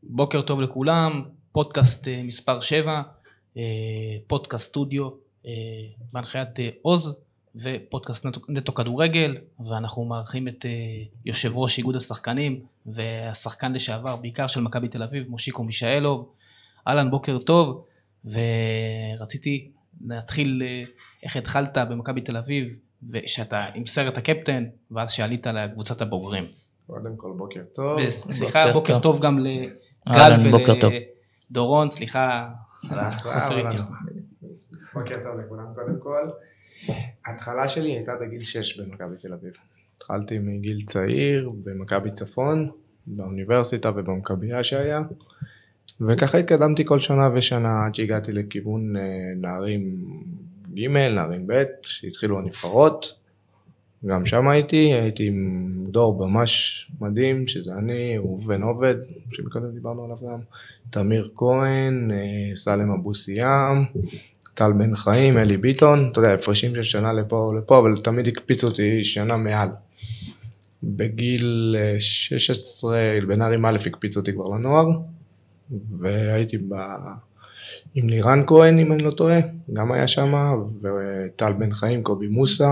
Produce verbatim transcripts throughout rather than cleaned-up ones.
בוקר טוב לכולם, פודקאסט מספר שבע, פודקאסט סטודיו, בהנחיית עוז, ופודקאסט נטו כדורגל, ואנחנו מארחים את יושב ראש איגוד השחקנים, והשחקן לשעבר בעיקר של מכבי תל אביב, מושיקו מישאלוב. אהלן, בוקר טוב, ורציתי להתחיל איך התחלת במכבי תל אביב, ושאתה עם סרט הקפטן, ואז שעלית לקבוצת הבוגרים. קודם כל בוקר טוב. סליחה, בוקר טוב גם לגל ולדורון, סליחה, חוסר איתי. בוקר טוב לכולם קודם כל. ההתחלה שלי הייתה בגיל שש במכבי תל אביב. התחלתי מגיל צעיר במכבי צפון, באוניברסיטה ובמכבייה שהיה, וככה התקדמתי כל שנה ושנה עד שהגעתי לכיוון נערים ג', נערים ב', שהתחילו הנבחרות. גם שם הייתי, הייתי עם דור ממש מדהים, שזה אני, ראובן עובד, שבקודם דיברנו עליו גם, תמיר כהן, סלם אבו סיאם, טל בן חיים, אלי ביטון, אתה יודע, הפרשים של שנה לפה ולפה, אבל תמיד הקפיץ אותי שנה מעל. בגיל שש עשרה, בנערים א' הקפיץ אותי כבר לנוער, והייתי ב... עם לירן כהן, אם אני לא טועה, גם היה שם, וטל בן חיים, קובי מוסה,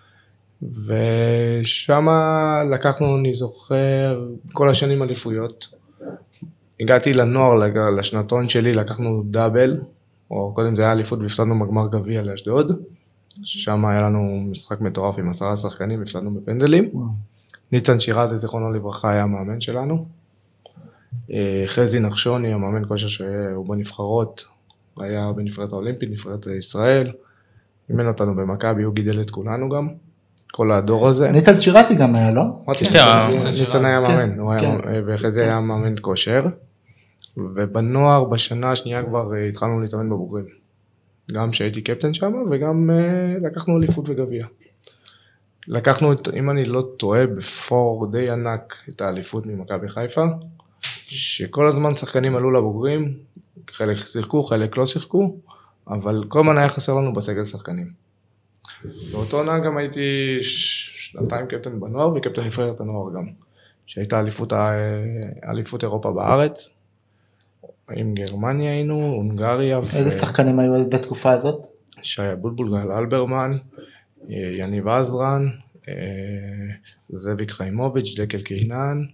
ושם לקחנו, אני זוכר, כל השנים אליפויות. הגעתי לנוער, לשנתון שלי, לקחנו דאבל, או קודם זה היה אליפות והפסדנו בגמר גביע לאשדוד, ששם היה לנו משחק מטורף עם עשרה שחקנים, הפסדנו בפנדלים. ניצן שירזי, זיכרונו לברכה, היה המאמן שלנו. חזי נחשוני, המאמן כושר שהוא בנבחרות, היה בנבחרת האולימפית, נבחרת ישראל. אימן אותנו במכבי, הוא גידל את כולנו גם. כל הדור הזה. ניצן שירזי גם היה, לא? ניצן היה מאמן, וחזי היה מאמן כושר. ובנוער בשנה השנייה כבר התחלנו להתאמן בבוגרים. גם שהייתי קפטן שם, וגם לקחנו אליפות וגביע. לקחנו, אם אני לא טועה, בפור די ענק את האליפות ממכבי חיפה, שכל הזמן שחקנים עלו לבוגרים, חלק שיחקו, חלק לא שיחקו, אבל כל הזמן היה חסר לנו בסגל שחקנים. באותו עונה גם הייתי שנתיים קפטן בנוער, וקפטן נבחרת הנוער גם, שהייתה אליפות, אליפות אירופה בארץ, עם גרמניה היינו, הונגריה. איזה ו... שחקנים היו בתקופה הזאת? שי אבוטבול, גל אלברמן, יניב עזרן, זאביק חיימוביץ', דקל קינן,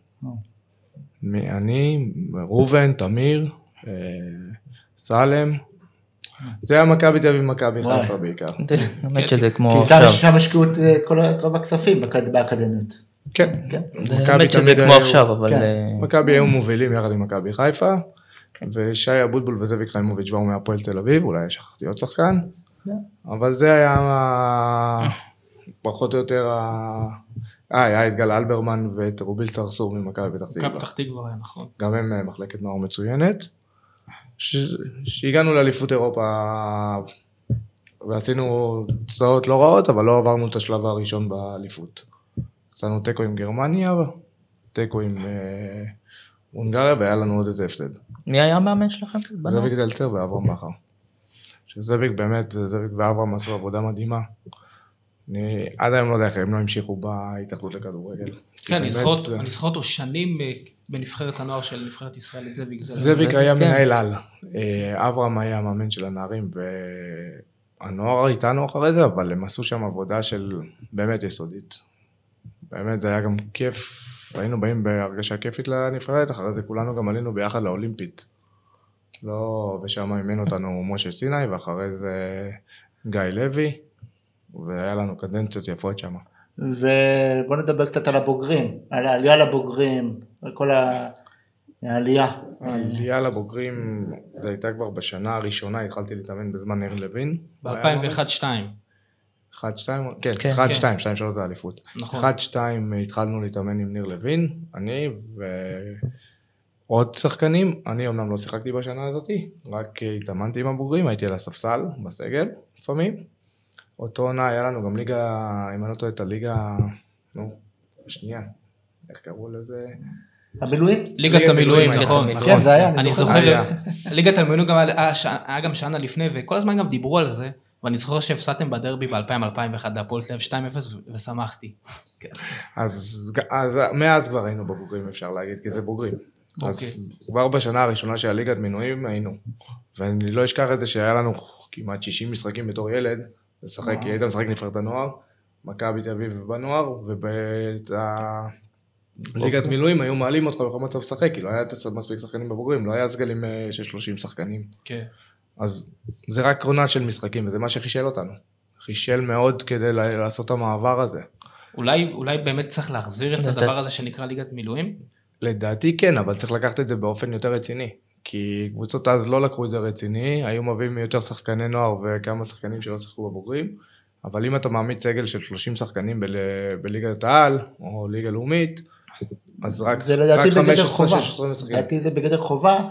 אני, ראובן, תמיר, סלם. זה היה מכבי תל אביב ומכבי חיפה בעיקר. באמת שזה כמו עכשיו. כי שם השקיעו את כל רוב הכספים באקדמיות. כן. באמת שזה כמו עכשיו, אבל... מכבי היו מובילים יחד עם מכבי חיפה, ושי אבוטבול וזאביק חיימוביץ' באו מהפועל תל אביב, אולי שכחתי עוד שחקן, אבל זה היה פחות או יותר... אה, היה את גל אלברמן ואת רוביל סרסור ממכבי פתח תקווה. מכבי פתח תקווה, היה נכון. גם הם מחלקת נוער מצוינת. שהגענו לאליפות אירופה ועשינו תוצאות לא רעות, אבל לא עברנו את השלב הראשון באליפות. עשינו טקו עם גרמניה, טקו עם הונגריה, והיה לנו עוד איזה הפסד. מי היה המאמן שלכם? זאביק זלצר ואברהם בכר. שזאביק באמת, זאביק ואברהם עשו עבודה מדהימה. אני עד היום לא יודע איך הם לא המשיכו בהתאחדות לכדורגל. כן, אני זוכר אותו שנים בנבחרת הנוער של נבחרת ישראל, את זאביק. זאביק היה מנהל על. אברהם היה המאמן של הנערים, והנוער איתנו אחרי זה, אבל הם עשו שם עבודה של באמת יסודית. באמת זה היה גם כיף, היינו באים בהרגשה כיפית לנבחרת, אחרי זה כולנו גם עלינו ביחד לאולימפית. לא, ושם אימן אותנו משה סיני, ואחרי זה גיא לוי. והיה לנו קדנציות יפות שם. ובוא נדבר קצת על הבוגרים, על העלייה לבוגרים, על כל העלייה. העלייה לבוגרים, זה הייתה כבר בשנה הראשונה, התחלתי להתאמן בזמן ניר לוין. ב-אלפיים ואחת שתיים. אחת שתיים, כן, אחת שתיים, שתיים שלוש זה אליפות. נכון. אחת שתיים התחלנו להתאמן עם ניר לוין, אני ועוד שחקנים, אני אומנם לא שיחקתי בשנה הזאת, רק התאמנתי עם הבוגרים, הייתי על הספסל, בסגל, לפעמים. אותו עונה היה לנו גם ליגה, אם אני לא טועה את הליגה, נו, השנייה, איך קראו לזה? המילואים? ליגת המילואים, נכון. כן, זה היה, אני זוכר, ליגת המילואים גם היה גם שנה לפני, וכל הזמן גם דיברו על זה, ואני זוכר שהפסדתם בדרבי ב-אלפיים אלפיים ואחת, בהפועל תל אביב שתיים אפס, ושמחתי. אז מאז כבר היינו בבוגרים, אפשר להגיד, כי זה בוגרים. אז כבר בשנה הראשונה של הליגת מנויים היינו. ואני לא אשכח את זה שהיה לנו כמעט שישים משחקים בתור ילד, לשחק, כי היית משחק נבחרת הנוער, מכבי תל אביב בנוער, ובליגת מילואים היו מעלים אותך בכל מצב לשחק, כי לא היה מספיק שחקנים בבוגרים, לא היה סגלים של שלושים שחקנים. כן. אז זה רק עונה של משחקים, וזה מה שחישל אותנו. חישל מאוד כדי לעשות את המעבר הזה. אולי, אולי באמת צריך להחזיר את הדבר הזה שנקרא ליגת מילואים? לדעתי כן, אבל צריך לקחת את זה באופן יותר רציני. כי קבוצות אז לא לקחו את זה רציני, היו מביאים יותר שחקני נוער וכמה שחקנים שלא שיחקו בבוגרים, אבל אם אתה מעמיד סגל של שלושים שחקנים ב- בליגת העל, או ליגה לאומית, אז רק, זה לדעתי רק בגדר חובה. שש עשרה משחקים. לדעתי זה בגדר חובה,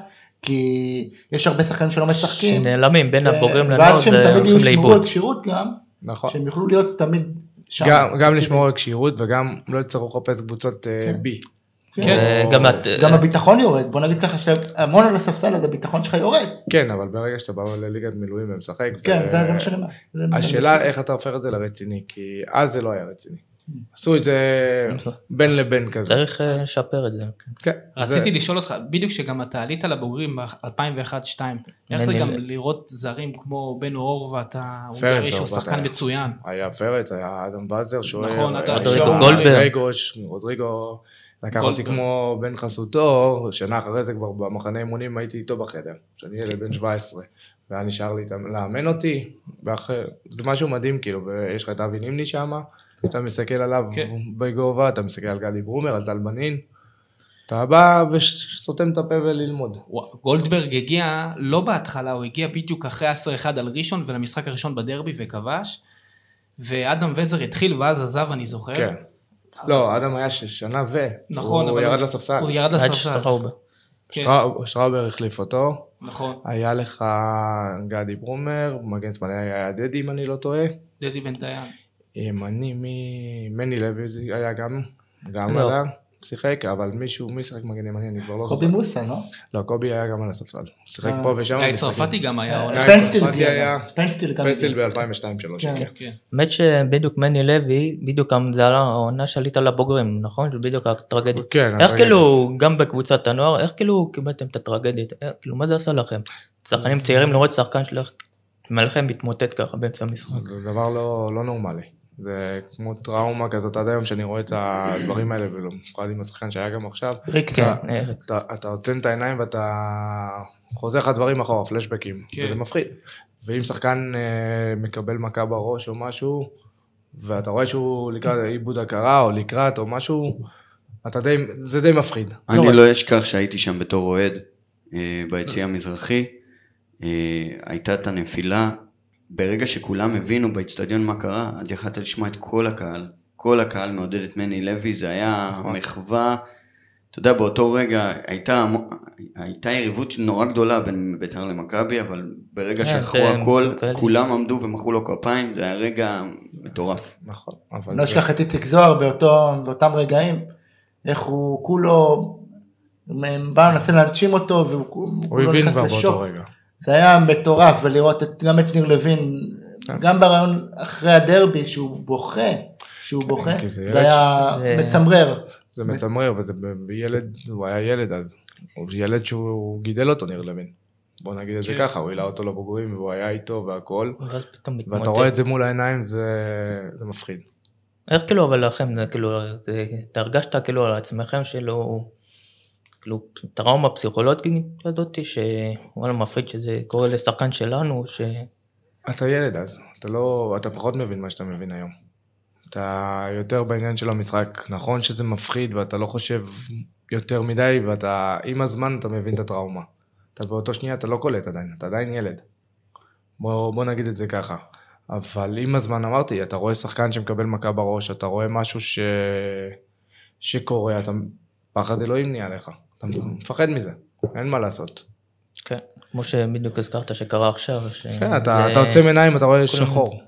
כי יש הרבה שחקנים שלא משחקים. שנעלמים בין הבוגרים לנוער, ואז שהם תמיד יהיו שמרו על קשירות גם, נכון. שהם יוכלו להיות תמיד שם. גם, גם לשמור על קשירות וגם לא יצטרכו לחפש קבוצות בי. כן. גם, גם הביטחון יורד, בוא נגיד ככה שהמון על הספסל, אז הביטחון שלך יורד. כן, אבל ברגע שאתה בא לליגת מילואים ומשחק, כן, ו... זה מה שאני אומר. השאלה איך אתה הופך את זה לרציני, כי אז זה לא היה רציני. עשו את זה בין לבין כזה. צריך לשפר את זה. כן. רציתי לשאול אותך, בדיוק שגם אתה עלית לבוגרים ב-אלפיים ואחת שתיים, איך זה גם לראות זרים כמו בן אור ואתה הונגרי שהוא שחקן מצוין. היה פרץ, היה אדם בזר, נכון, רודריגו גולדברג. רודריגו, לקח אותי כמו בן חסותו, שנה אחרי זה כבר במחנה אימונים הייתי איתו בחדר, שאני ילד בן שבע עשרה, והיה נשאר לי לאמן אותי, זה משהו מדהים כאילו, ויש לך את אבי נימני שם, אתה מסתכל עליו בגובה, אתה מסתכל על גדי ברומר, על טל בנין, אתה בא וסותם את הפה וללמוד. גולדברג הגיע, לא בהתחלה, הוא הגיע בדיוק אחרי עשרה אחד על ראשון, ולמשחק הראשון בדרבי וכבש, ואדם וזר התחיל ואז עזב, אני זוכר. כן. לא, אדם היה שנה ו... נכון, הוא ירד לספסל. הוא ירד לספסל. שטראובר החליף אותו. נכון. היה לך גדי ברומר, מגן שמאלי היה דדי, אם אני לא טועה. דדי בן דיין. ימני, מני לוי היה גם, גם עלה, שיחק, אבל מישהו, מי שיחק מגן ימני, אני כבר לא זוכר. קובי מוסה, לא? לא, קובי היה גם על הספסל. שיחק פה ושם. גיא צרפתי גם היה. פנסטיל גם. פנסטיל ב-אלפיים ושתיים שלוש. האמת שבדיוק מני לוי, בדיוק זה היה העונה שעלית לבוגרים, נכון? בדיוק הטרגדיה. איך כאילו, גם בקבוצת הנוער, איך כאילו קיבלתם את הטרגדיה? כאילו, מה זה עשה לכם? שחקנים צעירים לראות שחקן שלך, מלכם מתמוטט ככה באמצע המשחק. זה דבר לא נורמלי. זה כמו טראומה כזאת עד היום שאני רואה את הדברים האלה, ולא מפחד עם השחקן שהיה גם עכשיו. אתה עוצם את העיניים ואתה חוזר לך דברים אחורה, פלשבקים, וזה מפחיד. ואם שחקן מקבל מכה בראש או משהו, ואתה רואה שהוא לקראת איבוד הכרה או לקראת או משהו, זה די מפחיד. אני לא אשכח שהייתי שם בתור אוהד ביציע המזרחי, הייתה את הנפילה, ברגע שכולם הבינו באצטדיון מה קרה, אז יכלת לשמוע את כל הקהל, כל הקהל מעודד את מני לוי, זה היה מחווה, אתה יודע, באותו רגע הייתה, הייתה יריבות נורא גדולה בין בית"ר למכבי, אבל ברגע שאחרו הכל, כולם עמדו ומחאו לו כפיים, זה היה רגע מטורף. נכון. לא אשכח את איציק זוהר באותם רגעים, איך הוא כולו, בא לנסה להנשים אותו, והוא לא נכנס לשוק. זה היה מטורף, ולראות גם את ניר לוין, גם ברעיון אחרי הדרבי, שהוא בוכה, שהוא בוכה, זה היה מצמרר. זה מצמרר, וזה בילד, הוא היה ילד אז, הוא ילד שהוא גידל אותו, ניר לוין. בוא נגיד את זה ככה, הוא העלה אותו לבוגרים, והוא היה איתו והכל, ואתה רואה את זה מול העיניים, זה מפחיד. איך כאילו, אבל לכם, כאילו, אתה הרגשת כאילו על עצמכם שלו, כאילו, טראומה פסיכולוגית כזאת, שוואלה מפחיד שזה קורה לשחקן שלנו, ש... אתה ילד אז, אתה לא, אתה פחות מבין מה שאתה מבין היום. אתה יותר בעניין של המשחק, נכון שזה מפחיד, ואתה לא חושב יותר מדי, ואתה, עם הזמן אתה מבין את הטראומה. אתה באותו שנייה, אתה לא קולט עדיין, אתה עדיין ילד. בוא, בוא נגיד את זה ככה. אבל עם הזמן אמרתי, אתה רואה שחקן שמקבל מכה בראש, אתה רואה משהו ש... שקורה, אתה פחד אלוהים נהיה לך. אתה מפחד מזה, אין מה לעשות. כן, כמו שבדיוק הזכרת שקרה עכשיו. כן, אתה עוצם עיניים, אתה רואה שחור.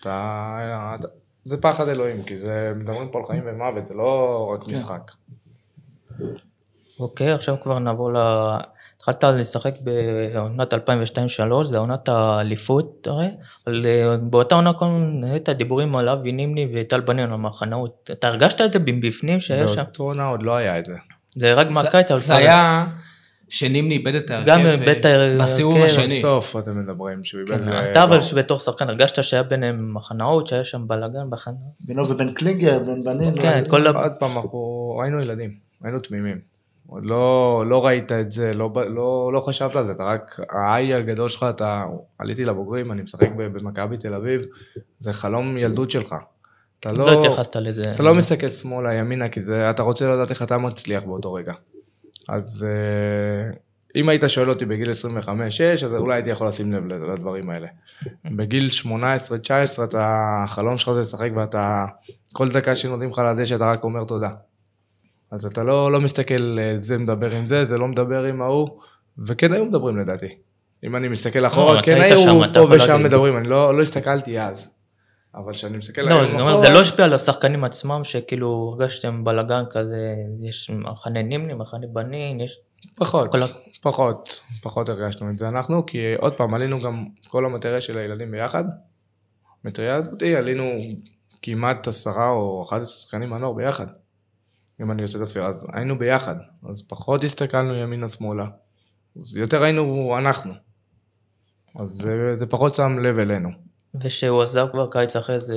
זה פחד אלוהים, כי זה מדברים פה על חיים ומוות, זה לא רק משחק. אוקיי, עכשיו כבר נעבור ל... התחלת לשחק בעונת אלפיים ושתיים שלוש, זה עונת האליפות הרי, אבל באותה עונה את הדיבורים על אבי נימני וטל בנין על המחנאות. אתה הרגשת את זה בפנים שיש שם? באותה עונה עוד לא היה את זה. זה רק מהקיץ. זה היה שנימני איבד את ההרכב בסיבוב השני. בסוף אתם מדברים שהוא איבד... אתה אבל שבתור שחקן, הרגשת שהיה ביניהם מחנאות, שהיה שם בלגן בחנה. בינו ובין קלינגר, בין בנים. כן, כל... עוד פעם, אנחנו היינו ילדים, היינו תמימים. עוד לא, לא ראית את זה, לא, לא, לא חשבת על זה, אתה רק, האי הגדול שלך, אתה, עליתי לבוגרים, אני משחק במכבי תל אביב, זה חלום ילדות שלך. אתה לא, לא התייחסת לזה. אתה לא מסתכל שמאלה, ימינה, כי זה, אתה רוצה לדעת איך אתה מצליח באותו רגע. אז אם היית שואל אותי בגיל עשרים וחמש שש, אז אולי הייתי יכול לשים לב לדברים האלה. בגיל שמונה עשרה תשע עשרה, החלום שלך זה לשחק, ואתה, כל דקה שנותנים לך לדשא, אתה רק אומר תודה. אז אתה לא, לא מסתכל, זה מדבר עם זה, זה לא מדבר עם ההוא, וכן היו מדברים לדעתי. אם אני מסתכל אחורה, כן היו פה ושם מדברים, אני לא, לא הסתכלתי אז. אבל שאני מסתכל היום אחורה... זה לא השפיע על השחקנים עצמם, שכאילו הרגשתם בלגן כזה, יש מחנה נימני, מחנה בנין, יש... פחות, פחות, פחות הרגשנו את זה אנחנו, כי עוד פעם, עלינו גם כל המטריה של הילדים ביחד. המטריה הזאת, עלינו כמעט עשרה או אחד עשרה שחקנים מהנוער ביחד. אם אני עושה את הספירה, אז היינו ביחד, אז פחות הסתכלנו ימינה שמאלה, אז יותר היינו אנחנו, אז זה, זה פחות שם לב אלינו. ושהוא עזב כבר קיץ אחרי זה...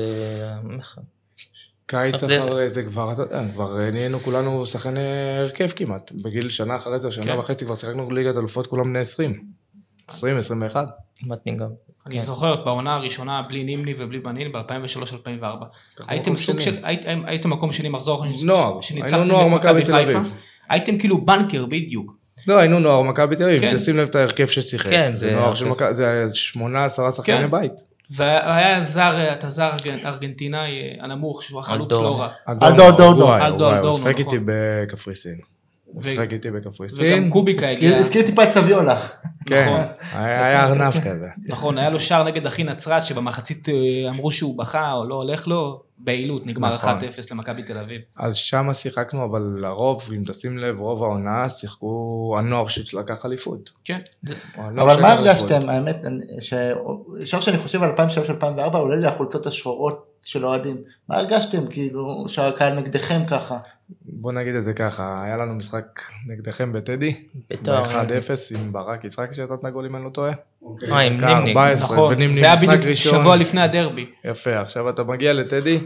קיץ אחרי זה כבר, אתה יודע, כבר נהיינו כולנו שחקני הרכב כמעט, בגיל שנה אחרי זה, שנה וחצי כבר שיחקנו ליגת אלופות כולם בני עשרים, עשרים, עשרים ואחת. מתאים גם. אני זוכר, בעונה הראשונה, בלי נימני ובלי בנין, ב-אלפיים ושלוש אלפיים וארבע. הייתם סוג של, הייתם מקום שני מחזור, נוער, היינו נוער מכבי תל אביב. הייתם כאילו בנקר בדיוק. לא, היינו נוער מכבי תל אביב, תשים לב את ההרכב ששיחק. זה נוער של מכבי, זה שמונה עשרה שחקני בית. והיה זר, אתה זר ארגנטינאי הנמוך, שהוא החלוץ שלו רע. אלדו אדורנו. הוא שחק איתי בקפריסין. הוא שחק איתי בקפריסין. וגם קוביקה הגיע. הזכיר טיפה את סביולה. כן, היה ארנף כזה. נכון, היה לו שער נגד אחי נצרת, שבמחצית אמרו שהוא בכה או לא הולך לו, בעילות, נגמר אחת אפס למכבי תל אביב. אז שם שיחקנו, אבל לרוב, אם תשים לב, רוב העונה שיחקו הנוער שלקח אליפות. כן. אבל מה הרגשתם, האמת, ישר שאני חושב על אלפיים ושלוש אלפיים וארבע, עולה לי החולצות השחורות של אוהדים. מה הרגשתם, כאילו, שהקהל נגדכם ככה? בוא נגיד את זה ככה, היה לנו משחק נגדכם בטדי, ב-אחד אפס עם ברק יצחק שנתת גול אם אני לא טועה. אה, עם נימני. נכון, זה היה בדיוק שבוע לפני הדרבי. יפה, עכשיו אתה מגיע לטדי,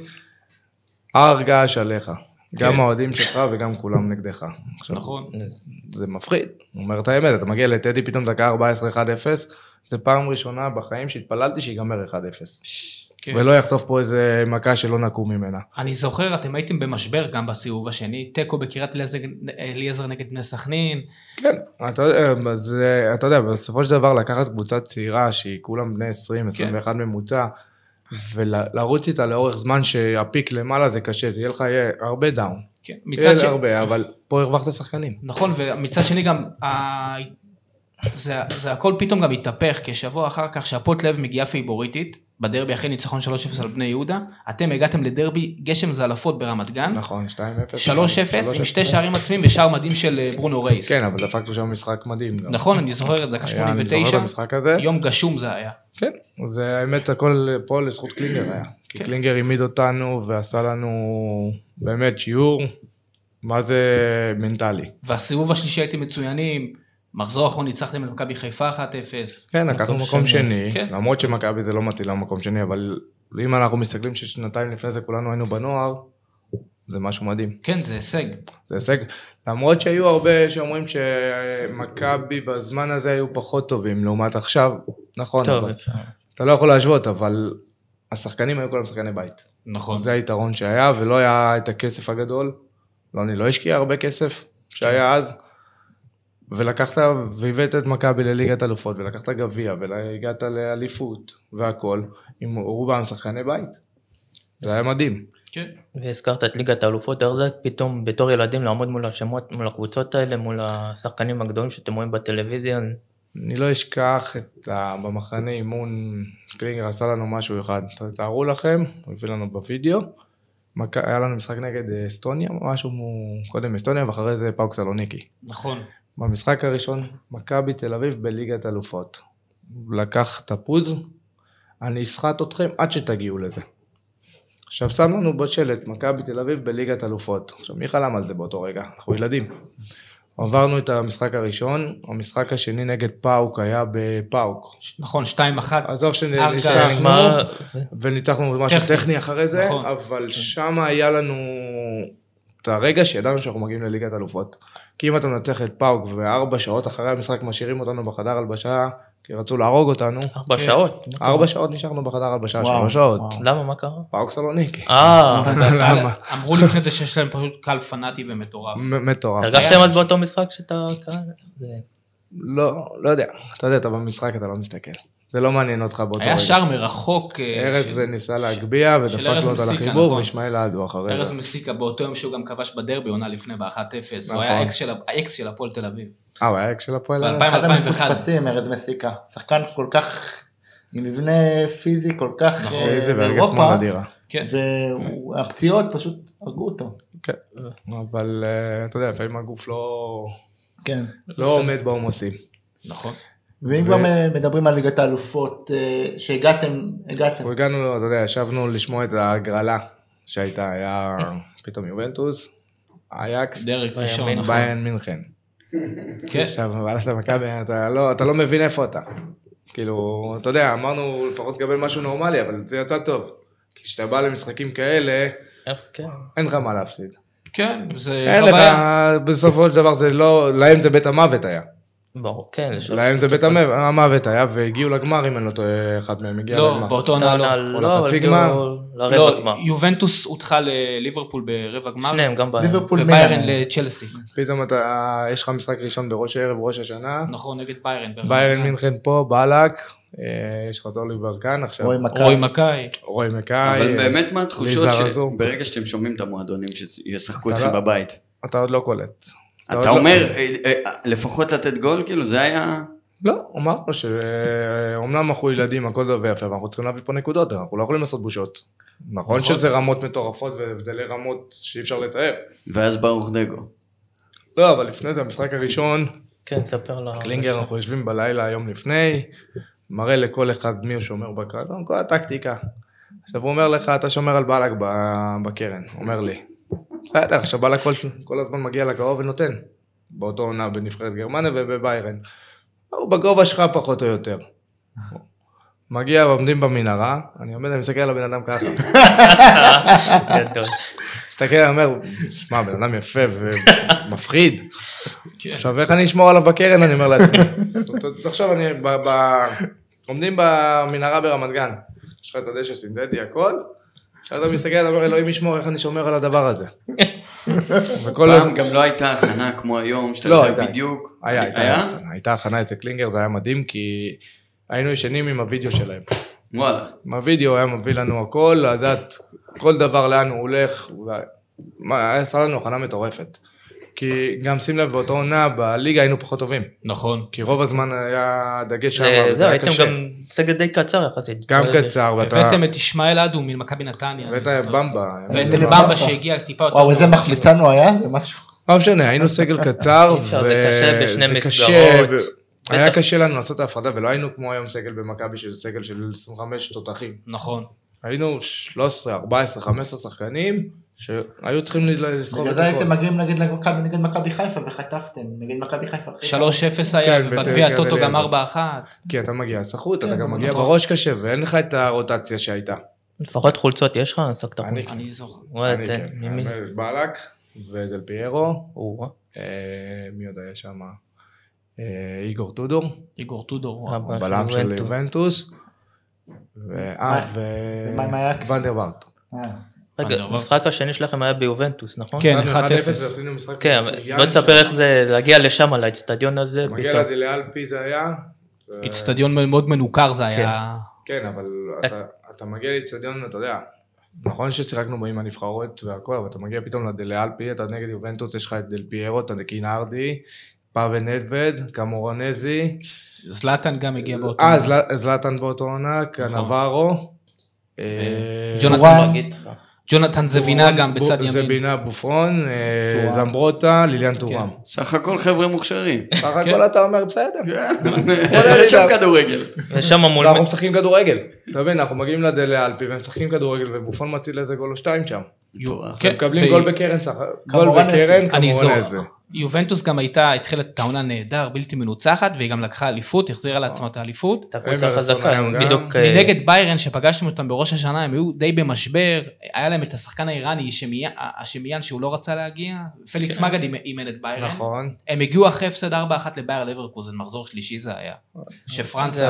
הרגש עליך, גם האוהדים שלך וגם כולם נגדך. נכון. זה מפחיד, הוא אומר את האמת, אתה מגיע לטדי פתאום דקה ארבע עשרה אחד אפס, זה פעם ראשונה בחיים שהתפללתי שיגמר אחד אפס. כן. ולא יכתוב פה איזה מכה שלא נקום ממנה. אני זוכר, אתם הייתם במשבר גם בסיבוב השני, טקו בקריית אליעזר נגד בני סכנין. כן, אתה, אז, אתה יודע, בסופו של דבר לקחת קבוצה צעירה שהיא כולם בני עשרים, עשרים ואחת כן. ממוצע, ולרוץ איתה לאורך זמן שהפיק למעלה זה קשה, יהיה לך יהיה הרבה דאון. כן, מצד ש... הרבה, אבל פה הרווחת שחקנים. נכון, ומצד שני גם... זה, זה הכל פתאום גם התהפך, כשבוע אחר כך שהפועל תל אביב מגיעה פייבוריטית, בדרבי אחרי ניצחון שלוש אפס על בני יהודה, אתם הגעתם לדרבי גשם זלפות ברמת גן, נכון, שתיים אפס, שלוש אפס עם שתי שערים עצמיים ושער מדהים של ברונו רייס. כן, אבל דפקנו שם משחק מדהים. נכון, אני זוכר את דקה שמונים ותשע, יום גשום זה היה. כן, זה האמת הכל פה לזכות קלינגר היה, כי קלינגר העמיד אותנו ועשה לנו באמת שיעור, מה זה מנטלי. והסיבוב השלישי הייתם מצוינים, מחזור האחרון ניצחתם למכבי חיפה אחת אפס. כן, לקחנו מקום שני, למרות שמכבי זה לא מתאים למקום שני, אבל אם אנחנו מסתכלים ששנתיים לפני זה כולנו היינו בנוער, זה משהו מדהים. כן, זה הישג. זה הישג, למרות שהיו הרבה שאומרים שמכבי בזמן הזה היו פחות טובים, לעומת עכשיו, נכון, אתה לא יכול להשוות, אבל השחקנים היו כולם שחקני בית. נכון. זה היתרון שהיה, ולא היה את הכסף הגדול, לא, אני לא השקיע הרבה כסף שהיה אז, ולקחת והבאת את מכבי לליגת אלופות, ולקחת גביע, והגעת לאליפות, והכל, עם רובם שחקני בית. זה היה מדהים. כן. והזכרת את ליגת האלופות, איך זה פתאום בתור ילדים לעמוד מול השמות, מול הקבוצות האלה, מול השחקנים הגדולים שאתם רואים בטלוויזיה? אני לא אשכח את במחנה אימון, קלינגר עשה לנו משהו אחד, תארו לכם, הוא הביא לנו בווידאו, היה לנו משחק נגד אסטוניה, משהו קודם אסטוניה, ואחרי זה פאוק סלוניקי. נכון. במשחק הראשון, מכבי תל אביב בליגת אלופות. לקח תפוז, אני אסחט אתכם עד שתגיעו לזה. עכשיו שם לנו בשלט, מכבי תל אביב בליגת אלופות. עכשיו מי חלם על זה באותו רגע? אנחנו ילדים. עברנו את המשחק הראשון, המשחק השני נגד פאוק היה בפאוק. נכון, שתיים אחת. עזוב שניצחנו, וניצחנו משהו טכני אחרי זה, אבל שם היה לנו את הרגע שידענו שאנחנו מגיעים לליגת אלופות. כי אם אתה מנצח את פאוק וארבע שעות אחרי המשחק משאירים אותנו בחדר הלבשה, כי רצו להרוג אותנו. ארבע שעות? ארבע שעות נשארנו בחדר הלבשה, שלוש שעות. למה, מה קרה? פאוק סלוניקי. אה, למה? אמרו לפני זה שיש להם פשוט קהל פנאטי ומטורף. מטורף. הרגשתם אז באותו משחק שאתה קרא? לא, לא יודע. אתה יודע, אתה במשחק, אתה לא מסתכל. זה לא מעניין אותך באותו רגע. היה שער מרחוק. ארז ניסה להגביה ודפק לו אותה לחיבור, וישמעאל עדו אחרי. ארז מסיקה באותו יום שהוא גם כבש בדרבי, עונה לפני ב-אחת אפס. הוא היה האקס של הפועל תל אביב. אה, הוא היה האקס של הפועל תל אביב? אחד המפוספסים, ארז מסיקה. שחקן כל כך, עם מבנה פיזי כל כך באירופה, והפציעות פשוט הרגו אותו. כן, אבל אתה יודע, לפעמים הגוף לא עומד בעומסים. נכון. ואם כבר מדברים על ליגת האלופות, שהגעתם, הגעתם. הגענו, אתה יודע, ישבנו לשמוע את ההגרלה שהייתה, היה פתאום יובנטוס, אייקס, ביירן מינכן. כן. עכשיו, אבל אתה מכבי, אתה לא מבין איפה אתה. כאילו, אתה יודע, אמרנו לפחות לקבל משהו נורמלי, אבל זה יצא טוב. כי כשאתה בא למשחקים כאלה, אין לך מה להפסיד. כן, זה אין לך, בסופו של דבר זה לא, להם זה בית המוות היה. ברור, כן. להם זה בית המוות היה, והגיעו לגמר, אם אני לא טועה, אחד מהם הגיע לגמר. לא, באותו עונה לא. לא, אבל הגיעו לרבע גמר. יובנטוס הודחה לליברפול ברבע גמר. שניהם, גם ביירן. וביירן לצ'לסי. פתאום אתה, יש לך משחק ראשון בראש הערב, ראש השנה. נכון, נגד ביירן. ביירן מינכן פה, בלק, יש לך אוליבר כאן עכשיו. רוי מקאי. רוי מקאי. אבל באמת מה התחושות שברגע שאתם שומעים את המועדונים שישחקו אתכם בבית? אתה עוד לא קולט. אתה אומר, לפחות לתת גול, כאילו זה היה... לא, אמרנו שאומנם אנחנו ילדים, הכל דבר יפה, ואנחנו צריכים להביא פה נקודות, אנחנו לא יכולים לעשות בושות. נכון שזה רמות מטורפות והבדלי רמות שאי אפשר לתאר. ואז ברוך דגו. לא, אבל לפני זה, המשחק הראשון, כן, ספר לה... קלינגר, אנחנו יושבים בלילה היום לפני, מראה לכל אחד מי הוא שומר בקרן, כל הטקטיקה. עכשיו הוא אומר לך, אתה שומר על בלק בקרן, אומר לי. בסדר, עכשיו בלק כל, כל הזמן מגיע לקרוב ונותן, באותו עונה בנבחרת גרמניה ובביירן. הוא בגובה שלך פחות או יותר. מגיע, עומדים במנהרה, אני עומד, אני מסתכל על הבן אדם ככה. מסתכל, אני אומר, שמע, בן אדם יפה ומפחיד. עכשיו, איך אני אשמור עליו בקרן, אני אומר לעצמי. עכשיו, אני עומדים במנהרה ברמת גן. יש לך את הדשא סינתטי, הכל. עכשיו אתה מסתכל, אתה אומר, אלוהים ישמור, איך אני שומר על הדבר הזה. פעם גם לא הייתה הכנה כמו היום, שאתה יודע בדיוק. היה, הייתה הכנה אצל קלינגר, זה היה מדהים, כי היינו ישנים עם הוידאו שלהם. וואלה. עם הוידאו היה מביא לנו הכל, לדעת כל דבר לאן הוא הולך, היה עשה לנו הכנה מטורפת. כי גם שים לב, באותו עונה, בליגה היינו פחות טובים. נכון. כי רוב הזמן היה דגש שם, זה היה קשה. הייתם גם סגל די קצר יחסית. גם קצר. הבאתם את ישמעאל עדו ממכבי נתניה. הבאתם את במבה. ואת במבה שהגיע טיפה יותר. וואו, איזה מחמיצן הוא היה? זה משהו. לא משנה, היינו סגל קצר. זה קשה בשני מסגרות. היה קשה לנו לעשות את ההפרדה, ולא היינו כמו היום סגל במכבי, שזה סגל של עשרים וחמש תותחים. נכון. היינו שלוש עשרה, ארבע עשרה, חמש עשרה שחקנים, שהיו צריכים לסחוב את הכל. בגלל זה הייתם מגיעים נגד מכבי חיפה, וחטפתם, נגד מכבי חיפה. שלוש אפס היה, ובגביע הטוטו גם ארבע אחת. כי אתה מגיע סחוט, אתה גם מגיע בראש קשה, ואין לך את הרוטציה שהייתה. לפחות חולצות יש לך? אני זוכר. אני כן, בלק ודל פיירו. מי עוד היה שם? איגור טודור. איגור טודור. בלם של יובנטוס. וונדרברט. רגע, המשחק השני שלכם היה ביובנטוס, נכון? כן, אחת אפס. ועשינו משחק כן, בוא תספר איך זה להגיע לשם, על האצטדיון הזה. מגיע לדלה אלפי זה היה. אצטדיון מאוד מנוכר זה היה. כן, אבל אתה מגיע לאצטדיון, אתה יודע, נכון ששיחקנו עם הנבחרות והכל, אבל אתה מגיע פתאום לדלה אלפי, אתה נגד יובנטוס, יש לך את דל פיירו, אתה קינרדי, פאבל נדווד, קמורונזי. זלאטן גם הגיע באותו עונה. אה, זלאטן באותו עונה, קנברו. ג'ונתן זבינה גם בצד ימין. זבינה, בופון, זמברוטה, ליליאן טורם. סך הכל חבר'ה מוכשרים. סך הכל אתה אומר, בסדר. יש שם כדורגל. אנחנו משחקים כדורגל. אתה מבין, אנחנו מגיעים לאלפי והם משחקים כדורגל, ובופון מציל איזה גול או שתיים שם. מקבלים גול בקרן, גול בקרן, כמובן איזה. יובנטוס גם הייתה, התחילה את העונה נהדר, בלתי מנוצחת, והיא גם לקחה אליפות, החזירה לעצמה את האליפות. הייתה קבוצה חזקה, בדיוק. מנגד ביירן, שפגשתם אותם בראש השנה, הם היו די במשבר, היה להם את השחקן האיראני, השמיין שהוא לא רצה להגיע, פליקס מגד אימן את ביירן. נכון. הם הגיעו אחרי הפסד ארבע אחת לבייר לברקוזן, מחזור שלישי זה היה. שפרנס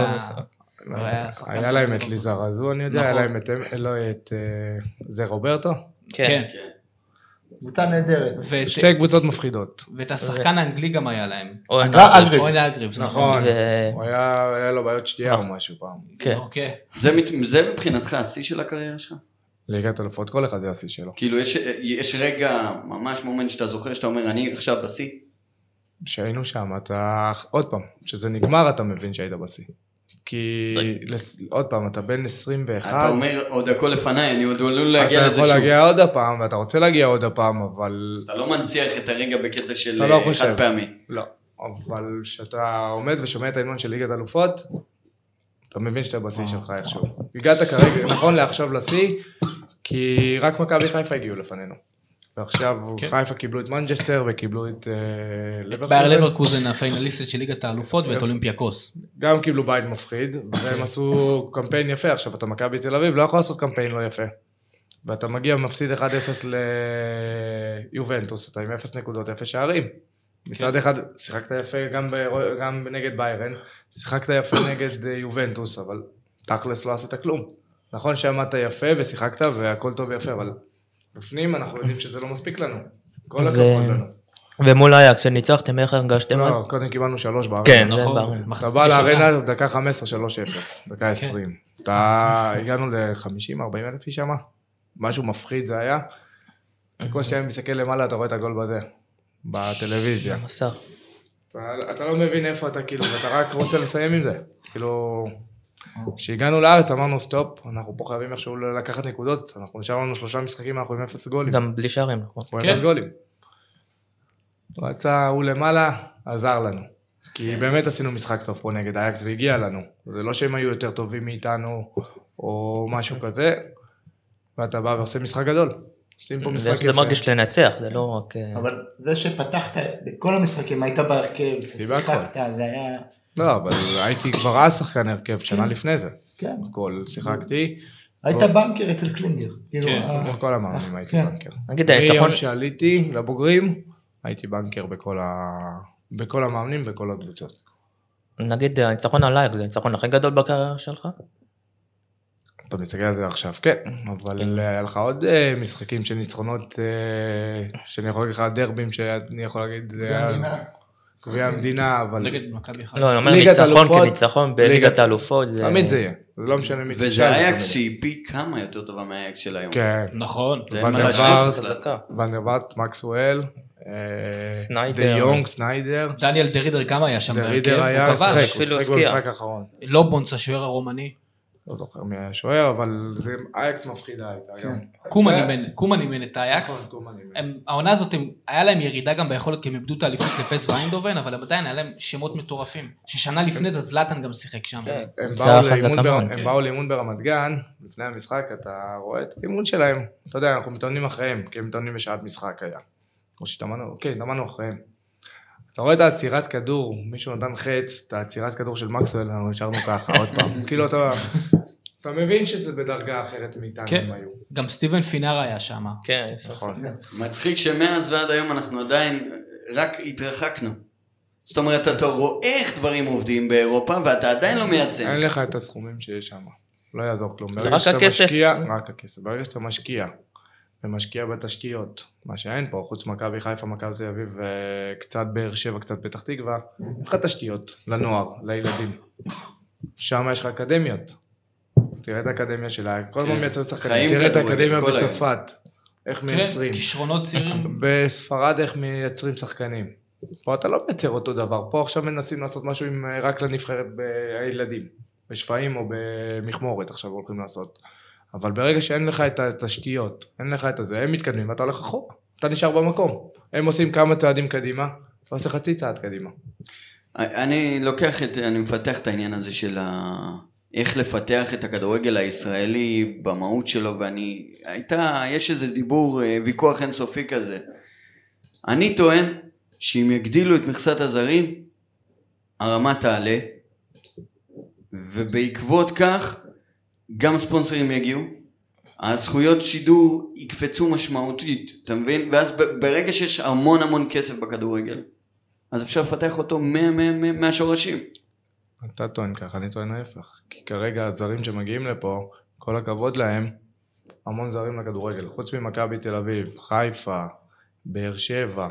היה להם את ליזה רזו, אני יודע, היה להם את זה רוברטו. כן. קבוצה נהדרת. שתי קבוצות מפחידות. ואת השחקן האנגלי גם היה להם. אוהן אגריבס. אוהן אגריבס, נכון. הוא היה לו בעיות שתייה או משהו פעם. כן. זה מבחינתך השיא של הקריירה שלך? ליגת אלופות, כל אחד זה השיא שלו. כאילו יש רגע, ממש מומנט שאתה זוכר, שאתה אומר, אני עכשיו בשיא? שהיינו שם, אתה, עוד פעם, שזה נגמר אתה מבין שהיית בשיא. כי עוד פעם, אתה בין עשרים ואחת. אתה אומר, עוד הכל לפניי, אני עוד עלול להגיע לזה שוב. אתה יכול להגיע עוד הפעם, ואתה רוצה להגיע עוד הפעם, אבל... אתה לא מנציח את הרגע בקטע של חד פעמי. לא, אבל כשאתה עומד ושומע את העניין של ליגת אלופות, אתה מבין שאתה בשיא שלך איכשהו. הגעת כרגע, נכון לעכשיו לשיא, כי רק מכבי חיפה הגיעו לפנינו. ועכשיו חיפה קיבלו את מנצ'סטר וקיבלו את בייר לברקוזן, הפיינליסטית של ליגת האלופות ואת אולימפיאקוס. גם קיבלו בית מפחיד, והם עשו קמפיין יפה. עכשיו אתה מכבי תל אביב, לא יכול לעשות קמפיין לא יפה. ואתה מגיע ומפסיד אחד אפס ליובנטוס, אתה עם אפס נקודות, אפס שערים. מצד אחד שיחקת יפה גם נגד ביירן, שיחקת יפה נגד יובנטוס, אבל תכלס לא עשית כלום. נכון שעמדת יפה ושיחקת והכל טוב ויפה, אבל בפנים אנחנו יודעים שזה לא מספיק לנו. כל הכבוד לנו. ומול אייקס שניצחתם, איך הרגשתם אז? לא, קודם קיבלנו שלוש בארנה. כן, נכון. אתה בא לארנה, דקה חמש עשרה, שלוש אפס, דקה עשרים. אתה, הגענו ל-חמישים ארבעים אלף איש שמה. משהו מפחיד זה היה. כל שתיים מסתכל למעלה, אתה רואה את הגול בזה. בטלוויזיה. מסך. אתה לא מבין איפה אתה כאילו, ואתה רק רוצה לסיים עם זה. כאילו... כשהגענו לארץ אמרנו סטופ, אנחנו פה חייבים איכשהו לקחת נקודות, אנחנו נשאר לנו שלושה משחקים, אנחנו עם אפס גולים. גם בלי שערים, נכון. הוא אפס גולים. הוא יצא, הוא למעלה, עזר לנו. כי באמת עשינו משחק טוב פה נגד אייקס והגיע לנו. זה לא שהם היו יותר טובים מאיתנו, או משהו כזה, ואתה בא ועושה משחק גדול. עושים פה משחק יפה. זה מרגיש לנצח, זה לא רק... אבל זה שפתחת, בכל המשחקים היית בהרכב, ושיחקת, זה היה... לא, אבל הייתי כבר אז שחקן הרכב, שנה לפני זה. כן. הכל שיחקתי. היית בנקר אצל קלינגר. כן, כל המאמנים הייתי בנקר. מיום שעליתי לבוגרים, הייתי בנקר בכל המאמנים, בכל הקבוצות. נגיד, הניצחון עלייך, זה הניצחון הכי גדול בקריירה שלך? אתה מסתכל על זה עכשיו, כן, אבל היה לך עוד משחקים של ניצחונות, שאני יכול להגיד לך דרבים, שאני יכול להגיד, זה המדינה. גביע המדינה, אבל... נגד מכבי חיפה. לא, אני אומר ניצחון כניצחון בליגת האלופות. תמיד זה יהיה, זה לא משנה מי... וזה אייקס שהיא פי כמה יותר טובה מהאייקס של היום. כן. נכון. ונדברט, מקסואל, סניידר. די יונג, סניידר. דניאל דרידר גם היה שם. דרידר היה, שחק, הוא שחק במשחק האחרון. לא בונס, השוער הרומני. לא זוכר מי היה שוער, אבל זה אייקס מפחידה הייתה היום. קומן אימן את אייקס. העונה הזאת, היה להם ירידה גם ביכולת, כי הם איבדו את האליפות לפס ואיינדובן, אבל עדיין היה להם שמות מטורפים. ששנה לפני זה זלאטן גם שיחק שם. הם באו לאימון ברמת גן, לפני המשחק, אתה רואה את האימון שלהם. אתה יודע, אנחנו מתאמנים אחריהם, כי הם מתאמנים בשעת משחק היה. או שתאמנו, אוקיי, תאמנו אחריהם. אתה רואה את העצירת כדור, מישהו נתן חץ, את העצירת כדור של מקסואל, אנחנו נשארנו ככה, עוד פעם. כאילו אתה, אתה מבין שזה בדרגה אחרת מאיתנו הם היו. גם סטיבן פינר היה שם. כן, נכון. מצחיק שמאז ועד היום אנחנו עדיין רק התרחקנו. זאת אומרת, אתה רואה איך דברים עובדים באירופה, ואתה עדיין לא מיישם. אין לך את הסכומים שיש שם. לא יעזור כלום. רק הכסף. רק הכסף. ברגע שאתה משקיע, ומשקיע בתשתיות, מה שאין פה, חוץ מכבי חיפה, מכבי תל אביב, וקצת באר שבע, קצת פתח תקווה, יש לך תשתיות לנוער, לילדים. שם יש לך אקדמיות. תראה את האקדמיה שלה, כל הזמן מייצרים שחקנים. תראה את האקדמיה בצרפת, איך מייצרים. כישרונות צעירים. בספרד איך מייצרים שחקנים. פה אתה לא מייצר אותו דבר, פה עכשיו מנסים לעשות משהו רק לנבחרת בילדים, בשפעים או במכמורת עכשיו הולכים לעשות. אבל ברגע שאין לך את התשתיות, אין לך את זה, הם מתקדמים ואתה הולך אחורה, אתה נשאר במקום. הם עושים כמה צעדים קדימה, אתה עושה חצי צעד קדימה. אני לוקח את, אני מפתח את העניין הזה של ה... איך לפתח את הכדורגל הישראלי במהות שלו, ואני, הייתה, יש איזה דיבור, ויכוח אינסופי כזה. אני טוען שאם יגדילו את מכסת הזרים, הרמה תעלה, ובעקבות כך, גם ספונסרים יגיעו, הזכויות שידור יקפצו משמעותית, אתה מבין? ואז ברגע שיש המון המון כסף בכדורגל, אז אפשר לפתח אותו מהשורשים. אתה טוען ככה, אני טוען ההפך. כי כרגע הזרים שמגיעים לפה, כל הכבוד להם, המון זרים לכדורגל. חוץ ממכבי תל אביב, חיפה, באר שבע.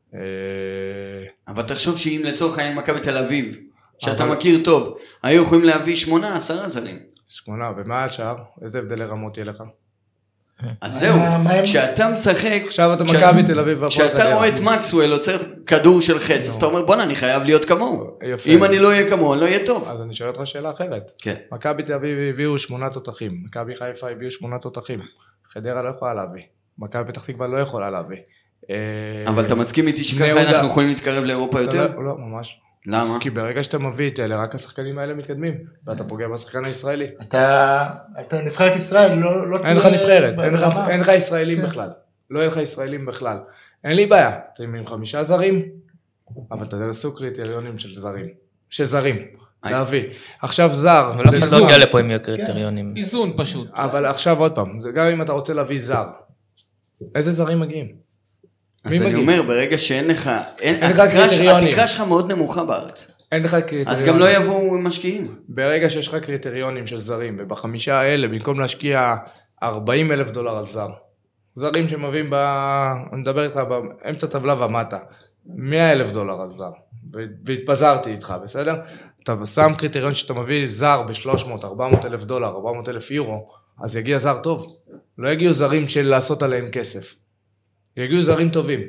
אבל תחשוב שאם לצורך העניין מכבי תל אביב, שאתה מכיר טוב, היו יכולים להביא שמונה, עשרה זרים. שמונה, ומה השאר? איזה הבדלי רמות יהיה לך? אז זהו, כשאתה משחק, עכשיו אתה מכבי תל אביב, כשאתה רואה את מקסואל עוצר כדור של חץ, אז אתה אומר בוא'נה, אני חייב להיות כמוהו. אם אני לא אהיה כמוהו, אני לא אהיה טוב. אז אני שואל אותך שאלה אחרת. מכבי תל אביב הביאו שמונה תותחים, מכבי חיפה הביאו שמונה תותחים, חדרה לא יכולה להביא, מכבי פתח תקווה לא יכולה להביא. אבל אתה מסכים איתי שככה אנחנו יכולים להתקרב לאירופה יותר? לא, ממש. למה? כי ברגע שאתה מביא את אלה, רק השחקנים האלה מתקדמים, ואתה פוגע בשחקן הישראלי. אתה נבחרת ישראל, לא תהיה... אין לך נבחרת, אין לך ישראלים בכלל. לא יהיה לך ישראלים בכלל. אין לי בעיה, אתם עם חמישה זרים, אבל תעשו קריטריונים של זרים. של זרים, להביא. עכשיו זר, אבל לא נגיע לפה עם קריטריונים. איזון פשוט. אבל עכשיו עוד פעם, גם אם אתה רוצה להביא זר, איזה זרים מגיעים? אז אני אומר, ברגע שאין לך, התקרה שלך מאוד נמוכה בארץ. אין לך קריטריונים. אז גם לא יבואו משקיעים. ברגע שיש לך קריטריונים של זרים, ובחמישה האלה, במקום להשקיע ארבעים אלף דולר על זר, זרים שמביאים ב... אני מדבר איתך באמצע טבלה ומטה, מאה אלף דולר על זר, והתפזרתי איתך, בסדר? אתה שם קריטריון שאתה מביא זר ב-שלוש מאות, ארבע מאות אלף דולר, ארבע מאות אלף יורו, אז יגיע זר טוב. לא יגיעו זרים של לעשות עליהם כסף. יגיעו זרים טובים,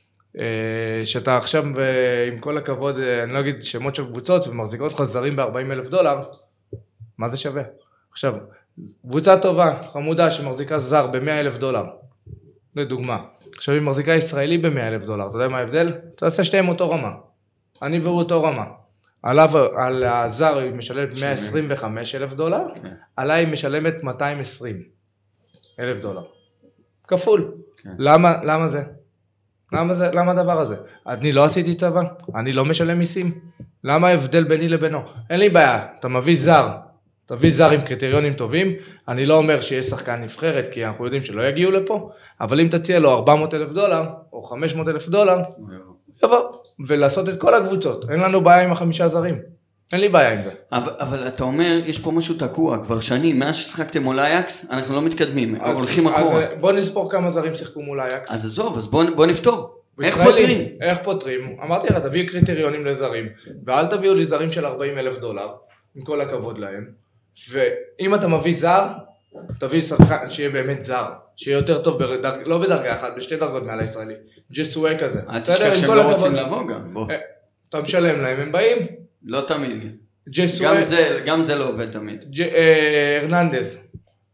שאתה עכשיו, עם כל הכבוד, אני לא אגיד שמות של קבוצות, ומחזיקות לך זרים ב-ארבעים אלף דולר, מה זה שווה? עכשיו, קבוצה טובה, חמודה, שמחזיקה זר ב-מאה אלף דולר, לדוגמה. עכשיו, היא מחזיקה ישראלי ב-מאה אלף דולר, אתה יודע מה ההבדל? אתה עושה שתיים אותו רמה. אני והוא אותו רמה. עליו, על הזר היא משלמת מאה עשרים וחמישה אלף דולר, עליי היא משלמת מאתיים ועשרים אלף דולר. כפול. למה, למה זה? למה זה, למה הדבר הזה? אני לא עשיתי צבא, אני לא משלם מיסים. למה ההבדל ביני לבינו? אין לי בעיה, אתה מביא זר, תביא זר עם קריטריונים טובים, אני לא אומר שיש שחקן נבחרת, כי אנחנו יודעים שלא יגיעו לפה, אבל אם תציע לו ארבע מאות אלף דולר, או חמש מאות אלף דולר, יבוא, ולעשות את כל הקבוצות. אין לנו בעיה עם החמישה זרים. אין לי בעיה עם זה. אבל, אבל אתה אומר, יש פה משהו תקוע, כבר שנים, מאז ששחקתם מול אייקס, אנחנו לא מתקדמים, אז, הולכים אחורה. אז בוא נספור כמה זרים שיחקו מול אייקס. אז עזוב, אז בוא, בוא נפתור. איך פותרים? איך פותרים? אמרתי לך, תביאו קריטריונים לזרים, ואל תביאו לי זרים של ארבעים אלף דולר, עם כל הכבוד להם, ואם אתה מביא זר, תביא שחקן שיהיה באמת זר, שיהיה יותר טוב, בדרג, לא בדרגה אחת, בשתי דרגות מעל הישראלי, ג'סווי כזה. אל תשכח שהם לא רוצים לבוא גם, בוא. אתה משלם להם, הם באים? לא תמיד. גם זה, גם זה לא עובד תמיד. הרננדז,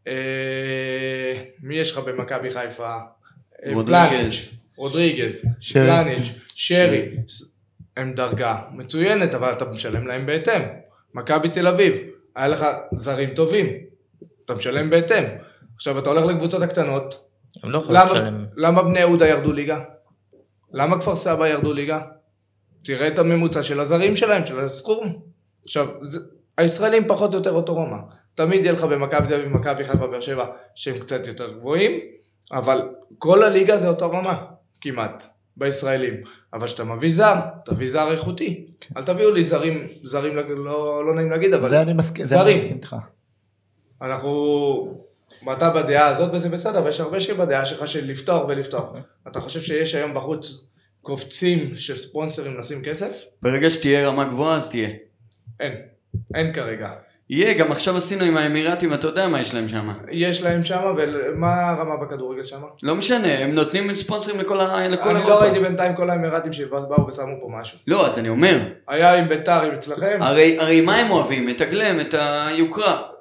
מי יש לך במכבי חיפה? רודריגז. רודריגז, פלניץ', שרי, הם דרגה מצוינת, אבל אתה משלם להם בהתאם. מכבי תל אביב, היה לך זרים טובים, אתה משלם בהתאם. עכשיו אתה הולך לקבוצות הקטנות, הם לא יכולים לשלם. למה בני יהודה ירדו ליגה? למה כפר סבא ירדו ליגה? תראה את הממוצע של הזרים שלהם, של הסכום. עכשיו, הישראלים פחות או יותר אותו רמה. תמיד יהיה לך במכבי תל אביב, מכבי חיפה, באר שבע, שהם קצת יותר גבוהים, אבל כל הליגה זה אותו רמה, כמעט, בישראלים. אבל שאתה מביא זר, תביא זר איכותי. אל תביאו לי זרים, זרים לא, לא נעים להגיד, אבל זה אני מסכים, זה אני מסכים איתך. אנחנו, אתה בדעה הזאת וזה בסדר, ויש הרבה שבדעה שלך של לפתור ולפתור. אתה חושב שיש היום בחוץ קופצים של ספונסרים לשים כסף? ברגע שתהיה רמה גבוהה אז תהיה. אין, אין כרגע. יהיה, גם עכשיו עשינו עם האמירתים, אתה יודע מה יש להם שם. יש להם שם, ומה הרמה בכדורגל שם? לא משנה, הם נותנים ספונסרים לכל אירופה. אני לא ראיתי בינתיים כל האמירתים שבאו ושמו פה משהו. לא, אז אני אומר. היה עם ביתר, עם אצלכם. הרי, הרי מה הם אוהבים? את הגלם, את היוקרה.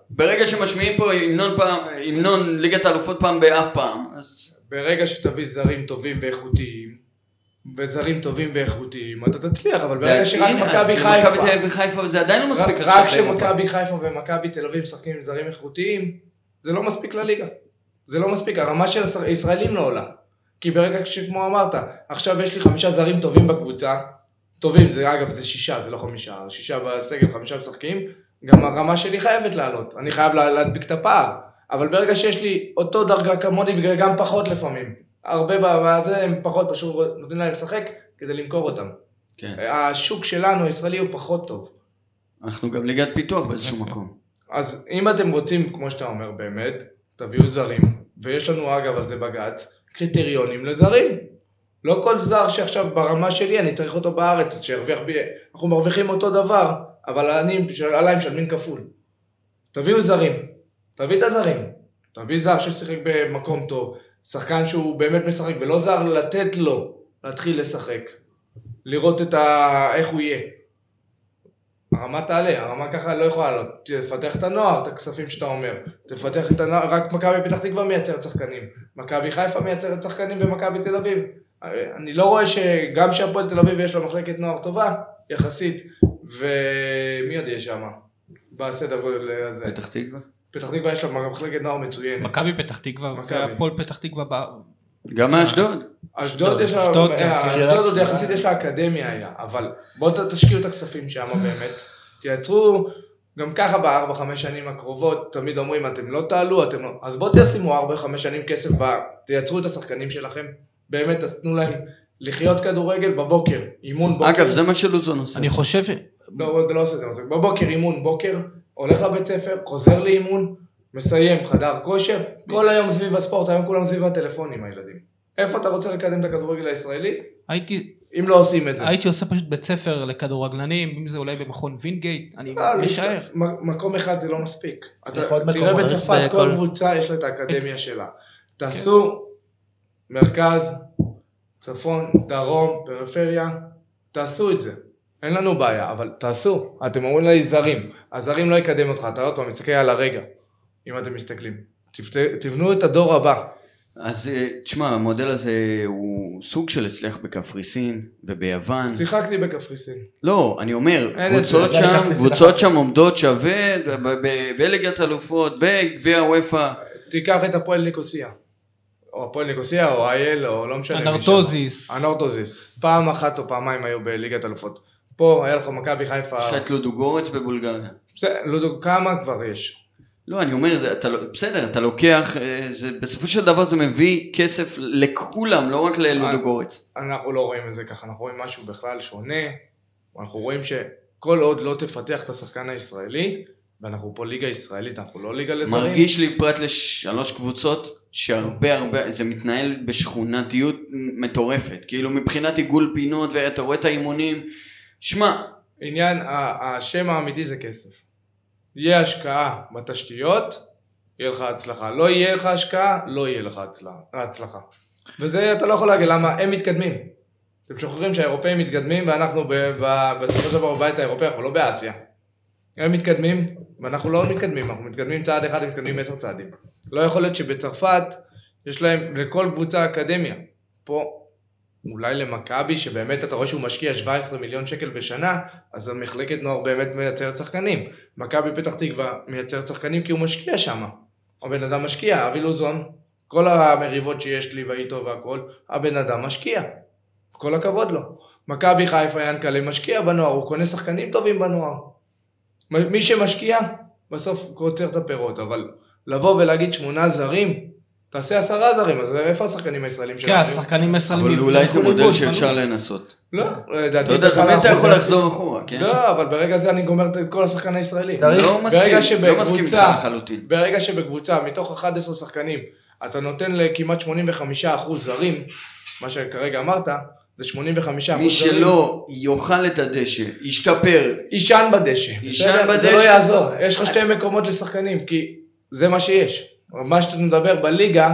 ברגע שמשמיעים פה המנון ליגת האלופות פעם באף פעם, אז... ברגע שתביא זרים טובים ואיכותיים, וזרים טובים ואיכותיים, אתה תצליח, אבל ברגע שרק מכבי חיפה... מכבי וחיפה זה עדיין לא מספיק. רק שמכבי חיפה ומכבי תל אביב משחקים עם זרים איכותיים, זה לא מספיק לליגה. זה לא מספיק, הרמה של הישראלים לא עולה. כי ברגע שכמו אמרת, עכשיו יש לי חמישה זרים טובים בקבוצה, טובים, זה אגב זה שישה, זה לא חמישה, שישה בסגל, חמישה משחקים, גם הרמה שלי חייבת לעלות, אני חייב להדביק את הפער, אבל ברגע שיש לי אותו דרגה כמוני וגם פחות לפעמים, הרבה בזה הם פחות, פשוט נותנים להם לשחק כדי למכור אותם. כן. השוק שלנו, הישראלי, הוא פחות טוב. אנחנו גם ליגת פיתוח באיזשהו מקום. אז אם אתם רוצים, כמו שאתה אומר באמת, תביאו זרים, ויש לנו אגב על זה בגץ, קריטריונים לזרים. לא כל זר שעכשיו ברמה שלי, אני צריך אותו בארץ, שירוויח בי, אנחנו מרוויחים אותו דבר, אבל אני, עליי משלמים כפול. תביאו זרים, תביא את הזרים, תביא זר ששיחק במקום טוב, שחקן שהוא באמת משחק, ולא זר לתת לו להתחיל לשחק, לראות את ה... איך הוא יהיה. הרמה תעלה, הרמה ככה לא יכולה לעלות, תפתח את הנוער, את הכספים שאתה אומר, תפתח את הנוער, רק מכבי פתח תקווה מייצרת שחקנים, מכבי חיפה מייצרת שחקנים ומכבי תל אביב. אני לא רואה שגם שהפועל תל אביב יש לה מחלקת נוער טובה, יחסית, ומי עוד יש שם? בסדר הזה. פתח תקווה? פתח תקווה יש לה מחלקת נוער מצוינת. מכבי פתח תקווה, והפועל פתח תקווה בא... גם מאשדוד. אשדוד יש לה, אשדוד עוד יחסית יש לה אקדמיה היה, אבל בואו תשקיעו את הכספים שם באמת, תייצרו, גם ככה בארבע, חמש שנים הקרובות, תמיד אומרים אתם לא תעלו, אתם לא, אז בואו תשימו ארבע, חמש שנים כסף, תייצרו את השחקנים שלכם, באמת תנו להם לחיות כדורגל בבוקר, אימון בוקר. אגב, זה מה שלוזון עושה. אני חושב... לא, לא עושה זה, בבוקר אימון בוקר, הולך לבית ספר, חוזר לאימון, מסיים חדר כושר, כל היום סביב הספורט, היום כולם סביב הטלפונים הילדים. איפה אתה רוצה לקדם את הכדורגל הישראלי? הייתי... אם לא עושים את זה. הייתי עושה פשוט בית ספר לכדורגלנים, אם זה אולי במכון וינגייט, אני משער. מקום אחד זה לא מספיק. תראה בצרפת, כל קבוצה יש לה את האקדמיה שלה. תעשו מרכז, צפון, דרום, פריפריה, תעשו את זה. אין לנו בעיה, אבל תעשו. אתם אומרים לי זרים, הזרים לא יקדם אותך, אתה עוד פעם מסתכל על הרגע, אם אתם מסתכלים. תבנו את הדור הבא. אז תשמע, המודל הזה הוא סוג של הצליח בקפריסין וביוון. שיחקתי בקפריסין. לא, אני אומר, קבוצות שם, קבוצות שם עומדות שווה, בליגת האלופות, בגביע הוופא. תיקח את הפועל ניקוסיה. או הפועל ניקוסיה, או אייל, או לא משנה. אנרטוזיס. אנרטוזיס. פעם אחת או פעמיים היו בליגת האלופות. פה היה לך מכבי חיפה. יש לך את לודוגורץ בבולגריה. לודוג, כמה כבר יש? לא, אני אומר, זה, אתה, בסדר, אתה לוקח, זה, בסופו של דבר זה מביא כסף לכולם, לא רק ללודוגורץ. אנחנו לא רואים את זה ככה, אנחנו רואים משהו בכלל שונה, אנחנו רואים שכל עוד לא תפתח את השחקן הישראלי, ואנחנו פה ליגה ישראלית, אנחנו לא ליגה לזרים. מרגיש לי פרט לשלוש קבוצות, שהרבה הרבה, זה מתנהל בשכונתיות מטורפת, כאילו מבחינת עיגול פינות, ואתה רואה את האימונים, שמע. עניין, השם האמיתי זה כסף. יהיה השקעה בתשתיות, יהיה לך הצלחה. לא יהיה לך השקעה, לא יהיה לך הצלחה. וזה אתה לא יכול להגיד, למה? הם מתקדמים. אתם שוכרים שהאירופאים מתקדמים, ואנחנו בסופו של דבר בבית האירופאי, אנחנו לא באסיה. הם מתקדמים, ואנחנו לא מתקדמים, אנחנו מתקדמים צעד אחד, הם מתקדמים עשר צעדים. לא יכול להיות שבצרפת, יש להם לכל קבוצה אקדמיה. פה, אולי למכבי, שבאמת אתה רואה שהוא משקיע שבעה עשר מיליון שקל בשנה, אז המחלקת נוער באמת מייצרת שחקנים. מכבי פתח תקווה מייצרת שחקנים כי הוא משקיע שם. הבן אדם משקיע, אבי לוזון, כל המריבות שיש לי ואיתו והכל, הבן אדם משקיע. כל הכבוד לו. מכבי חיפה ינקלה משקיע בנוער, הוא קונה שחקנים טובים בנוער. מי שמשקיע, בסוף קוצר את הפירות, אבל לבוא ולהגיד שמונה זרים, תעשה עשרה זרים, אז איפה השחקנים הישראלים שלנו? כן, השחקנים הישראלים... אבל אולי זה מודל שאפשר לנסות. לא, לדעתי... אתה יודע, תמיד אתה יכול לחזור אחורה, כן? לא, אבל ברגע זה אני גומר את כל השחקן הישראלי. לא מסכים, לא מסכים איתך לחלוטין. ברגע שבקבוצה, מתוך אחד עשר שחקנים, אתה נותן לכמעט שמונים וחמישה אחוז זרים, מה שכרגע אמרת, זה שמונים וחמישה אחוז זרים. מי שלא יאכל את הדשא, ישתפר. ישן בדשא. ישן בדשא. זה לא יעזור. יש לך שתי מקומות לשחקנים, כי זה מה שיש. מה שאתה מדבר בליגה,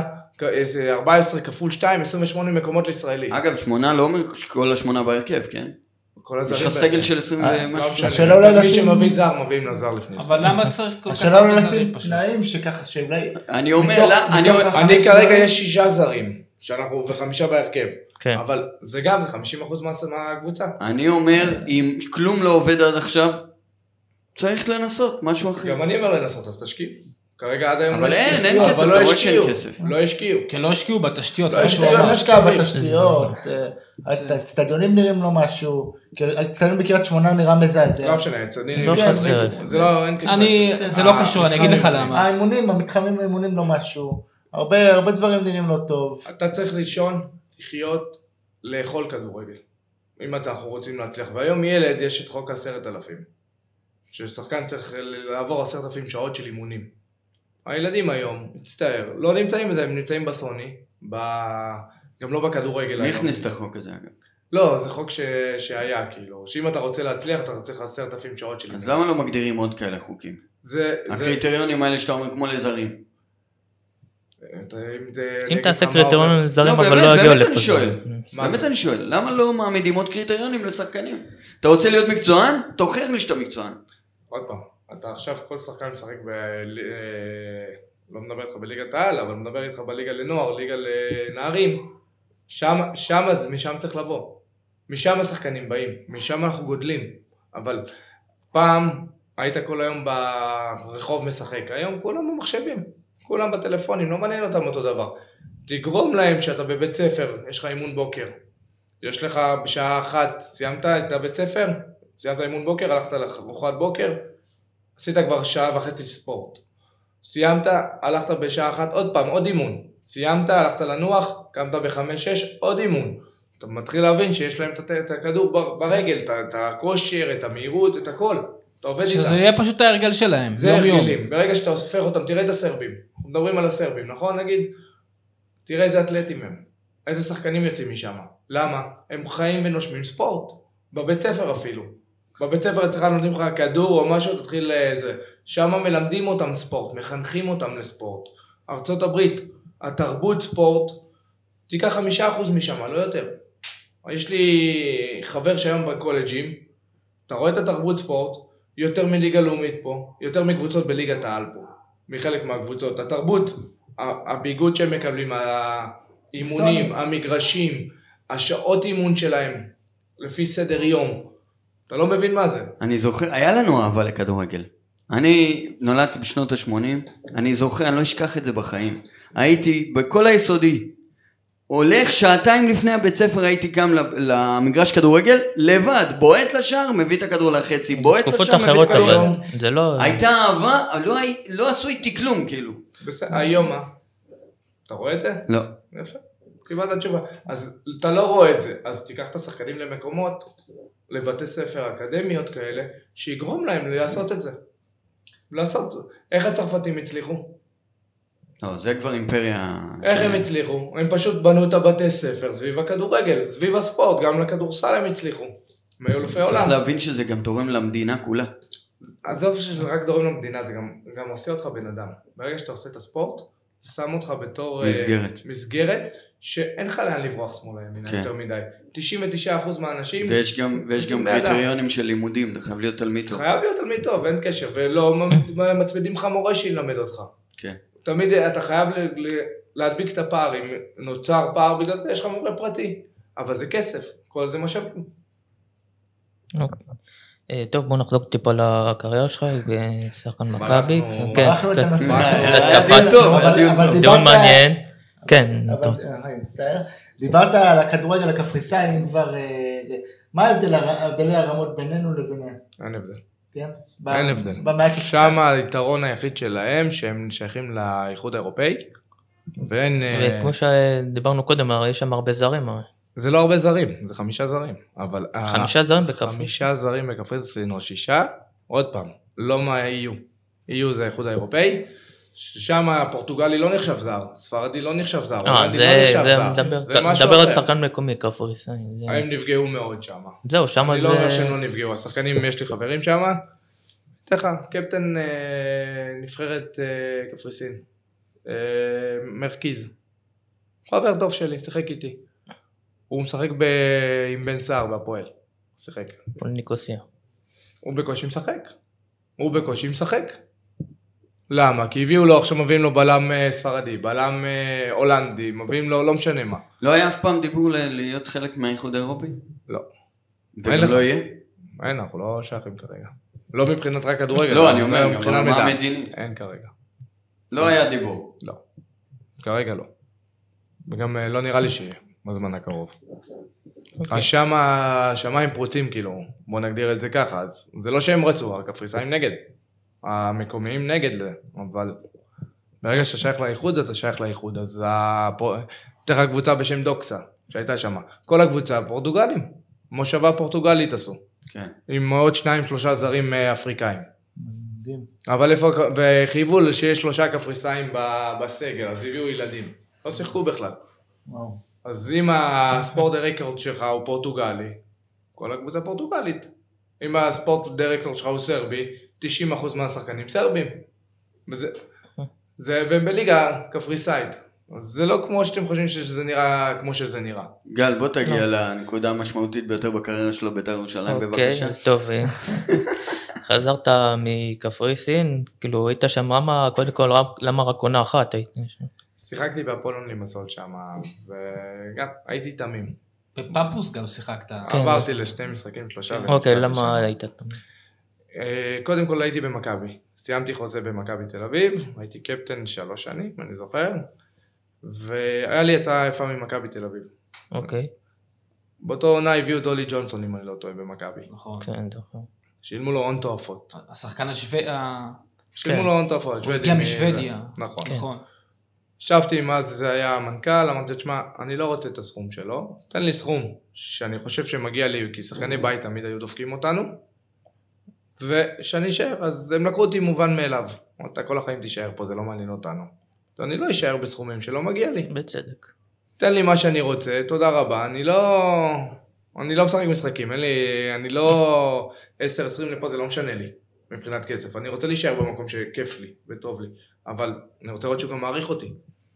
ארבע עשרה כפול שתיים, עשרים ושמונה מקומות לישראלי. אגב, שמונה לא אומר כל השמונה בהרכב, כן? יש לך סגל של עשרים ומשהו. השאלה אולי לשים... מי שמביא זר, מביאים לזר לפני. אבל למה צריך כל כך... השאלה אולי לשים תנאים שככה שאולי... אני אומר, אני כרגע יש שישה זרים, שאנחנו וחמישה בהרכב. אבל זה גם, זה חמישים אחוז מהקבוצה. אני אומר, אם כלום לא עובד עד עכשיו, צריך לנסות, משהו אחר. גם אני אומר לנסות, אז תשקיעו. כרגע עד היום לא השקיעו. אבל אין, אין כסף, אתה רואה שאין כסף. לא השקיעו. כי לא השקיעו בתשתיות. לא השקיעו בתשתיות. הצטדיונים נראים לו משהו. הצטדיון בקריית שמונה נראה מזעזע. לא משנה, הצטדיונים. זה לא, אין קשר. זה לא קשור, אני אגיד לך למה. האימונים, המתחמים האימונים לא משהו. הרבה דברים נראים לא טוב. אתה צריך לישון, לחיות, לאכול כדורגל. אם אנחנו רוצים להצליח. והיום ילד יש את חוק עשרת אלפים. ששחקן צריך לעבור עשרת אלפים שעות של אימונים. הילדים היום, מצטער, לא נמצאים בזה, הם נמצאים בסוני, ב... גם לא בכדורגל. מי הכניס את החוק הזה אגב? לא, זה חוק ש... שהיה, כאילו, שאם אתה רוצה להצליח, אתה צריך עשרת אלפים שעות של אימונים. אז למה לא מגדירים עוד כאלה חוקים? זה... הקריטריונים האלה שאתה אומר כמו לזרים. אם תעשה קריטריונים לזרים, אבל לא יגיעו לפה. באמת אני שואל, למה לא מעמידים עוד קריטריונים לשחקנים? אתה רוצה להיות מקצוען? תוכיח לי שאתה מקצוען. עוד פעם, אתה עכשיו כל שחקן משחק ב... לא מדבר איתך בליגת העל, אבל מדבר איתך בליגה לנוער, ליגה לנערים. שם, שם, משם צריך לבוא. משם השחקנים באים, משם אנחנו גודלים. אבל פעם היית כל היום ברחוב משחק, היום כולם במחשבים, כולם בטלפונים, לא מעניין אותם אותו דבר. תגרום להם שאתה בבית ספר, יש לך אימון בוקר. יש לך בשעה אחת, סיימת את הבית ספר? סיימת אימון בוקר, הלכת לארוחת בוקר, עשית כבר שעה וחצי ספורט. סיימת, הלכת בשעה אחת, עוד פעם, עוד אימון. סיימת, הלכת לנוח, קמת בחמש שש, עוד אימון. אתה מתחיל להבין שיש להם את הכדור ברגל, את הכושר, את המהירות, את הכל. אתה עובד איתם. שזה יהיה פשוט ההרגל שלהם. זה הרגלים. ברגע שאתה אוספר אותם, תראה את הסרבים. אנחנו מדברים על הסרבים, נכון? נגיד, תראה איזה אתלטים הם. איזה שחקנים יוצאים משם. למה? הם חיים ונושמים ספורט. בבית ספר אפילו. בבית ספר אצלך נותנים לך כדור או משהו, תתחיל לזה. שם מלמדים אותם ספורט, מחנכים אותם לספורט. ארצות הברית, התרבות ספורט, תיקח חמישה אחוז משם, לא יותר. יש לי חבר שהיום בקולג'ים, אתה רואה את התרבות ספורט, יותר מליגה לאומית פה, יותר מקבוצות בליגת העל פה, מחלק מהקבוצות. התרבות, הביגוד שהם מקבלים, האימונים, המגרשים, השעות אימון שלהם, לפי סדר יום, אתה לא מבין מה זה. אני זוכר, היה לנו אהבה לכדורגל. אני נולדתי בשנות ה-שמונים, אני זוכר, אני לא אשכח את זה בחיים. הייתי בכל היסודי, הולך שעתיים לפני הבית ספר, הייתי קם למגרש כדורגל, לבד, בועט לשער, מביא את הכדור לחצי, בועט לשער, מביא את הכדור לחצי. הייתה אהבה, לא עשו איתי כלום, כאילו. היום מה? אתה רואה את זה? לא. יפה, קיבלת התשובה. אז אתה לא רואה את זה, אז תיקח את השחקנים למקומות, לבתי ספר אקדמיות כאלה, שיגרום להם לעשות את זה. לעשות. איך הצרפתים הצליחו? לא, זה כבר אימפריה... איך הם הצליחו? הם פשוט בנו את הבתי ספר סביב הכדורגל, סביב הספורט, גם לכדורסל הם הצליחו. הם היו אלופי עולם. צריך להבין שזה גם תורם למדינה כולה. עזוב שזה רק תורם למדינה, זה גם, גם עושה אותך בן אדם. ברגע שאתה עושה את הספורט, זה שם אותך בתור... מסגרת. Uh, מסגרת, שאין לך לאן לברוח שמאלה ימינה כן. יותר מדי. תשעים ותשעה אחוז מהאנשים... ויש גם, ויש גם קריטריונים של לימודים, אתה חייב להיות תלמיד טוב. חייב להיות תלמיד טוב, אין קשר, ולא מצמידים לך מורה שילמד אותך. כן. תמיד אתה חייב להדביק את הפער, אם נוצר פער בגלל זה, יש לך מורה פרטי, אבל זה כסף, כל זה משאבים. טוב, בוא נחזור טיפה לקריירה שלך, שחקן מכבי. ברחנו את הנושא. דיון מעניין. כן. דיברת על הכדורגל הקפריסאים, כבר, מה ההבדלי הרמות בינינו לביניהם? אין הבדל. כן? אין הבדל. שם היתרון היחיד שלהם, שהם שייכים לאיחוד האירופאי, ואין... וכמו שדיברנו קודם, יש שם הרבה זרים. זה לא הרבה זרים, זה חמישה זרים. אבל חמישה זרים בקפריסין. חמישה זרים בקפריסין או שישה, עוד פעם, לא מה E U. E U זה האיחוד האירופאי, ששם הפורטוגלי לא נחשב זר, ספרדי לא נחשב זר, הולנדי לא נחשב זר. זה מדבר על שחקן מקומי קפריסין. הם נפגעו מאוד שם. זהו, שם זה... אני לא אומר שהם לא נפגעו, השחקנים, יש לי חברים שם, תכף, קפטן נבחרת קפריסין, מרכיז, חבר טוב שלי, שיחק איתי. הוא משחק עם בן סער בהפועל. שיחק. פול ניקוסיה. הוא בקושי משחק. הוא בקושי משחק. למה? כי הביאו לו, עכשיו מביאים לו בלם ספרדי, בלם הולנדי, מביאים לו, לא משנה מה. לא היה אף פעם דיבור להיות חלק מהאיחוד האירופי? לא. וגם לא יהיה? אין, אנחנו לא שייכים כרגע. לא מבחינת רק כדורגל. לא, אני אומר, מבחינת מה המדיני? אין כרגע. לא היה דיבור? לא. כרגע לא. וגם לא נראה לי שיהיה, בזמן הקרוב. אז שם השמיים פרוצים, כאילו, בוא נגדיר את זה ככה, אז זה לא שהם רצו, הקפריסאים נגד. המקומיים נגד זה, אבל ברגע שאתה שייך לאיחוד, אתה שייך לאיחוד, אז תלך הקבוצה בשם דוקסה, שהייתה שם. כל הקבוצה פורטוגלים, מושבה פורטוגלית עשו. כן. עם עוד שניים, שלושה זרים אפריקאים. מדהים. אבל איפה, וחייבו שיש שלושה קפריסאים בסגל, אז הביאו ילדים. לא שיחקו בכלל. וואו. אז אם הספורט דירקטור שלך הוא פורטוגלי, כל הקבוצה פורטוגלית. אם הספורט דירקטור שלך הוא סרבי, תשעים אחוז מהשחקנים סרבים. וזה, זה, והם בליגה קפריסאית. אז זה לא כמו שאתם חושבים שזה נראה כמו שזה נראה. גל, בוא תגיע לנקודה המשמעותית ביותר בקריירה שלו בית"ר ירושלים, בבקשה. אוקיי, אז טוב. חזרת מקפריסין, כאילו היית שם רמה, קודם כל למה רק עונה אחת היית? שיחקתי באפולון לימסול שם, וגם הייתי תמים. בפאפוס גם שיחקת. עברתי לשני משחקים, שלושה. אוקיי, למה היית תמים? קודם כל הייתי במכבי. סיימתי חוזה במכבי תל אביב, הייתי קפטן שלוש שנים, אני זוכר. והיה לי הצעה יפה ממכבי תל אביב. אוקיי. באותו עונה הביאו דולי ג'ונסון, אם אני לא טועה, במכבי. נכון. כן, נכון. שילמו לו הון תועפות. השחקן השוודי... שילמו לו הון תועפות. הוא הגיע משוודיה. נכון. נכון. ישבתי עם אז זה היה המנכ"ל, אמרתי, תשמע, אני לא רוצה את הסכום שלו, תן לי סכום שאני חושב שמגיע לי, כי שחקני בית תמיד היו דופקים אותנו, ושאני אשאר, אז הם לקחו אותי מובן מאליו. אתה כל החיים תישאר פה, זה לא מעניין אותנו. אני לא אשאר בסכומים שלא מגיע לי. בצדק. תן לי מה שאני רוצה, תודה רבה, אני לא... אני לא משחק משחקים, אין לי... אני לא... עשר עשרים לפה, זה לא משנה לי, מבחינת כסף. אני רוצה להישאר במקום שכיף לי וטוב לי, אבל אני רוצה לראות שהוא גם מעריך אותי.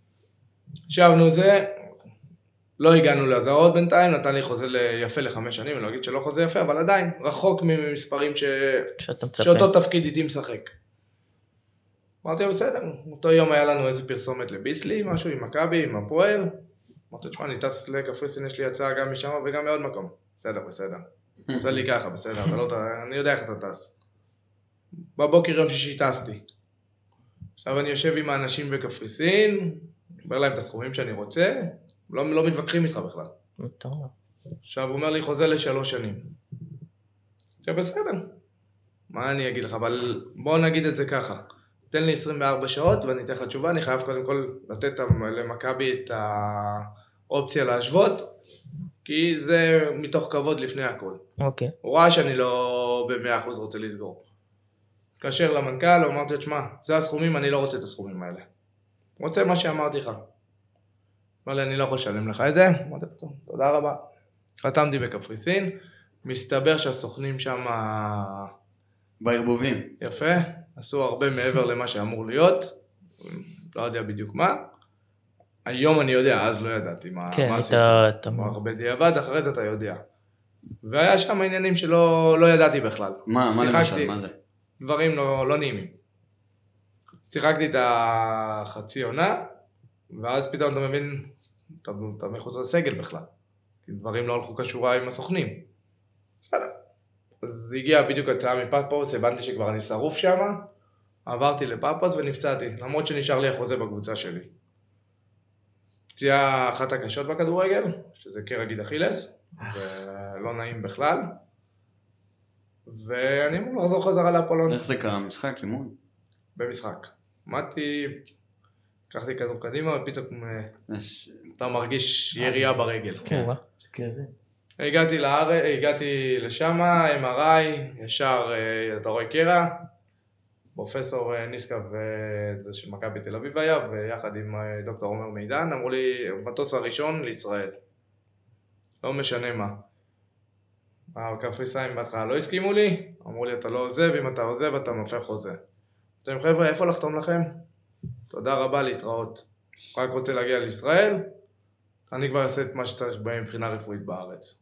שבנו זה, לא הגענו להזרות בינתיים, נתן לי חוזה יפה לחמש שנים, אני לא אגיד שלא חוזה יפה, אבל עדיין, רחוק ממספרים ש... שאותו תפקיד איתי משחק. אמרתי, בסדר, אותו יום היה לנו איזה פרסומת לביסלי, משהו עם מכבי, עם הפועל. אמרתי, תשמע, אני טס לקפריסין, יש לי הצעה גם משם וגם מעוד מקום. בסדר, בסדר. עושה לי ככה, בסדר, אתה לא... אני יודע איך אתה טס. בבוקר יום שישי טסתי. עכשיו אני יושב עם האנשים בקפריסין, אומר להם את הסכומים שאני רוצה, לא, לא מתווכחים איתך בכלל. עכשיו הוא אומר לי, חוזה לשלוש שנים. עכשיו בסדר. מה אני אגיד לך, אבל בוא נגיד את זה ככה. תן לי עשרים וארבע שעות ואני אתן לך תשובה, אני חייב קודם כל לתת למכבי את האופציה להשוות, כי זה מתוך כבוד לפני הכל. אוקיי. הוא ראה שאני לא ב-מאה אחוז רוצה לסגור. התקשר למנכ"ל, אמרתי לו, תשמע, זה הסכומים, אני לא רוצה את הסכומים האלה. רוצה מה שאמרתי לך. אמר לי, אני לא יכול לשלם לך את זה. אמרתי לו, תודה רבה. חתמתי בקפריסין, מסתבר שהסוכנים שם... בערבובים. יפה, עשו הרבה מעבר למה שאמור להיות, לא יודע בדיוק מה. היום אני יודע, אז לא ידעתי מה עשיתי. הרבה דיעבד, אחרי זה אתה יודע. והיה שם עניינים שלא לא ידעתי בכלל. מה, מה למשל, מה זה? דברים לא, לא נעימים. שיחקתי את החצי עונה, ואז פתאום אתה מבין, אתה, אתה מחוץ לסגל בכלל. כי דברים לא הלכו כשורה עם הסוכנים. בסדר. אז הגיעה בדיוק הצעה מפאפוס, הבנתי שכבר אני שרוף שם, עברתי לפאפוס ונפצעתי, למרות שנשאר לי החוזה בקבוצה שלי. פציעה אחת הקשות בכדורגל, שזה קרע גיד אכילס, ולא נעים בכלל. ואני אמור לחזור חזרה לאפולון. איך זה קרה? משחק, אימון? במשחק. עמדתי, לקחתי כדור קדימה, ופתאום אתה מרגיש ירייה ברגל. כן. הגעתי לארץ, הגעתי לשם, אם אר איי, ישר אתה רואה קרע, פרופסור ניסקה וזה של מכבי תל אביב היה, ויחד עם דוקטור עומר מידן, אמרו לי, מטוס הראשון לישראל. לא משנה מה. הקפריסאים בהתחלה לא הסכימו לי, אמרו לי, אתה לא עוזב, אם אתה עוזב, אתה מפך חוזה. אתם חבר'ה, איפה לחתום לכם? תודה רבה, להתראות. רק רוצה להגיע לישראל, אני כבר אעשה את מה שצריך בהם מבחינה רפואית בארץ.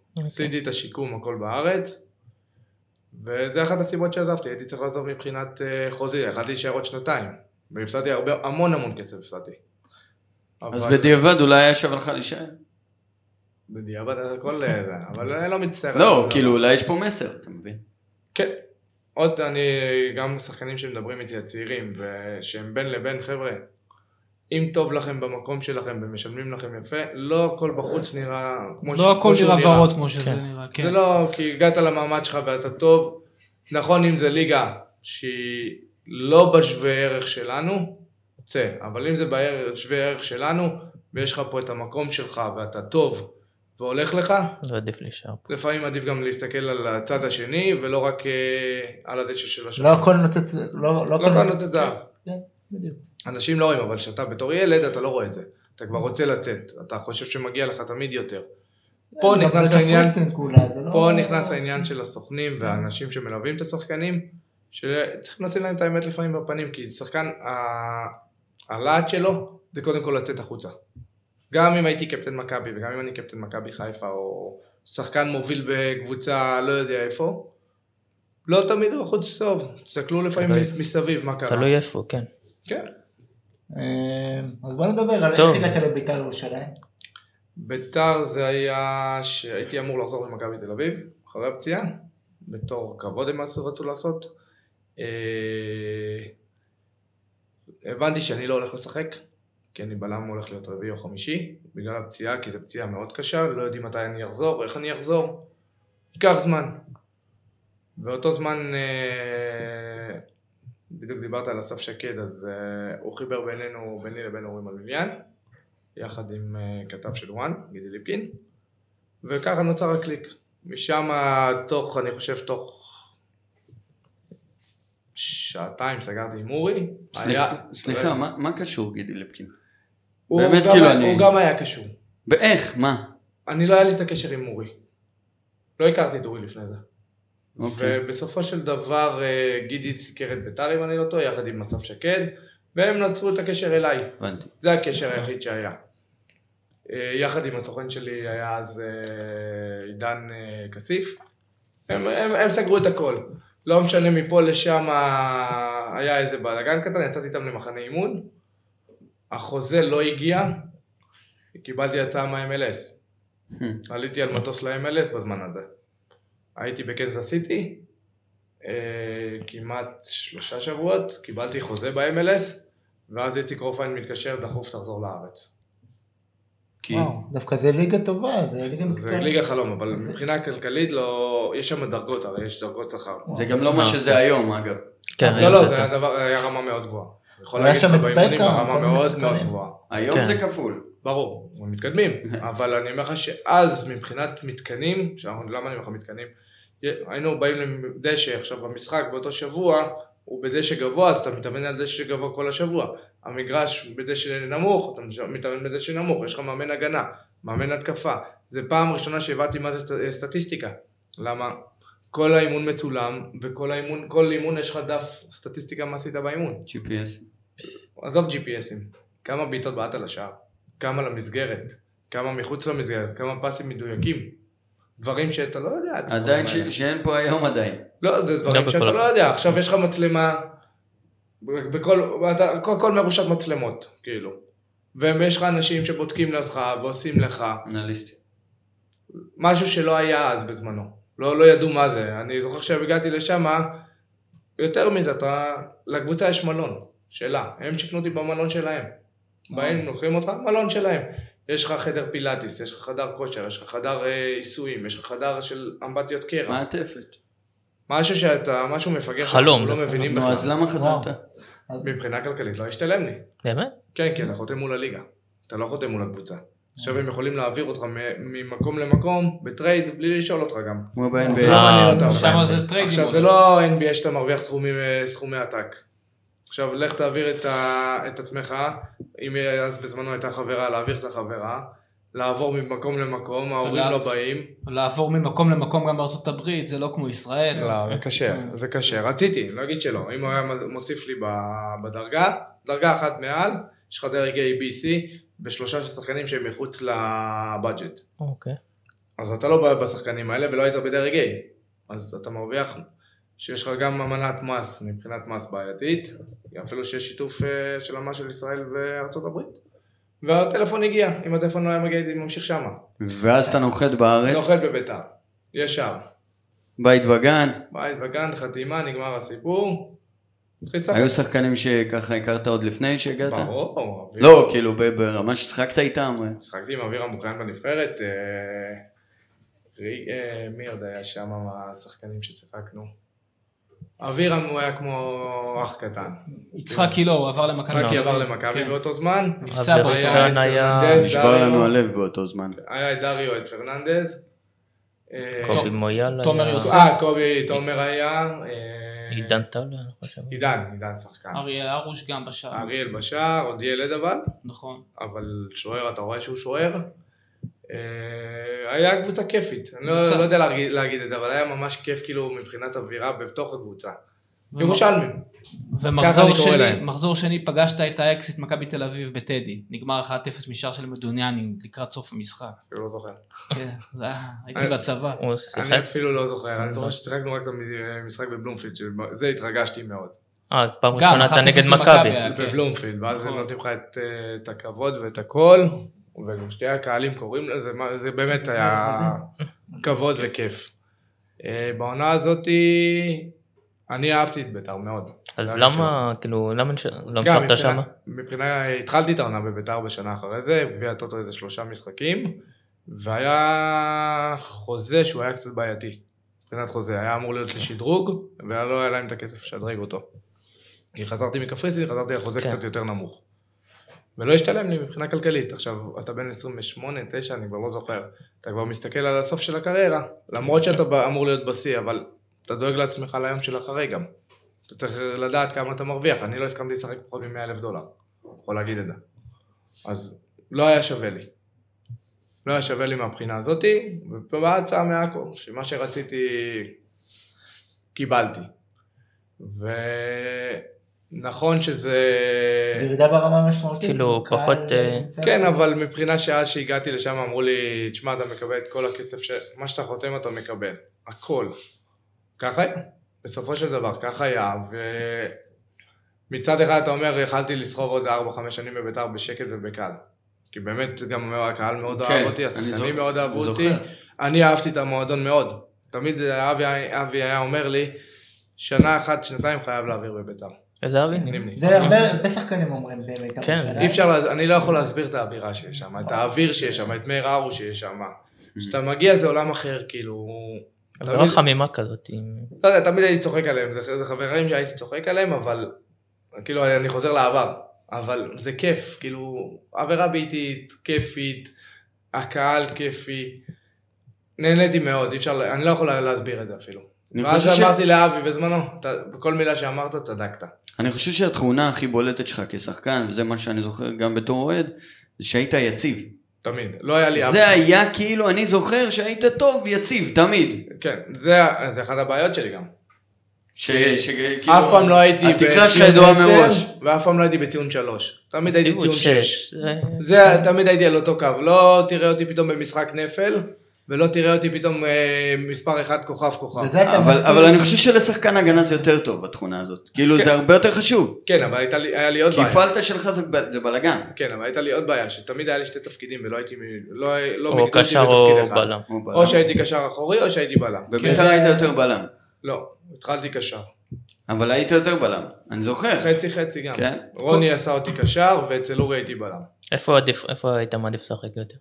עשיתי את השיקום הכל בארץ, וזה אחת הסיבות שעזבתי, הייתי צריך לעזוב מבחינת חוזי, יכלתי להישאר עוד שנתיים, והפסדתי הרבה, המון המון כסף הפסדתי. אז בדיעבד אולי היה שווה לך להישאר? בדיעבד הכל זה, אבל לא מצטער. לא, כאילו אולי יש פה מסר, אתה מבין? כן. עוד אני, גם שחקנים שמדברים איתי הצעירים, ושהם בין לבין חבר'ה, אם טוב לכם במקום שלכם ומשלמים לכם יפה, לא הכל בחוץ נראה כמו לא הכל נראה ורוד כמו שזה נראה. זה לא, כי הגעת למעמד שלך ואתה טוב, נכון אם זה ליגה שהיא לא בשווה ערך שלנו, צא, אבל אם זה בשווה ערך שלנו, ויש לך פה את המקום שלך ואתה טוב והולך לך, זה עדיף להישאר פה. לפעמים עדיף גם להסתכל על הצד השני, ולא רק על הדשא של השני. לא הכל נוצץ, לא הכל נוצץ זהב. כן, בדיוק. אנשים לא רואים, אבל שאתה בתור ילד, אתה לא רואה את זה. אתה כבר רוצה לצאת, אתה חושב שמגיע לך תמיד יותר. פה נכנס העניין, פה נכנס העניין של הסוכנים והאנשים שמלווים את השחקנים, שצריך לנסות להם את האמת לפעמים בפנים, כי שחקן, הלהט שלו, זה קודם כל לצאת החוצה. גם אם הייתי קפטן מכבי, וגם אם אני קפטן מכבי חיפה, או שחקן מוביל בקבוצה, לא יודע איפה, לא תמיד הוא חוץ טוב, תסתכלו לפעמים מסביב מה קרה. תלוי איפה, כן. כן. אז בוא נדבר על איך הגעת לבית"ר ירושלים. בית"ר זה היה שהייתי אמור לחזור למכבי תל אביב, אחרי הפציעה, בתור כבוד הם רצו לעשות. הבנתי שאני לא הולך לשחק, כי אני בלם הולך להיות רביעי או חמישי, בגלל הפציעה, כי זו פציעה מאוד קשה, לא יודעים מתי אני אחזור, איך אני אחזור, ייקח זמן. באותו זמן, בדיוק דיברת על אסף שקד, אז הוא חיבר בינינו, ביני לבין אורי מלמיליאן, יחד עם כתב של וואן, גידי ליפקין, וככה נוצר הקליק. משם תוך, אני חושב, תוך שעתיים סגרתי עם אורי. סליחה, מה קשור גידי ליפקין? באמת כאילו אני... הוא גם היה קשור. באיך? מה? אני לא היה לי את הקשר עם אורי. לא הכרתי את אורי לפני זה. ובסופו של דבר גידי סיקר את בית"ר אם אני לא טועה, יחד עם אסף שקד, והם נוצרו את הקשר אליי. זה הקשר היחיד שהיה. יחד עם הסוכן שלי היה אז עידן כסיף. הם, הם, הם סגרו את הכל. לא משנה מפה לשם היה איזה בלגן קטן, יצאתי איתם למחנה אימון. החוזה לא הגיע, קיבלתי הצעה מה-אם אל אס. עליתי על מטוס ל-אם אל אס בזמן הזה. הייתי בקנזס סיטי, כמעט שלושה שבועות, קיבלתי חוזה ב-אם אל אס, ואז איציק רופין מתקשר, דחוף תחזור לארץ. וואו, דווקא זה ליגה טובה, זה ליגה מקצועית. זה ליגה חלום, אבל מבחינה כלכלית לא, יש שם דרגות, הרי יש דרגות שכר. זה גם לא מה שזה היום, אגב. לא, לא, זה היה רמה מאוד גבוהה. יכול להגיד לך באימונים ברמה מאוד מאוד גבוהה. היום זה כפול. ברור, אנחנו מתקדמים, אבל אני אומר לך שאז מבחינת מתקנים, למה אני אומר לך מתקנים? היינו באים לדשא, עכשיו במשחק באותו שבוע, הוא בדשא גבוה, אז אתה מתאמן על דשא גבוה כל השבוע. המגרש בדשא נמוך, אתה מתאמן בדשא נמוך, יש לך מאמן הגנה, מאמן התקפה. זה פעם ראשונה שהבאתי מה זה סטטיסטיקה. למה? כל האימון מצולם, וכל האימון, כל אימון יש לך דף סטטיסטיקה מה עשית באימון. ג'י פי אס. עזוב ג'י פי אסים. כמה בעיטות בעט על השער, כמה למסגרת, כמה מחוץ למסגרת, כמה פסים מדויקים. דברים שאתה לא יודע. עדיין שאין פה היום עדיין. לא, זה דברים שאתה לא יודע. עכשיו יש לך מצלמה, בכל מרושת מצלמות, כאילו. ויש לך אנשים שבודקים לך ועושים לך. אנליסטים. משהו שלא היה אז בזמנו. לא, לא ידעו מה זה. אני זוכר שהגעתי לשם, יותר מזה, אתה, לקבוצה יש מלון שלה. הם שיקנו אותי במלון שלהם. באים, לוקחים אותך, מלון שלהם. יש לך חדר פילאטיס, יש לך חדר כושר, יש לך חדר עיסויים, יש לך חדר של אמבטיות קרח. מעטפת. משהו שאתה, משהו מפגר. חלום. לא מבינים בכלל. אז למה חזרת? מבחינה כלכלית לא השתלם לי. באמת? כן, כן, אתה חותם מול הליגה. אתה לא חותם מול הקבוצה. עכשיו הם יכולים להעביר אותך ממקום למקום, בטרייד, בלי לשאול אותך גם. כמו ב-אן בי איי. שם זה טרייד. עכשיו זה לא אן בי איי שאתה מרוויח סכומי עתק. עכשיו לך תעביר את, ה... את עצמך, אם אז בזמנו הייתה חברה, להעביר את החברה, לעבור ממקום למקום, ההורים ולה... לא באים. לעבור ממקום למקום גם בארצות הברית, זה לא כמו ישראל. לא, זה קשה, זה קשה. רציתי, לא אגיד שלא. אם הוא היה מוסיף לי בדרגה, דרגה אחת מעל, יש לך דרגי בי סי, בשלושה שחקנים שהם מחוץ לבאג'ט. אוקיי. אז אתה לא בשחקנים האלה ולא היית בדרג A, אז אתה מרוויח שיש לך גם אמנת מס מבחינת מס בעייתית, אפילו שיש שיתוף של המס של ישראל וארצות הברית. והטלפון הגיע, אם הטלפון לא היה מגיע הייתי ממשיך שמה. ואז אתה נוחת בארץ? נוחת בביתר, ישר. בית וגן? בית וגן, חתימה, נגמר הסיפור. היו שחקנים שככה הכרת עוד לפני שהגעת? ברור. לא, כאילו ברמה ששחקת איתם? שחקתי עם אוויר המוקרן בנבחרת. מי עוד היה שם מהשחקנים ששיחקנו? אוויר הוא היה כמו אח קטן. יצחקי לא, הוא עבר למכבי. יצחקי עבר למכבי באותו זמן. נפצע באותו היה... נשבר לנו הלב באותו זמן. היה את דריו, את פרננדז. קובי מויאל היה... תומר יוסף. אה, קובי, תומר היה. עידן טל, אני חושב. עידן, עידן שחקן. אריאל ארוש גם בשער. אריאל בשער, עוד ילד אבל. נכון. אבל שוער, אתה רואה שהוא שוער. היה קבוצה כיפית, אני לא יודע להגיד את זה, אבל היה ממש כיף כאילו מבחינת אווירה בתוך הקבוצה. ירושלמים. ומחזור שני פגשת את האקסיט מכבי תל אביב בטדי, נגמר אחת אפס משער של מדוניאני לקראת סוף המשחק. אפילו לא זוכר. כן, הייתי בצבא. אני אפילו לא זוכר, אני זוכר ששיחקנו רק את המשחק בבלומפילד, זה התרגשתי מאוד. אה, פעם ראשונה אתה נגד מכבי. בבלומפילד, ואז הם נותנים לך את הכבוד ואת הכל. וגם שתי הקהלים קוראים לזה, זה באמת היה כבוד וכיף. בעונה הזאת, אני אהבתי את ביתר מאוד. אז למה, כאילו, למה לא משחקת שמה? מבחינה, התחלתי את העונה בביתר בשנה אחרי זה, גביע הטוטו איזה שלושה משחקים, והיה חוזה שהוא היה קצת בעייתי. מבחינת חוזה, היה אמור להיות לשדרוג, ולא היה להם את הכסף לשדרג אותו. כי חזרתי מקפריסין, חזרתי לחוזה קצת יותר נמוך. ולא השתלם לי מבחינה כלכלית. עכשיו, אתה בין עשרים ושמונה, תשע, אני כבר לא זוכר. אתה כבר מסתכל על הסוף של הקריירה, למרות שאתה אמור להיות בשיא, אבל אתה דואג לעצמך ליום של אחרי גם. אתה צריך לדעת כמה אתה מרוויח. אני לא הסכמתי לשחק פחות מ-מאה אלף דולר. יכול להגיד את זה. אז לא היה שווה לי. לא היה שווה לי מהבחינה הזאת, ובאה הצעה מעכו, שמה שרציתי, קיבלתי. ו... נכון שזה... זה ירידה ברמה משמעותית. כאילו, פחות... כן, אבל מבחינה שעד שהגעתי לשם אמרו לי, תשמע, אתה מקבל את כל הכסף, מה שאתה חותם אתה מקבל. הכל. ככה היה. בסופו של דבר, ככה היה. ומצד אחד אתה אומר, יכלתי לסחוב עוד ארבע חמש שנים בביתר בשקט ובקל. כי באמת גם הקהל מאוד אהב אותי, השחקנים מאוד אהבו אותי. אני אהבתי את המועדון מאוד. תמיד אבי היה אומר לי, שנה אחת, שנתיים חייב להעביר בביתר. איזה אבי? זה הרבה שחקנים אומרים באמת. אי אפשר, אני לא יכול להסביר את האווירה שיש שם, את האוויר שיש שם, את מאיר ארו שיש שם. כשאתה מגיע זה עולם אחר, כאילו... אבל לא חמימה כזאת. לא יודע, תמיד הייתי צוחק עליהם, זה חברים שהייתי צוחק עליהם, אבל כאילו אני חוזר לעבר. אבל זה כיף, כאילו, אווירה ביתית, כיפית, הקהל כיפי. נהניתי מאוד, אני לא יכול להסביר את זה אפילו. ואז אמרתי לאבי בזמנו, בכל מילה שאמרת צדקת. אני חושב שהתכונה הכי בולטת שלך כשחקן, וזה מה שאני זוכר גם בתור אוהד, זה שהיית יציב. תמיד, לא היה לי... זה היה כאילו, אני זוכר שהיית טוב, יציב, תמיד. כן, זה אחת הבעיות שלי גם. אף פעם לא הייתי בציון עשר, ואף פעם לא הייתי בציון שלוש. תמיד הייתי בציון שש. תמיד הייתי על אותו קו. לא תראה אותי פתאום במשחק נפל, ולא תראה אותי פתאום מספר אחד כוכב כוכב. אבל אני חושב שלשחקן הגנה זה יותר טוב בתכונה הזאת. כאילו זה הרבה יותר חשוב. כן, אבל היה לי עוד בעיה. כי פלטה שלך זה בלגן. כן, אבל הייתה לי עוד בעיה, שתמיד היה לי שתי תפקידים, ולא הייתי, לא או קשר או בלם. או שהייתי קשר אחורי, או שהייתי בלם. בביתר היית יותר בלם. לא, התחלתי קשר. אבל היית יותר בלם, אני זוכר. חצי חצי גם. רוני עשה אותי קשר, ואצל אורי הייתי בלם. איפה היית מעדיף לשחק יותר?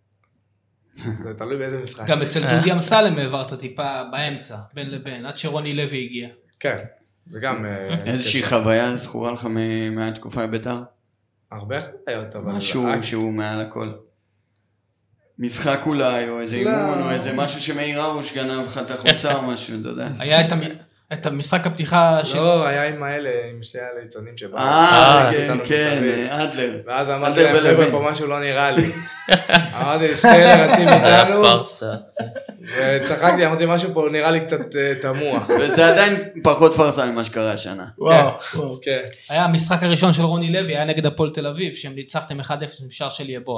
זה תלוי באיזה משחק. גם אצל דודי אמסלם העברת טיפה באמצע, בין לבין, עד שרוני לוי הגיע. כן, וגם... איזושהי חוויה זכורה לך מהתקופה בביתר? הרבה חוויות, אבל... משהו שהוא מעל הכל. משחק אולי, או איזה אימון, או איזה משהו שמאיר ארוש גנב לך את החוצה או משהו, אתה יודע. היה את המשחק הפתיחה של... לא, היה עם האלה, עם שתי הליצנים שבאו. אה, כן, כן, אדלר. ואז אמרתי להם, חבר'ה, פה משהו לא נראה לי. אמרתי, שתי אלה רצים איתנו. וצחקתי, אמרתי, משהו פה נראה לי קצת תמוה. וזה עדיין פחות פרסה ממה שקרה השנה. וואו, כן. היה המשחק הראשון של רוני לוי, היה נגד הפועל תל אביב, שהם ניצחתם אחד אפס עם שער של יבוע.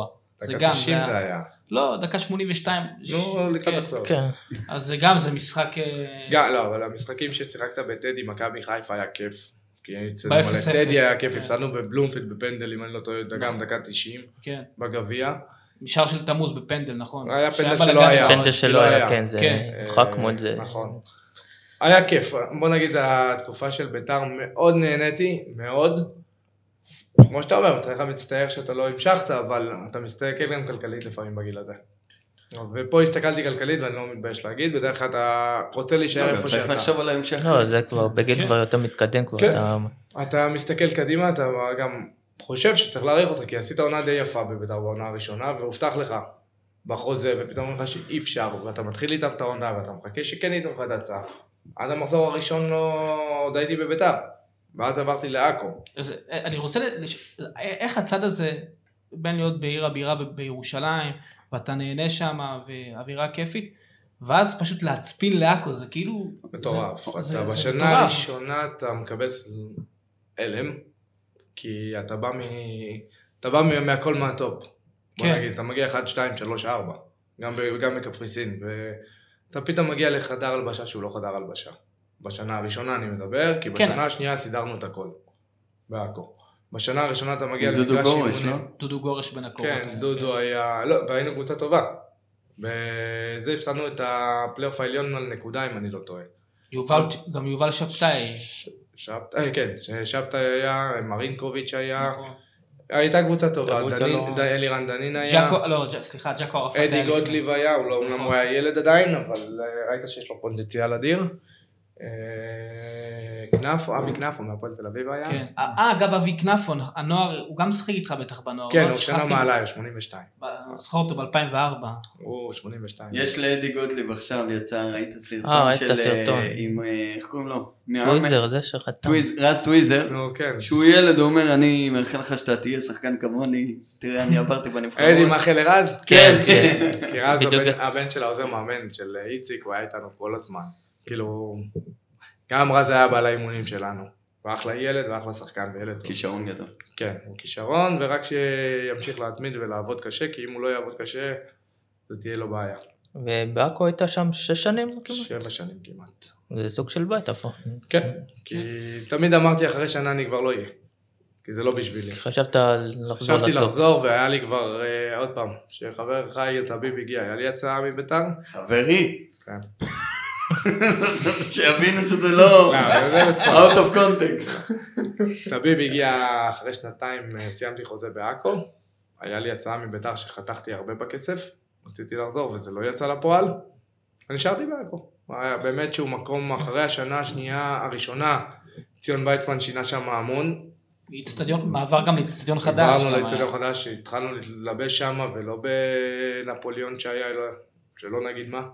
זה גם... דקה תשעים זה היה. לא, דקה שמונים ושתיים. נו, לקראת הסוף. כן. אז זה גם, זה משחק... גם, לא, אבל המשחקים ששיחקת בטדי, מכבי חיפה היה כיף. כי ב-אפס אפס. טדי היה כיף, הפסדנו בבלומפילד בפנדל, אם אני לא טועה, גם דקה תשעים. כן. בגביע. משאר של תמוז בפנדל, נכון? היה פנדל שלא היה. פנדל שלא היה, כן, זה חק מאוד זה. נכון. היה כיף, בוא נגיד התקופה של ביתר מאוד נהניתי, מאוד. כמו שאתה אומר, צריך מצטער שאתה לא המשכת, אבל אתה מסתכל גם כלכלית לפעמים בגיל הזה. ופה הסתכלתי כלכלית ואני לא מתבייש להגיד, בדרך כלל אתה רוצה להישאר איפה שאתה. צריך לחשוב על ההמשך. לא, זה כבר בגיל כבר יותר מתקדם כבר. אתה מסתכל קדימה, אתה גם חושב שצריך להעריך אותך, כי עשית עונה די יפה בביתר בעונה הראשונה, והובטח לך בחוזה, ופתאום אומר לך שאי אפשר, ואתה מתחיל איתם את העונה, ואתה מחכה שכן ייתנו לך את ההצעה. עד המחזור הראשון לא עוד הייתי בביתר, ואז עברתי לעכו. אז אני רוצה, איך הצד הזה, בין להיות בעיר הבירה בירושלים, ואתה נהנה שם, ואווירה כיפית, ואז פשוט להצפין לעכו, זה כאילו... מטורף. אתה בשנה הראשונה אתה מקבל אלם, כי אתה בא מ... אתה בא מהכל מהטופ. בוא נגיד, אתה מגיע אחת, שתיים, שלוש, ארבע, גם בקפריסין, ואתה פתאום מגיע לחדר הלבשה שהוא לא חדר הלבשה. בשנה הראשונה אני מדבר, כי בשנה השנייה סידרנו את הכל, בעכו. בשנה הראשונה אתה מגיע למגרש אימונים. לא? דודו גורש בין הקורות. כן, דודו היה, לא, והיינו קבוצה טובה. בזה הפסדנו את הפלייאוף העליון על נקודה, אם אני לא טועה. גם יובל שבתאי. שבתאי, כן, שבתאי היה, מרינקוביץ' היה. הייתה קבוצה טובה, אלירן דנין היה. לא, סליחה, ג'קו ערפאת. אדי גוטליב היה, הוא לא היה ילד עדיין, אבל ראית שיש לו פוטנציאל אדיר. כנפו, אבי כנפו מהפועל תל אביב היה. כן. אה, אגב, אבי כנפו, הנוער, הוא גם שחק איתך בטח בנוער. כן, הוא שנה מעלה, הוא שמונים ושתיים. שחק אותו ב-אלפיים וארבע. הוא שמונים ושתיים. יש לאדי גוטליב עכשיו, יצא, ראית סרטון של... אה, ראית הסרטון. עם, איך קוראים לו? טוויזר, זה שחתם. רז טוויזר. נו, כן. שהוא ילד, הוא אומר, אני מאחל לך שאתה תהיה שחקן כמוני, תראה, אני עברתי בנבחרות. אדי מאחל לרז? כן, כן. כי רז, הבן של העוזר מאמן של איציק, הוא היה איתנו כל הזמן. כאילו... גם רז היה בעל האימונים שלנו, ואחלה ילד ואחלה שחקן וילד טוב. כישרון גדול. כן, הוא כישרון, ורק שימשיך להתמיד ולעבוד קשה, כי אם הוא לא יעבוד קשה, זה תהיה לו בעיה. ובעכו הייתה שם שש שנים כמעט? שבע שנים כמעט. זה סוג של בית איפה. כן, כי תמיד אמרתי אחרי שנה אני כבר לא אהיה, כי זה לא בשבילי. חשבת לחזור חשבתי לחזור, והיה לי כבר, עוד פעם, שחבר חי טביב הגיע, היה לי הצעה מביתר. חברי. כן. שיבינו שזה לא out of context. טביב הגיע אחרי שנתיים, סיימתי חוזה בעכו, היה לי הצעה מביתר שחתכתי הרבה בכסף, רציתי לחזור וזה לא יצא לפועל, אני נשארתי בעכו. באמת שהוא מקום אחרי השנה השנייה הראשונה, ציון ויצמן שינה שם המון. מעבר גם לאצטדיון חדש. עברנו לאצטדיון חדש שהתחלנו להתלבש שם ולא בנפוליאון שהיה, שלא נגיד מה.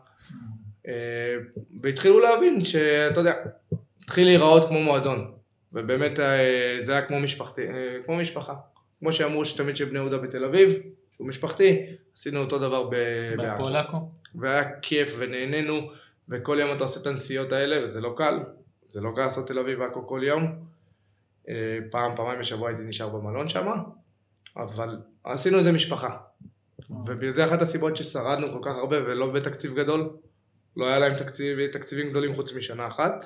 והתחילו להבין שאתה יודע, התחיל להיראות כמו מועדון, ובאמת זה היה כמו משפחתי, כמו משפחה, כמו שאמרו שתמיד שבני יהודה בתל אביב, שהוא משפחתי, עשינו אותו דבר בעכו, והיה כיף ונהנינו, וכל יום אתה עושה את הנסיעות האלה, וזה לא קל, זה לא קל לעשות תל אביב ועכו כל יום, פעם, פעמיים בשבוע הייתי נשאר במלון שם, אבל עשינו איזה משפחה, ובזה אחת הסיבות ששרדנו כל כך הרבה ולא בתקציב גדול, לא היה להם תקציב, תקציבים גדולים חוץ משנה אחת.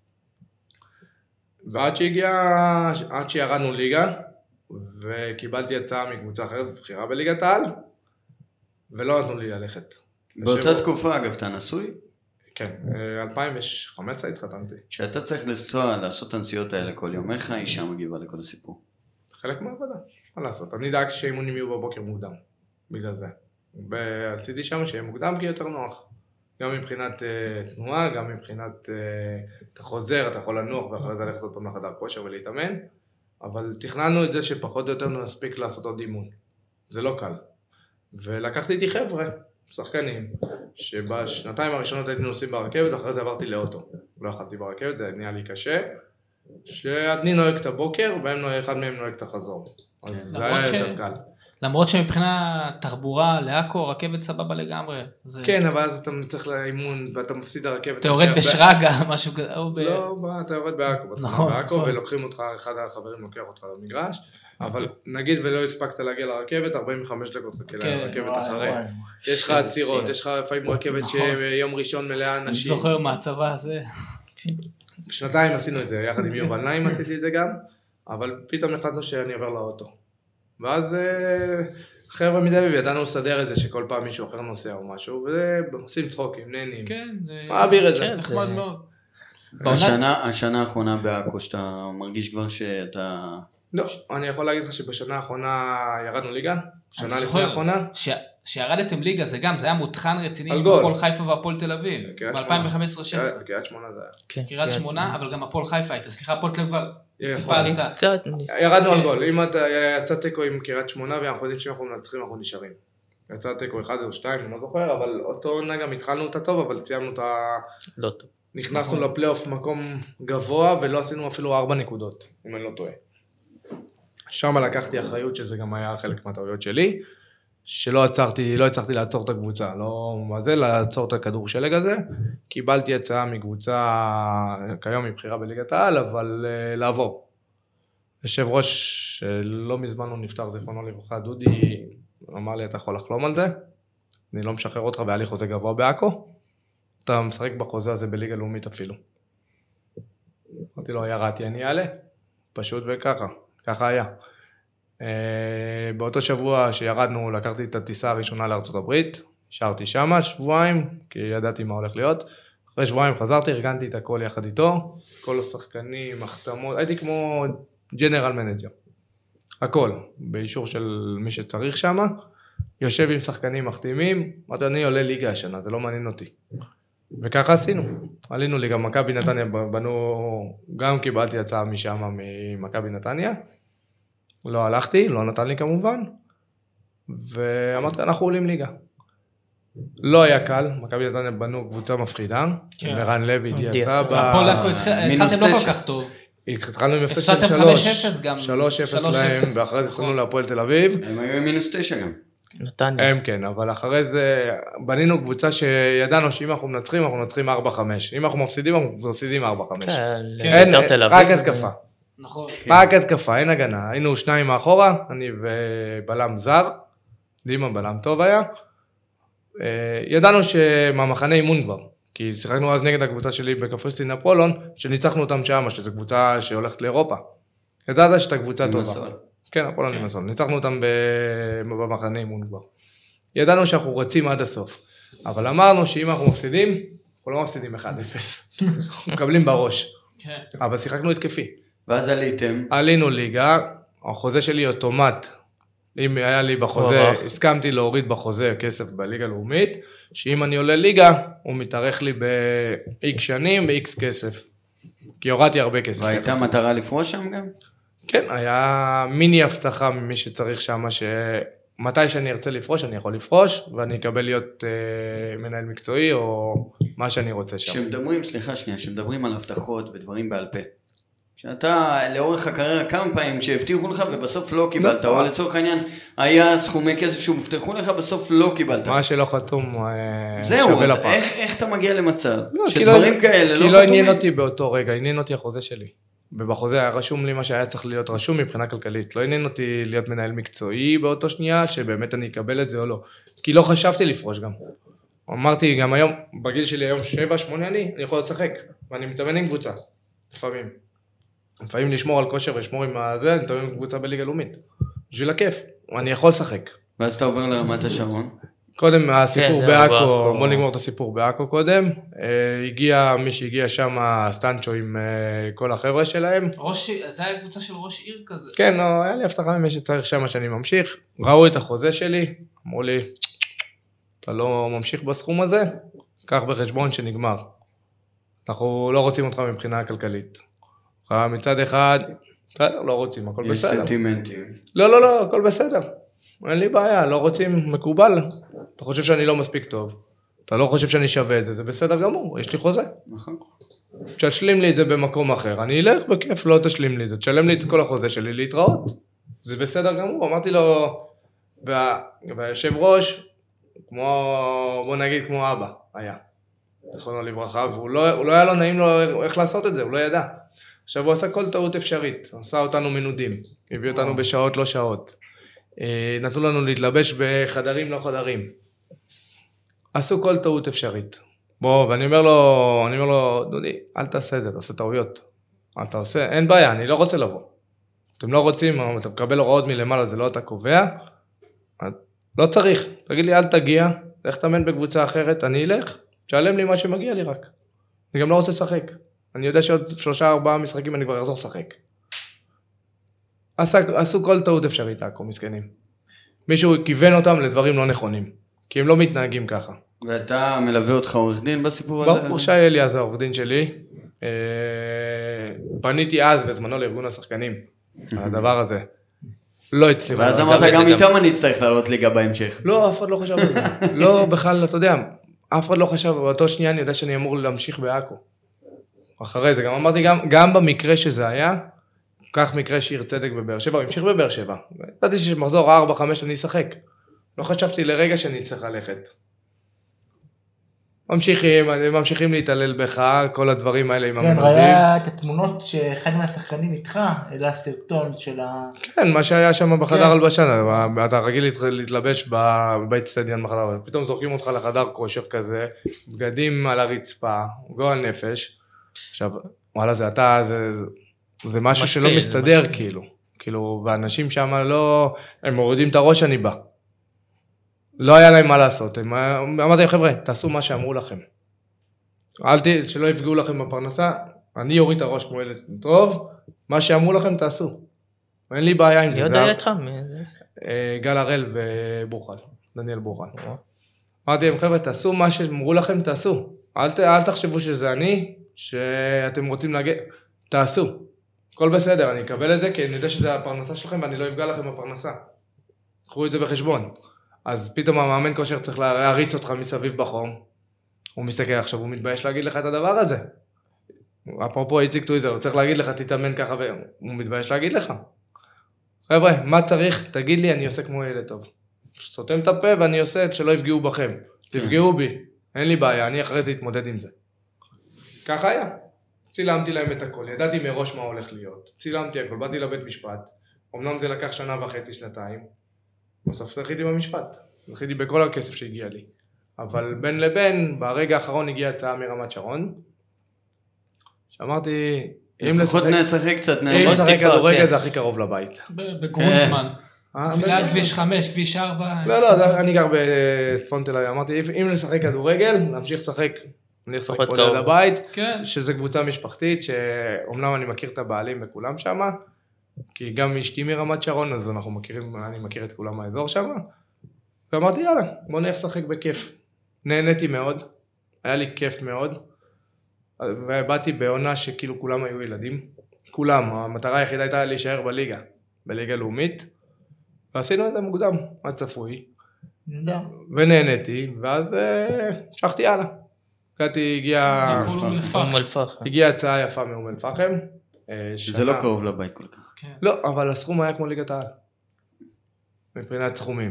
ועד שהגיע, עד שירדנו ליגה, וקיבלתי הצעה מקבוצה אחרת, בחירה בליגת העל, ולא נתנו לי ללכת. באותה תקופה, אגב, אתה נשוי? כן, אלפיים וחמש עשרה התחתנתי. כשאתה צריך לנסוע, לעשות את הנסיעות האלה כל יום, איך האישה מגיבה לכל הסיפור? חלק מהעבודה, מה לעשות? אני דאג שאימונים יהיו בבוקר מוקדם, בגלל זה. ועשיתי שם שיהיה מוקדם כי יותר נוח. גם מבחינת uh, תנועה, גם מבחינת, uh, אתה חוזר, אתה יכול לנוח ואחרי זה ללכת עוד פעם לחדר כושר ולהתאמן, אבל תכננו את זה שפחות או יותר נספיק לעשות עוד אימון. זה לא קל. ולקחתי איתי חבר'ה, שחקנים, שבשנתיים הראשונות הייתי נוסעים ברכבת, אחרי זה עברתי לאוטו. לא יכלתי ברכבת, זה נהיה לי קשה, שעדני נוהג את הבוקר, ואחד מהם נוהג את החזור. אז זה היה יותר קל. למרות שמבחינה תחבורה לעכו, רכבת סבבה לגמרי. כן, אבל אז אתה צריך לאימון, ואתה מפסיד הרכבת. אתה יורד בשרגא, משהו כזה. לא, אתה יורד בעכו. נכון. בעכו, ולוקחים אותך, אחד החברים לוקח אותך למגרש, אבל נגיד ולא הספקת להגיע לרכבת, ארבעים וחמש דקות חכה לרכבת אחרי. יש לך עצירות, יש לך לפעמים רכבת שיום ראשון מלאה אנשים. אני זוכר מהצבא הזה. בשנתיים עשינו את זה, יחד עם יובל נעים עשיתי את זה גם, אבל פתאום החלטנו שאני עובר לאוטו. ואז חבר'ה מדביב ידענו לסדר את זה שכל פעם מישהו אחר נוסע או משהו, ועושים צחוקים, נהנים. כן, זה... מעביר את זה. נחמד מאוד. השנה האחרונה בעכו שאתה מרגיש כבר שאתה... לא, אני יכול להגיד לך שבשנה האחרונה ירדנו ליגה, שנה לפני האחרונה. שירדתם ליגה זה גם, זה היה מותחן רציני עם הפועל חיפה והפועל תל אביב, ב-אלפיים וחמש עשרה שש עשרה. קריית שמונה זה היה. קריית שמונה, אבל גם הפועל חיפה הייתה, סליחה, הפועל תל אביב כבר עלתה. ירדנו על גול, אם אתה יצא תיקו עם קריית שמונה ואנחנו יודעים שאנחנו מנצחים, אנחנו נשארים. יצא תיקו אחד או שתיים, אני לא זוכר, אבל אותו עונה גם התחלנו אותה טוב, אבל סיימנו אותה... לא טוב. נכנסנו לפלייאוף מקום גבוה ולא עשינו אפילו ארבע נקודות, אם אני לא טועה. שם לקחתי אחריות שזה גם היה חלק מהטעויות שלי, שלא עצרתי, לא הצלחתי לעצור את הקבוצה, לא מה זה, לעצור את הכדור שלג הזה, קיבלתי הצעה מקבוצה, כיום מבחירה בליגת העל, אבל uh, לעבור. יושב ראש שלא מזמן הוא נפטר, זיכרונו לברכה, דודי, אמר לי, אתה יכול לחלום על זה? אני לא משחרר אותך, והיה לי חוזה גבוה בעכו, אתה משחק בחוזה הזה בליגה לאומית אפילו. אמרתי לו, ירדתי, אני אעלה, פשוט וככה. ככה היה. באותו שבוע שירדנו, לקחתי את הטיסה הראשונה לארצות הברית, נשארתי שמה שבועיים, כי ידעתי מה הולך להיות. אחרי שבועיים חזרתי, ארגנתי את הכל יחד איתו, כל השחקנים, החתמות, הייתי כמו ג'נרל מנג'ר. הכל, באישור של מי שצריך שמה, יושב עם שחקנים מחתימים, אמרתי, אני עולה ליגה השנה, זה לא מעניין אותי. וככה עשינו, עלינו ליגה, מכבי נתניה בנו, גם קיבלתי הצעה משם ממכבי נתניה, לא הלכתי, לא נתן לי כמובן, ואמרתי, אנחנו עולים ליגה. לא היה קל, מכבי נתניה בנו קבוצה מפחידה, מרן לוי, דיה סבא, הפועל עכו התחלתם לא כל כך טוב. התחלנו עם הפסד של שלוש, שלוש אפס להם, ואחרי זה עשינו להפועל תל אביב. הם היו עם מינוס תשע גם. נתניה. הם כן, אבל אחרי זה בנינו קבוצה שידענו שאם אנחנו מנצחים, אנחנו מנצחים ארבע חמש. אם אנחנו מפסידים, אנחנו מפסידים ארבע חמש. כן, רק התקפה. נכון. רק התקפה, אין הגנה. היינו שניים מאחורה, אני ובלם זר, דימה בלם טוב היה. ידענו שמהמחנה אימון כבר, כי שיחקנו אז נגד הקבוצה שלי בקפריסין אפולון, שניצחנו אותם שם, שזו קבוצה שהולכת לאירופה. ידעת שאתה קבוצה טובה. כן, אפולון עם הסול. ניצחנו אותם במחנה אימון כבר. ידענו שאנחנו רצים עד הסוף. אבל אמרנו שאם אנחנו מפסידים, אנחנו לא מפסידים אחד אפס. אנחנו מקבלים בראש. אבל שיחקנו התקפי. ואז עליתם. עלינו ליגה, החוזה שלי אוטומט. אם היה לי בחוזה, הסכמתי להוריד בחוזה כסף בליגה לאומית, שאם אני עולה ליגה, הוא מתארך לי ב-X שנים, ב-X כסף. כי הורדתי הרבה כסף. והייתה מטרה לפרוש שם גם? כן, היה מיני הבטחה ממי שצריך שם, שמתי שאני ארצה לפרוש, אני יכול לפרוש, ואני אקבל להיות אה, מנהל מקצועי, או מה שאני רוצה שם. שמדברים, סליחה שנייה, שמדברים על הבטחות ודברים בעל פה. שאתה לאורך הקריירה כמה פעמים שהבטיחו לך ובסוף לא קיבלת, או לצורך העניין היה סכומי כסף שהובטחו לך, בסוף לא קיבלת. מה שלא חתום זהו, אז איך אתה מגיע למצב שדברים כאלה לא חתומים? כי לא עניין אותי באותו רגע, עניין אותי החוזה שלי. ובחוזה היה רשום לי מה שהיה צריך להיות רשום מבחינה כלכלית. לא עניין אותי להיות מנהל מקצועי באותו שנייה, שבאמת אני אקבל את זה או לא. כי לא חשבתי לפרוש גם. אמרתי גם היום, בגיל שלי היום שבע, שמונה אני, אני יכול לשחק. ואני מתאמן עם קבוצה, לפעמים. לפעמים לשמור על כושר ולשמור עם הזה, אני מתאמן עם קבוצה בליגה לאומית. בשביל הכיף, אני יכול לשחק. ואז אתה עובר לרמת השרון? קודם הסיפור בעכו, בוא נגמור את הסיפור בעכו קודם, הגיע מי שהגיע שם, סטנצ'ו עם כל החבר'ה שלהם. זה היה קבוצה של ראש עיר כזה. כן, היה לי הבטחה ממי שצריך שם שאני ממשיך, ראו את החוזה שלי, אמרו לי, אתה לא ממשיך בסכום הזה, קח בחשבון שנגמר. אנחנו לא רוצים אותך מבחינה כלכלית. מצד אחד, לא רוצים, הכל בסדר. יש סנטימנטים. לא, לא, לא, הכל בסדר. אין לי בעיה, לא רוצים, מקובל. אתה חושב שאני לא מספיק טוב. אתה לא חושב שאני שווה את זה, זה בסדר גמור, יש לי חוזה. נכון. תשלים לי את זה במקום אחר. אני אלך בכיף, לא תשלים לי את זה. תשלם לי את כל החוזה שלי להתראות. זה בסדר גמור. אמרתי לו, והיושב ראש, כמו, בוא נגיד כמו אבא, היה. זכרונו לברכה, והוא לא, לא היה לו נעים לו איך לעשות את זה, הוא לא ידע. עכשיו הוא עשה כל טעות אפשרית, עשה אותנו מנודים, הביא אותנו בשעות לא שעות, נתנו לנו להתלבש בחדרים לא חדרים. עשו כל טעות אפשרית. בוא, ואני אומר לו, אני אומר לו, דודי, אל תעשה את זה, תעשה טעויות. אל תעשה, אין בעיה, אני לא רוצה לבוא. אתם לא רוצים, אתה מקבל הוראות מלמעלה, זה לא אתה קובע, לא צריך. תגיד לי, אל תגיע, לך תאמן בקבוצה אחרת, אני אלך, תשלם לי מה שמגיע לי רק. אני גם לא רוצה לשחק. אני יודע שעוד שלושה ארבעה משחקים אני כבר אחזור לשחק. עשו, עשו כל טעות אפשרית, עכו, מסכנים. מישהו כיוון אותם לדברים לא נכונים, כי הם לא מתנהגים ככה. ואתה מלווה אותך עורך דין בסיפור הזה? ברור שי אליעז העורך דין שלי. פניתי אז בזמנו לארגון השחקנים, על הדבר הזה. לא הצליחו. ואז אמרת גם איתם אני אצטרך לעלות ליגה בהמשך. לא, אף אחד לא חשב על זה. לא, בכלל, אתה יודע, אף אחד לא חשב, באותו שנייה אני יודע שאני אמור להמשיך בעכו. אחרי זה, גם אמרתי, גם במקרה שזה היה, כך מקרה שיר צדק בבאר שבע, המשיך בבאר שבע. ידעתי שמחזור ארבע חמש אני אשחק. לא חשבתי לרגע שאני צריך ללכת. ממשיכים, ממשיכים להתעלל בך, כל הדברים האלה עם המנודים. כן, ראה את התמונות שאחד מהשחקנים איתך, אלא סרטון של ה... כן, מה שהיה שם בחדר הלבשה, אתה רגיל להתלבש בבית סטדיון בחדר, פתאום זורקים אותך לחדר כושר כזה, בגדים על הרצפה, גועל נפש. עכשיו, וואלה, זה אתה, זה, זה משהו משפיל, שלא מסתדר, משפיל. כאילו. כאילו, ואנשים שם לא, הם מורידים את הראש, אני בא. לא היה להם מה לעשות, הם, אמרתי להם, חבר'ה, תעשו מה שאמרו לכם. אל ת, שלא יפגעו לכם בפרנסה, אני יוריד את הראש כמו ילד טוב, מה שאמרו לכם תעשו. אין לי בעיה עם זה. מי יודע איתך? גל הראל ובורחל, דניאל בורחל. אמרתי להם, חבר'ה, תעשו מה שאמרו לכם, תעשו. אל, ת, אל תחשבו שזה אני, שאתם רוצים להגיד, תעשו. הכל בסדר, אני אקבל את זה, כי אני יודע שזה הפרנסה שלכם, ואני לא אפגע לכם בפרנסה. קחו את זה בחשבון. אז פתאום המאמן כושר צריך להריץ אותך מסביב בחום. הוא מסתכל עכשיו, הוא מתבייש להגיד לך את הדבר הזה. אפרופו איציק טוויזר, הוא צריך להגיד לך, תתאמן ככה, והוא מתבייש להגיד לך. חבר'ה, מה צריך? תגיד לי, אני עושה כמו ילד טוב. סותם את הפה ואני עושה את שלא יפגעו בכם. תפגעו בי, אין לי בעיה, אני אחרי זה אתמודד עם זה. ככה היה. צילמתי להם את הכל, ידעתי מראש מה הולך להיות. צילמתי הכל, באתי לבית משפט. אמנם זה לקח שנה וחצי, שנתיים. בסוף זכיתי במשפט, זכיתי בכל הכסף שהגיע לי. אבל בין לבין, ברגע האחרון הגיעה הצעה מרמת שרון, שאמרתי, אם לפחות נשחק קצת, אם נשחק כדורגל זה הכי קרוב לבית. בגרונדמן. ליד כביש חמש, כביש ארבע. לא, לא, אני גר בצפון תל אביב, אמרתי, אם נשחק כדורגל, נמשיך לשחק, אני אשחק פה ליד הבית, שזה קבוצה משפחתית, שאומנם אני מכיר את הבעלים וכולם שם, כי גם אשתי מרמת שרון, אז אנחנו מכירים, אני מכיר את כולם מהאזור שם, ואמרתי, יאללה, בוא נלך לשחק בכיף. נהניתי מאוד, היה לי כיף מאוד, ובאתי בעונה שכאילו כולם היו ילדים, כולם, המטרה היחידה הייתה להישאר בליגה, בליגה לאומית, ועשינו את זה מוקדם, עד צפוי, ונהניתי, ואז שכתי הלאה. הגעתי, הגיעה, הגיעה הצעה יפה מאום אל פחם, שזה לא קרוב לבית כל כך. לא, אבל הסכום היה כמו ליגת העל. מבחינת סכומים.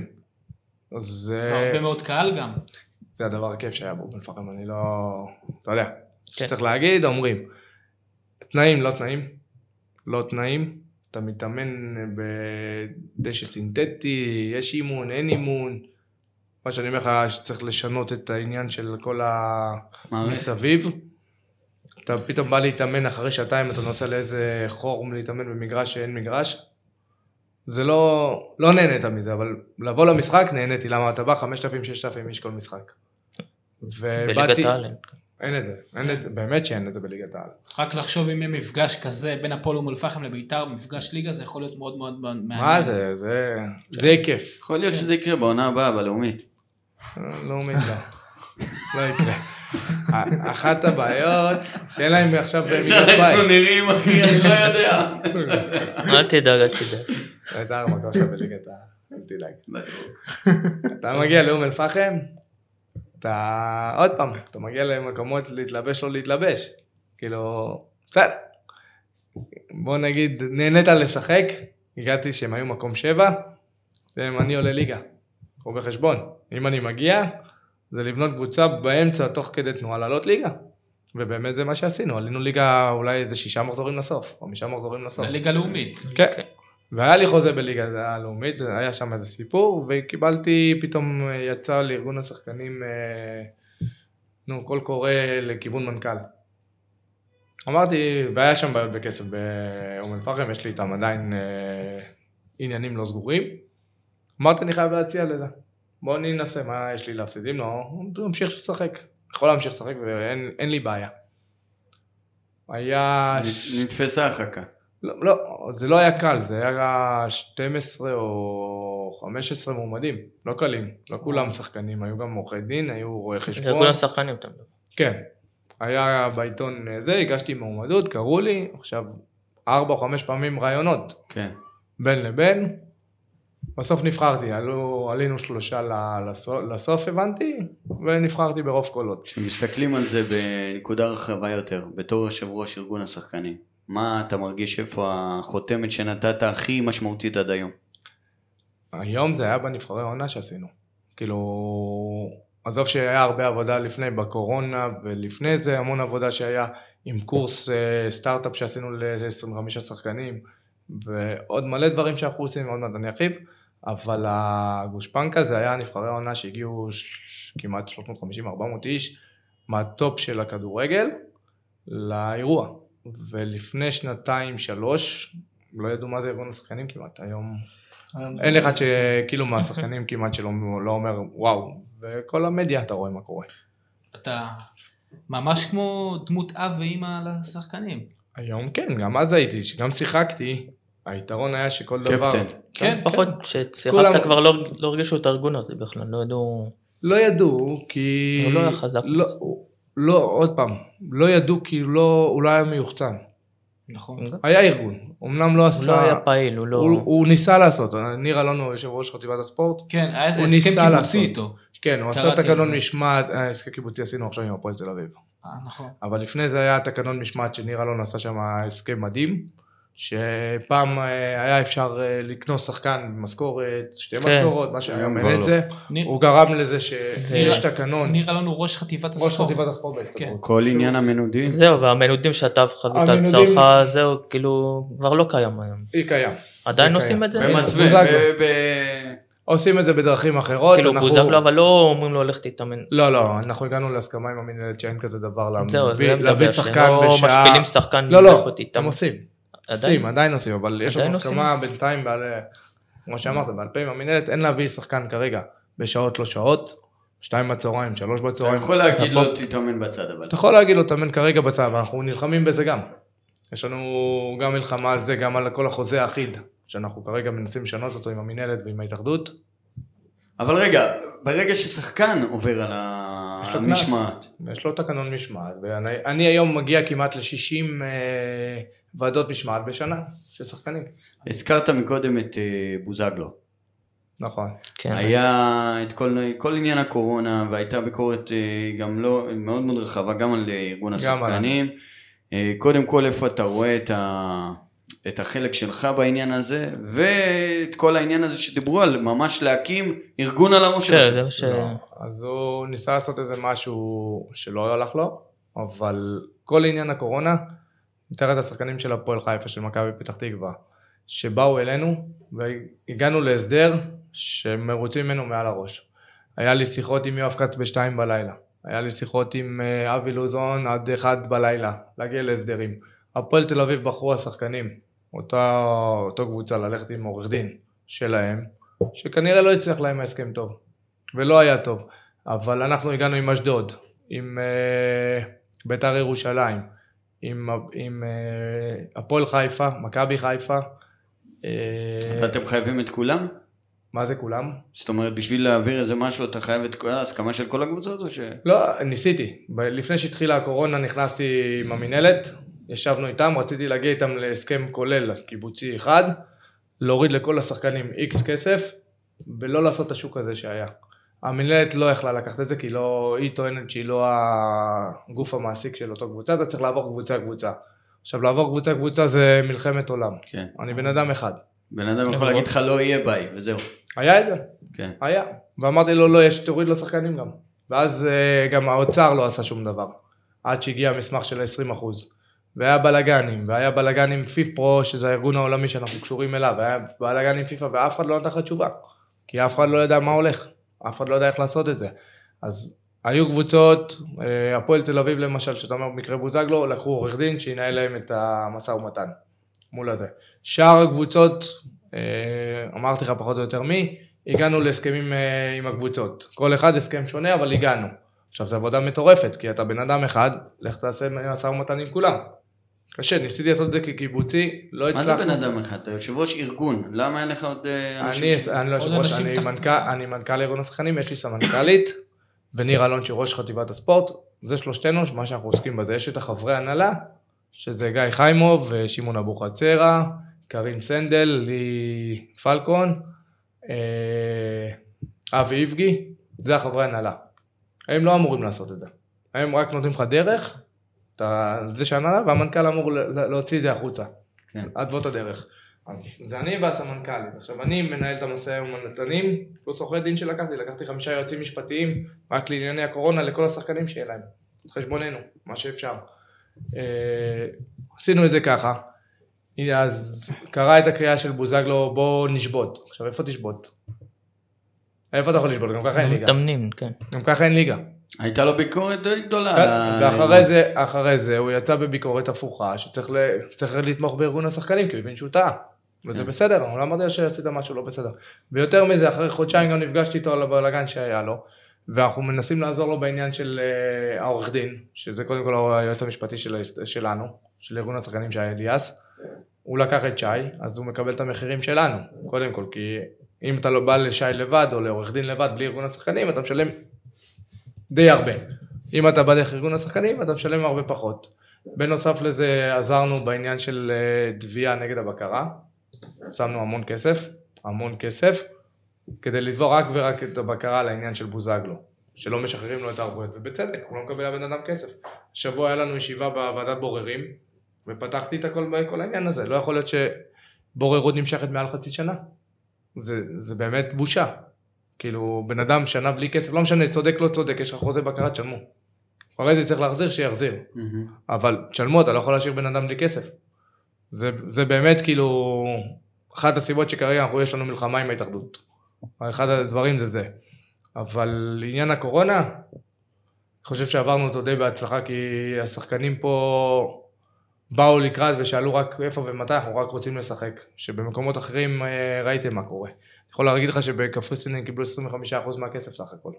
והרבה מאוד קהל גם. זה הדבר הכיף שהיה בו בנפחם, אני לא... אתה יודע, שצריך להגיד, אומרים. תנאים, לא תנאים. לא תנאים. אתה מתאמן בדשא סינתטי, יש אימון, אין אימון. מה שאני אומר לך, שצריך לשנות את העניין של כל המסביב. אתה פתאום בא להתאמן אחרי שעתיים, אתה נוסע לאיזה חור להתאמן במגרש שאין מגרש. זה לא, לא נהנית מזה, אבל לבוא למשחק נהניתי, למה אתה בא חמשת אלפים, ששת אלפים איש כל משחק. בליגת העל. אין את זה, אין את זה, באמת שאין את זה בליגת העל. רק לחשוב אם יהיה מפגש כזה בין הפועל אום אל-פחם לביתר, מפגש ליגה, זה יכול להיות מאוד מאוד מעניין. מה זה, זה, זה כיף. יכול להיות שזה יקרה בעונה הבאה, בלאומית. לאומית לא, לא יקרה. אחת הבעיות שאין להם עכשיו בליגת בית. אנחנו נראים אחי, אני לא יודע. אל תדאג, אל תדאג. ביתר מקום עכשיו בליגת העל, אל תדאג. אתה מגיע לאום אל-פחם, אתה עוד פעם, אתה מגיע למקומות להתלבש או להתלבש. כאילו, בסדר. בוא נגיד, נהנית לשחק, הגעתי שהם היו מקום שבע, אם אני עולה ליגה, או בחשבון. אם אני מגיע, זה לבנות קבוצה באמצע, תוך כדי תנועה, לעלות ליגה. ובאמת זה מה שעשינו, עלינו ליגה אולי איזה שישה מחזורים לסוף, או משעה מחזורים לסוף. ליגה לאומית. כן. והיה לי חוזה בליגה הלאומית, היה שם איזה סיפור, וקיבלתי, פתאום יצא לארגון השחקנים, נו, קול קורא לכיוון מנכ"ל. אמרתי, והיה שם בעיות בכסף באום אל-פחם, יש לי איתם עדיין עניינים לא סגורים. אמרתי, אני חייב להציע לזה. בואו ננסה, מה יש לי להפסיד? אם לא, תמשיך לשחק. יכול להמשיך לשחק ואין לי בעיה. היה... נתפסה החכה. לא, לא, זה לא היה קל, זה היה שתים עשרה או חמש עשרה מועמדים, לא קלים, לא כולם שחקנים, היו גם עורכי דין, היו רואי חשבון. זה כולם שחקנים, אתה מדבר. כן, היה בעיתון זה, הגשתי מועמדות, קראו לי, עכשיו ארבע או חמש פעמים רעיונות, כן. בין לבין, בסוף נבחרתי, עלו, עלינו שלושה לסוף, לסוף הבנתי, ונבחרתי ברוב קולות. כשמסתכלים על זה בנקודה רחבה יותר, בתור יושב ראש ארגון השחקנים, מה אתה מרגיש איפה החותמת שנתת הכי משמעותית עד היום? היום זה היה בנבחרי העונה שעשינו. כאילו, עזוב שהיה הרבה עבודה לפני, בקורונה, ולפני זה המון עבודה שהיה עם קורס סטארט-אפ שעשינו ל-עשרים וחמישה שחקנים, ועוד מלא דברים שאנחנו עושים, עוד מעט אני ארחיב, אבל הגושפנקה זה היה נבחרי העונה שהגיעו ש... כמעט שלוש מאות וחמישים עד ארבע מאות איש, מהטופ של הכדורגל לאירוע. ולפני שנתיים, שלוש, לא ידעו מה זה ארגון השחקנים כמעט, היום אין אחד שכאילו מהשחקנים כמעט שלא לא אומר וואו, וכל המדיה אתה רואה מה קורה. אתה ממש כמו דמות אב ואמא לשחקנים. היום כן, גם אז הייתי, שגם שיחקתי, היתרון היה שכל דבר... קפטן. כן, פחות, כששיחקת כבר לא הרגישו את הארגון הזה בכלל, לא ידעו... לא ידעו, כי... הוא לא היה חזק. לא, עוד פעם, לא ידעו כי הוא לא, הוא לא היה מיוחצן. נכון. היה ארגון, אמנם לא עשה... הוא לא היה פעיל, הוא לא... הוא, הוא ניסה לעשות, ניר אלון הוא יושב ראש חטיבת הספורט. כן, היה איזה הסכם קיבוצי איתו. כן, הוא עשה תקנון משמעת, הסכם קיבוצי עשינו עכשיו עם הפועל תל אביב. אה, נכון. אבל לפני זה היה תקנון משמעת שניר אלון עשה שם הסכם מדהים, שפעם היה אפשר לקנות שחקן במשכורת, שתי משכורות, מה שהיום אין את זה, הוא גרם לזה שיש תקנון. ניר אלון הוא ראש חטיבת הספורט. ראש חטיבת הספורט בהסתדרות. כל עניין המנודים. זהו, והמנודים שאתה חווית על צורך, זהו, כאילו, כבר לא קיים היום. היא קיים. עדיין עושים את זה? במסווה, עושים את זה בדרכים אחרות. כאילו בוזגלו, אבל לא אומרים לו הולך להתאמן. לא, לא, אנחנו הגענו להסכמה עם המנהלת שאין כזה דבר להביא שחקן בשעה. לא משפילים שחקן. לא, לא, הם עושים. עושים, עדיין עושים, אבל יש לנו הסכמה בינתיים, כמו שאמרת, בעל פה עם המנהלת, אין להביא שחקן כרגע בשעות לא שעות, שתיים בצהריים, שלוש בצהריים. אתה יכול להגיד לו תתאמן בצד, אבל. אתה יכול להגיד לו תתאמן כרגע בצד, ואנחנו נלחמים בזה גם. יש לנו גם מלחמה על זה, גם על כל החוזה האחיד, שאנחנו כרגע מנסים לשנות אותו עם המנהלת ועם ההתאחדות. אבל רגע, ברגע ששחקן עובר על המשמעת. יש לו תקנון משמעת, ואני היום מגיע כמעט ל-שישים ועדות משמעת בשנה של שחקנים. הזכרת מקודם את בוזגלו. נכון. היה את כל עניין הקורונה, והייתה ביקורת גם לא, מאוד מאוד רחבה, גם על ארגון השחקנים. קודם כל, איפה אתה רואה את ה... את החלק שלך בעניין הזה, ואת כל העניין הזה שדיברו על ממש להקים ארגון על הראש שלך. ש... לא. אז הוא ניסה לעשות איזה משהו שלא הלך לו, אבל כל עניין הקורונה, יותר את השחקנים של הפועל חיפה, של מכבי פתח תקווה, שבאו אלינו, והגענו להסדר שמרוצים ממנו מעל הראש. היה לי שיחות עם יואב כץ בשתיים בלילה, היה לי שיחות עם אבי לוזון עד אחד בלילה, להגיע להסדרים. הפועל תל אביב בחרו השחקנים, אותה, אותו קבוצה ללכת עם עורך דין שלהם, שכנראה לא יצליח להם ההסכם טוב, ולא היה טוב, אבל אנחנו הגענו עם אשדוד, עם uh, בית"ר ירושלים, עם, עם uh, הפועל חיפה, מכבי חיפה. ואתם חייבים את כולם? מה זה כולם? זאת אומרת, בשביל להעביר איזה משהו, אתה חייב את כל ההסכמה של כל הקבוצות או ש... לא, ניסיתי. לפני שהתחילה הקורונה נכנסתי עם המנהלת, ישבנו איתם, רציתי להגיע איתם להסכם כולל, קיבוצי אחד, להוריד לכל השחקנים איקס כסף, ולא לעשות את השוק הזה שהיה. המנהלת לא יכלה לקחת את זה, כי לא, היא טוענת שהיא לא הגוף המעסיק של אותו קבוצה, אתה צריך לעבור קבוצה קבוצה. עכשיו, לעבור קבוצה קבוצה זה מלחמת עולם. כן. אני בן אדם אחד. בן אדם יכול להגיד לך לא יהיה ביי, וזהו. היה את זה. כן. היה. ואמרתי לו, לא, יש, תוריד לשחקנים גם. ואז גם האוצר לא עשה שום דבר. עד שהגיע המסמך של ה-עשרים אחוז. והיה בלגנים, והיה בלגנים פיפ פרו, שזה הארגון העולמי שאנחנו קשורים אליו, והיה בלגנים פיפה, ואף אחד לא נתן לך תשובה. כי אף אחד לא ידע מה הולך. אף אחד לא יודע איך לעשות את זה. אז היו קבוצות, הפועל תל אביב למשל, שאתה אומר במקרה בוזגלו, לקחו עורך דין שינהל להם את המשא ומתן מול הזה. שאר הקבוצות, אמרתי לך פחות או יותר מי, הגענו להסכמים עם הקבוצות. כל אחד הסכם שונה, אבל הגענו. עכשיו, זו עבודה מטורפת, כי אתה בן אדם אחד, לך תעשה משא ומתן עם כולם. קשה, ניסיתי לעשות את זה כקיבוצי, לא הצלחנו. מה זה בן אדם אחד? אתה יושב ראש ארגון, למה אין לך עוד אנשים? אני לא יושב ראש, אני מנכ"ל ארגון השחקנים, יש לי סמנכ"לית, וניר אלון שראש חטיבת הספורט, זה שלושתנו, מה שאנחנו עוסקים בזה, יש את החברי הנהלה, שזה גיא חיימוב, שמעון אבוחצירא, קרין סנדל, לי פלקון, אבי איבגי, זה החברי הנהלה. הם לא אמורים לעשות את זה, הם רק נותנים לך דרך, זה שהנהלה, והמנכ"ל אמור להוציא את זה החוצה, עד בוא את הדרך. זה אני והסמנכ"לית. עכשיו, אני מנהל את המסע ומנתנים, פלוס עורכי דין שלקחתי, לקחתי חמישה יועצים משפטיים, רק לענייני הקורונה, לכל השחקנים שיהיה להם. חשבוננו, מה שאפשר. עשינו את זה ככה. אז קרא את הקריאה של בוזגלו, בוא נשבות. עכשיו, איפה תשבות? איפה אתה יכול לשבות? גם ככה אין ליגה. מתאמנים, כן. גם ככה אין ליגה. הייתה לו ביקורת די גדולה. ואחרי זה, אחרי זה, הוא יצא בביקורת הפוכה, שצריך לתמוך בארגון השחקנים, כי הוא הבין שהוא טעה. וזה בסדר, הוא לא אמרתי שעשית משהו לא בסדר. ויותר מזה, אחרי חודשיים גם נפגשתי איתו על הבלגן שהיה לו, ואנחנו מנסים לעזור לו בעניין של העורך דין, שזה קודם כל היועץ המשפטי שלנו, של ארגון השחקנים שהיה אליאס. הוא לקח את שי, אז הוא מקבל את המחירים שלנו, קודם כל, כי אם אתה לא בא לשי לבד, או לעורך דין לבד, בלי ארגון השחקנים, אתה משלם די הרבה. אם אתה בא דרך ארגון השחקנים, אתה משלם הרבה פחות. בנוסף לזה, עזרנו בעניין של תביעה נגד הבקרה. שמנו המון כסף, המון כסף, כדי לתבוע רק ורק את הבקרה לעניין של בוזגלו, שלא משחררים לו את הערבויות, ובצדק, הוא לא מקבל לבן אדם כסף. השבוע היה לנו ישיבה בוועדת בוררים, ופתחתי את הכל בכל העניין הזה. לא יכול להיות שבוררות נמשכת מעל חצי שנה. זה, זה באמת בושה. כאילו, בן אדם שנה בלי כסף, לא משנה, צודק, לא צודק, יש לך חוזה בקרה, תשלמו. אחרי זה צריך להחזיר, שיחזיר. Mm-hmm. אבל תשלמו, אתה לא יכול להשאיר בן אדם בלי כסף. זה, זה באמת כאילו, אחת הסיבות שכרגע אנחנו יש לנו מלחמה עם ההתאחדות. אחד הדברים זה זה. אבל לעניין הקורונה, אני חושב שעברנו אותו די בהצלחה, כי השחקנים פה באו לקראת ושאלו רק איפה ומתי, אנחנו רק רוצים לשחק. שבמקומות אחרים ראיתם מה קורה. אני יכול להגיד לך שבקפריסין הם קיבלו עשרים וחמישה אחוז מהכסף סך הכל.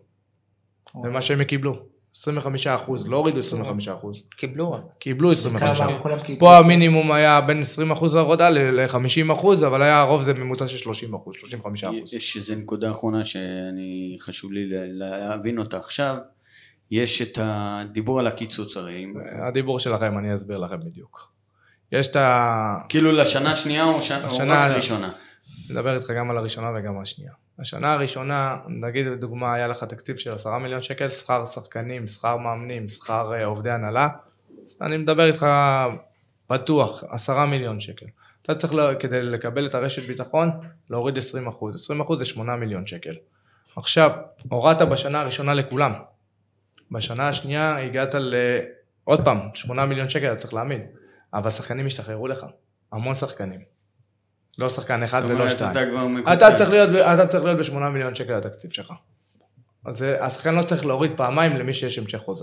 זה מה שהם קיבלו. עשרים וחמישה אחוז, לא הורידו עשרים וחמישה אחוז. קיבלו. קיבלו עשרים וחמישה אחוז. פה המינימום היה בין עשרים אחוז הורדה ל-חמישים אחוז, אבל היה הרוב זה ממוצע של שלושים אחוז, שלושים וחמישה אחוז. יש איזו נקודה אחרונה שאני חשוב לי להבין אותה עכשיו. יש את הדיבור על הקיצוץ הרי. הדיבור שלכם, אני אסביר לכם בדיוק. יש את ה... כאילו לשנה שנייה או רק ראשונה? נדבר איתך גם על הראשונה וגם על השנייה. השנה הראשונה, נגיד לדוגמה, היה לך תקציב של עשרה מיליון שקל, שכר שחקנים, שכר מאמנים, שכר עובדי הנהלה. אני מדבר איתך פתוח, עשרה מיליון שקל. אתה צריך לה, כדי לקבל את הרשת ביטחון, להוריד עשרים אחוז. עשרים אחוז זה שמונה מיליון שקל. עכשיו, הורדת בשנה הראשונה לכולם. בשנה השנייה הגעת ל... עוד פעם, שמונה מיליון שקל אתה צריך להעמיד. אבל שחקנים השתחררו לך. המון שחקנים. לא שחקן אחד ולא שתיים. אתה צריך להיות, אתה צריך להיות בשמונה מיליון שקל התקציב שלך. אז השחקן לא צריך להוריד פעמיים למי שיש המשך חוזה.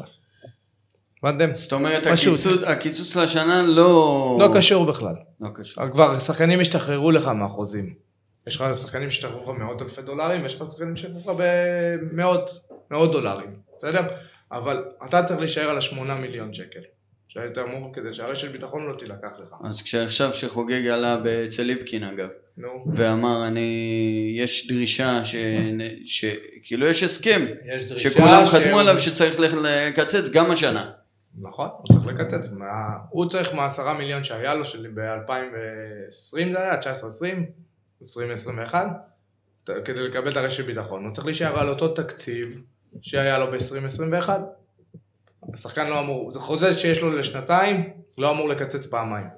הבנתם? זאת אומרת, הקיצוץ לשנה לא... לא קשור בכלל. לא קשור. כבר שחקנים השתחררו לך מהחוזים. יש לך שחקנים שהשתחררו לך מאות אלפי דולרים, ויש לך שחקנים שהשתחררו לך במאות, מאות דולרים. בסדר? אבל אתה צריך להישאר על השמונה מיליון שקל. שהיית אמור כדי שהרשת ביטחון לא תילקח לך. אז כשעכשיו שחוגג עלה אצל ליבקין אגב, no. ואמר אני, יש דרישה ש... ש... כאילו יש הסכם, יש דרישה שכולם ש... חתמו עליו שצריך לקצץ גם השנה. נכון, הוא צריך לקצץ, מה... הוא צריך מעשרה מיליון שהיה לו של ב-אלפיים ועשרים זה היה, תשע עשרה עשרים, עשרים עשרים ואחת, כדי לקבל את הרשת ביטחון. הוא צריך להישאר על אותו תקציב שהיה לו ב-עשרים עשרים ואחת, השחקן לא אמור, זה חוזה שיש לו לשנתיים, לא אמור לקצץ פעמיים.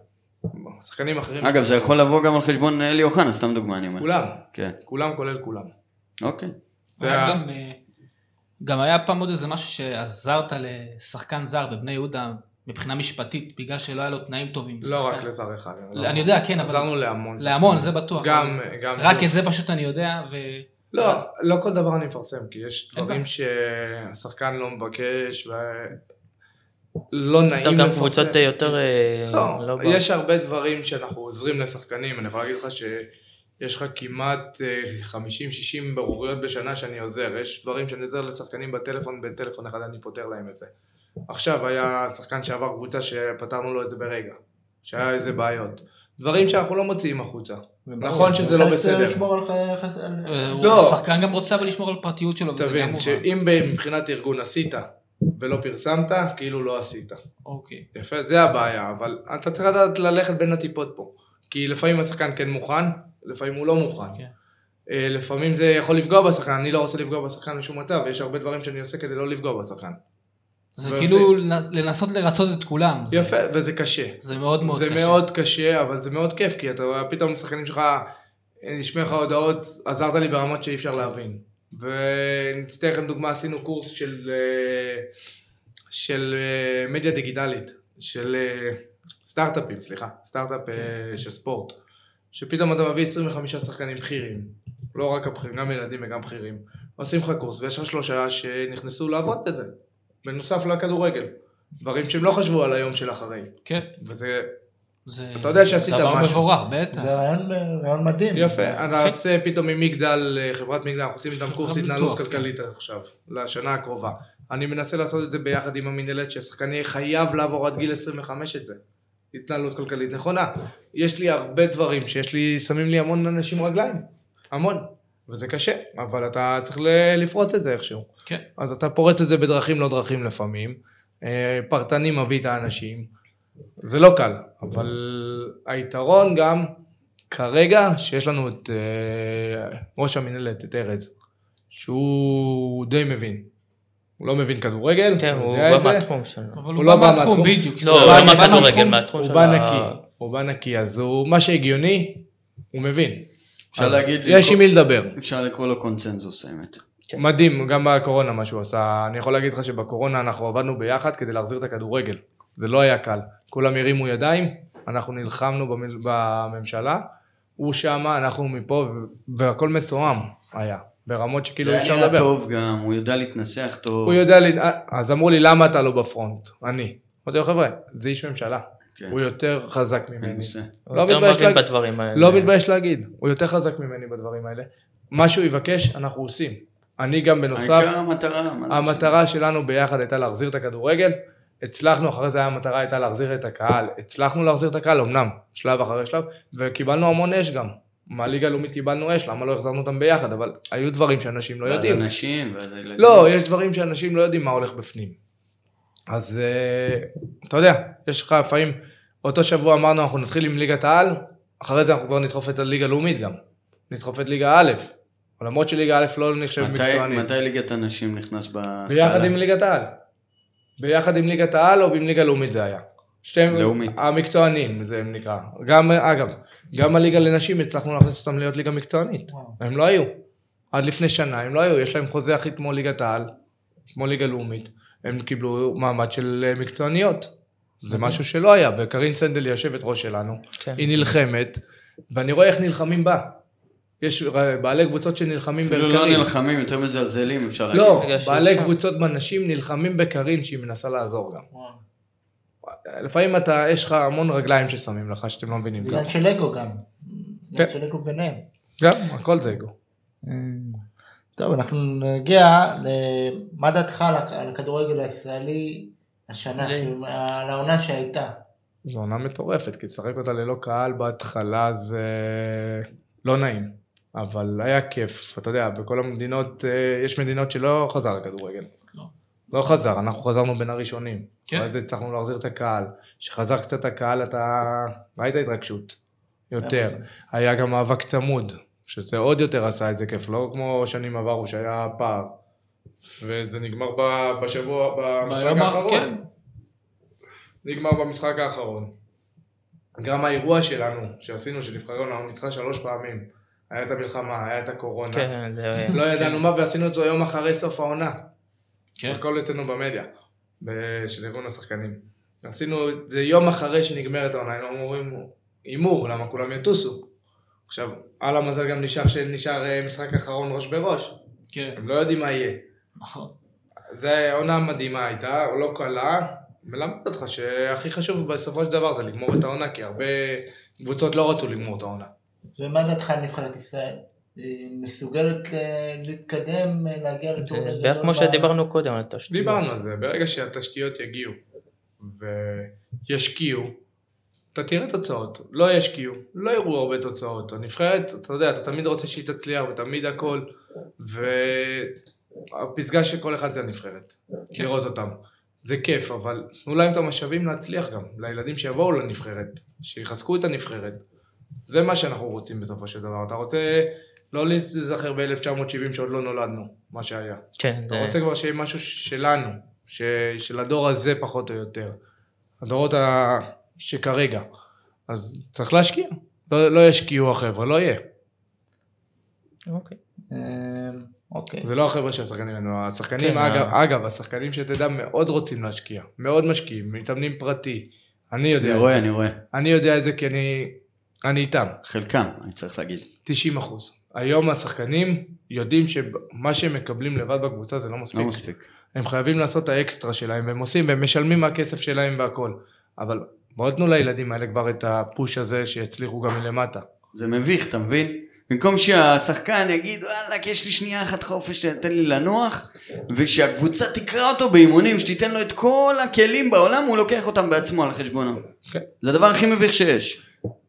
שחקנים אחרים... אגב, זה יכול לבוא גם על חשבון אלי אוחנה, סתם דוגמה אני אומר. כולם, כן. כולם כולל כולם. אוקיי. גם, גם היה פעם עוד איזה משהו שעזרת לשחקן זר בבני יהודה מבחינה משפטית, בגלל שלא היה לו תנאים טובים. לא רק לזר אחד. אני יודע, כן, אבל... עזרנו להמון. להמון, זה בטוח. גם, גם... רק את זה פשוט אני יודע, ו... לא, לא כל דבר אני מפרסם, כי יש דברים שהשחקן לא מבקש, ולא נעים לפרסם. גם קבוצות יותר... לא, יש הרבה דברים שאנחנו עוזרים לשחקנים, אני יכול להגיד לך שיש לך כמעט חמישים שישים ברוריות בשנה שאני עוזר, יש דברים שאני עוזר לשחקנים בטלפון, בטלפון אחד אני פותר להם את זה. עכשיו היה שחקן שעבר קבוצה שפתרנו לו את זה ברגע, שהיה איזה בעיות. דברים שאנחנו לא מוציאים החוצה. נכון שזה לא בסדר. שחקן גם רוצה אבל לשמור על פרטיות שלו. תבין, שאם מבחינת ארגון עשית ולא פרסמת, כאילו לא עשית. אוקיי. יפה, זה הבעיה, אבל אתה צריך לדעת ללכת בין הטיפות פה. כי לפעמים השחקן כן מוכן, לפעמים הוא לא מוכן. לפעמים זה יכול לפגוע בשחקן, אני לא רוצה לפגוע בשחקן בשום מצב, ויש הרבה דברים שאני עושה כדי לא לפגוע בשחקן. זה כאילו לנסות לרצות את כולם. יפה, וזה קשה. זה מאוד מאוד קשה. זה מאוד קשה, אבל זה מאוד כיף, כי אתה פתאום שחקנים שלך, נשמע לך הודעות, עזרת לי ברמות שאי אפשר להבין. ונצטרך לכם דוגמה, עשינו קורס של, של מדיה דיגיטלית, של סטארט-אפים, סליחה, סטארט-אפ של ספורט, שפתאום אתה מביא עשרים וחמישה שחקנים בכירים, לא רק הבכירים, גם ילדים וגם בכירים, עושים לך קורס, ויש לך שלושה שנכנסו לעבוד בזה. בנוסף לכדורגל, דברים שהם לא חשבו על היום של אחרי. כן. וזה, זה אתה יודע שעשית משהו. דבר מבורך, בטח. זה רעיון מדהים. יפה, אני אעשה פתאום ממגדל, חברת מגדל, אנחנו עושים איתם קורס התנהלות כלכלית עכשיו, לשנה הקרובה. אני מנסה לעשות את זה ביחד עם המנהלת, שהשחקן יהיה חייב לעבור עד גיל עשרים וחמש את זה. התנהלות כלכלית נכונה. יש לי הרבה דברים שיש לי, שמים לי המון אנשים רגליים. המון. וזה קשה, אבל אתה צריך לפרוץ את זה איכשהו. כן. אז אתה פורץ את זה בדרכים לא דרכים לפעמים, פרטני מביא את האנשים, זה לא קל, אבל היתרון גם כרגע שיש לנו את ראש המנהלת, את ארז, שהוא די מבין. הוא לא מבין כדורגל, כן, הוא בא מהתחום שלו. אבל הוא בא מהתחום, בדיוק. לא, הוא בא מהכדורגל, מהתחום שלו. הוא בא נקי, הוא בא נקי, אז מה שהגיוני, הוא מבין. אפשר להגיד, יש עם מי לדבר. אפשר לקרוא לו קונצנזוס, האמת. מדהים, גם בקורונה מה שהוא עשה. אני יכול להגיד לך שבקורונה אנחנו עבדנו ביחד כדי להחזיר את הכדורגל. זה לא היה קל. כולם הרימו ידיים, אנחנו נלחמנו בממשלה, הוא שמה, אנחנו מפה, והכל מתואם היה. ברמות שכאילו אפשר לדבר. זה היה טוב גם, הוא יודע להתנסח טוב. הוא יודע, אז אמרו לי, למה אתה לא בפרונט? אני. אמרתי לו, חבר'ה, זה איש ממשלה. הוא יותר חזק ממני. הוא יותר מבין בדברים האלה. לא מתבייש להגיד, הוא יותר חזק ממני בדברים האלה. מה שהוא יבקש, אנחנו עושים. אני גם בנוסף, המטרה שלנו ביחד הייתה להחזיר את הכדורגל, הצלחנו, אחרי זה המטרה הייתה להחזיר את הקהל, הצלחנו להחזיר את הקהל, אמנם, שלב אחרי שלב, וקיבלנו המון אש גם. מהליגה הלאומית קיבלנו אש, למה לא החזרנו אותם ביחד, אבל היו דברים שאנשים לא יודעים. אנשים, לא, יש דברים שאנשים לא יודעים מה הולך בפנים. אז אתה יודע, יש לך לפעמים, אותו שבוע אמרנו, אנחנו נתחיל עם ליגת העל, אחרי זה אנחנו כבר נדחוף את הליגה הלאומית גם. נדחוף את ליגה א', למרות שליגה א' לא נחשב מקצוענית. מתי ליגת הנשים נכנס בסקאלה? ביחד עם ליגת העל. ביחד עם ליגת העל או עם ליגה לאומית זה היה. לאומית. המקצוענים זה נקרא. גם, אגב, גם הליגה לנשים הצלחנו להכניס אותם להיות ליגה מקצוענית. הם לא היו. עד לפני שנה הם לא היו. יש להם חוזה הכי כמו ליגת העל, כמו ליגה לאומית. הם קיבלו מעמד של מקצועניות. זה משהו שלא היה. וקרין סנדל היא יושבת ראש שלנו. היא נלחמת, ואני רואה איך נלחמים בה. יש בעלי קבוצות שנלחמים בקרין. אפילו לא נלחמים, יותר מזלזלים, אפשר להגיד. לא, בעלי קבוצות בנשים נלחמים בקרין שהיא מנסה לעזור גם. לפעמים אתה, יש לך המון רגליים ששמים לך, שאתם לא מבינים. בגלל של אגו גם. בגלל של אגו ביניהם. גם, הכל זה אגו. טוב, אנחנו נגיע למה דעתך על הכדורגל הישראלי השנה, על העונה שהייתה. זו עונה מטורפת, כי לשחק אותה ללא קהל בהתחלה זה לא נעים, אבל היה כיף. אתה יודע, בכל המדינות, יש מדינות שלא חזר הכדורגל. לא. לא חזר, אנחנו חזרנו בין הראשונים. כן. אז הצלחנו להחזיר את הקהל. שחזר קצת הקהל, אתה ראית התרגשות. יותר. היה גם מאבק צמוד, שזה עוד יותר עשה את זה כיף. לא כמו שנים עברו שהיה פער. וזה נגמר בשבוע, במשחק האחרון. כן. נגמר במשחק האחרון. גם האירוע שלנו, שעשינו, שנבחרנו, נדחה שלוש פעמים, היה את המלחמה, היה את הקורונה, כן, זה... לא ידענו מה, ועשינו את זה יום אחרי סוף העונה. כן. הכל אצלנו במדיה, של ארגון השחקנים. עשינו את זה יום אחרי שנגמרת העונה, היינו אומרים, אימור, למה כולם יטוסו. עכשיו, על המזל גם נשאר שנשאר משחק אחרון ראש בראש. כן. הם לא יודעים מה יהיה. נכון. זה עונה מדהימה הייתה, או לא קלה, מלמד אותך שהכי חשוב בסופו של דבר זה לגמור את העונה, כי הרבה קבוצות לא רצו לגמור את העונה. ומה דעתך על נבחרת ישראל? היא מסוגלת להתקדם, להגיע לטורניר? בערך כמו שדיברנו קודם על התשתיות. דיברנו על זה, ברגע שהתשתיות יגיעו וישקיעו, אתה תראה תוצאות, לא ישקיעו, לא יראו הרבה תוצאות. הנבחרת, אתה יודע, אתה תמיד רוצה שהיא תצליח ותמיד הכל, והפסגה של כל אחד זה הנבחרת, לראות אותם. זה כיף, אבל תנו להם את המשאבים להצליח גם, לילדים שיבואו לנבחרת, שיחזקו את הנבחרת. זה מה שאנחנו רוצים בסופו של דבר. אתה רוצה לא להיזכר ב-אלף תשע מאות שבעים שעוד לא נולדנו, מה שהיה. כן. אתה רוצה כבר שיהיה משהו שלנו, ש... של הדור הזה פחות או יותר. הדורות ה... שכרגע. אז צריך להשקיע. לא, לא ישקיעו החבר'ה, לא יהיה. אוקיי. אוקיי. זה לא החבר'ה של השחקנים, השחקנים, כן, אגב, אה... אגב, השחקנים שתדע מאוד רוצים להשקיע, מאוד משקיעים, מתאמנים פרטי. אני יודע אני רואה, זה. אני רואה. אני יודע את זה כי אני, אני איתם. חלקם, אני צריך להגיד. תשעים אחוז. היום השחקנים יודעים שמה שהם מקבלים לבד בקבוצה זה לא מספיק. לא מספיק. הם חייבים לעשות את האקסטרה שלהם, והם עושים, והם משלמים מהכסף שלהם והכל. אבל בואו תנו לילדים האלה כבר את הפוש הזה שיצליחו גם מלמטה. זה מביך, אתה מבין? במקום שהשחקן יגיד, וואלה, יש לי שנייה אחת חופש, תתן לי לנוח, ושהקבוצה תקרא אותו באימונים, שתיתן לו את כל הכלים בעולם, הוא לוקח אותם בעצמו על חשבונו. כן. זה הדבר הכי מביך שיש.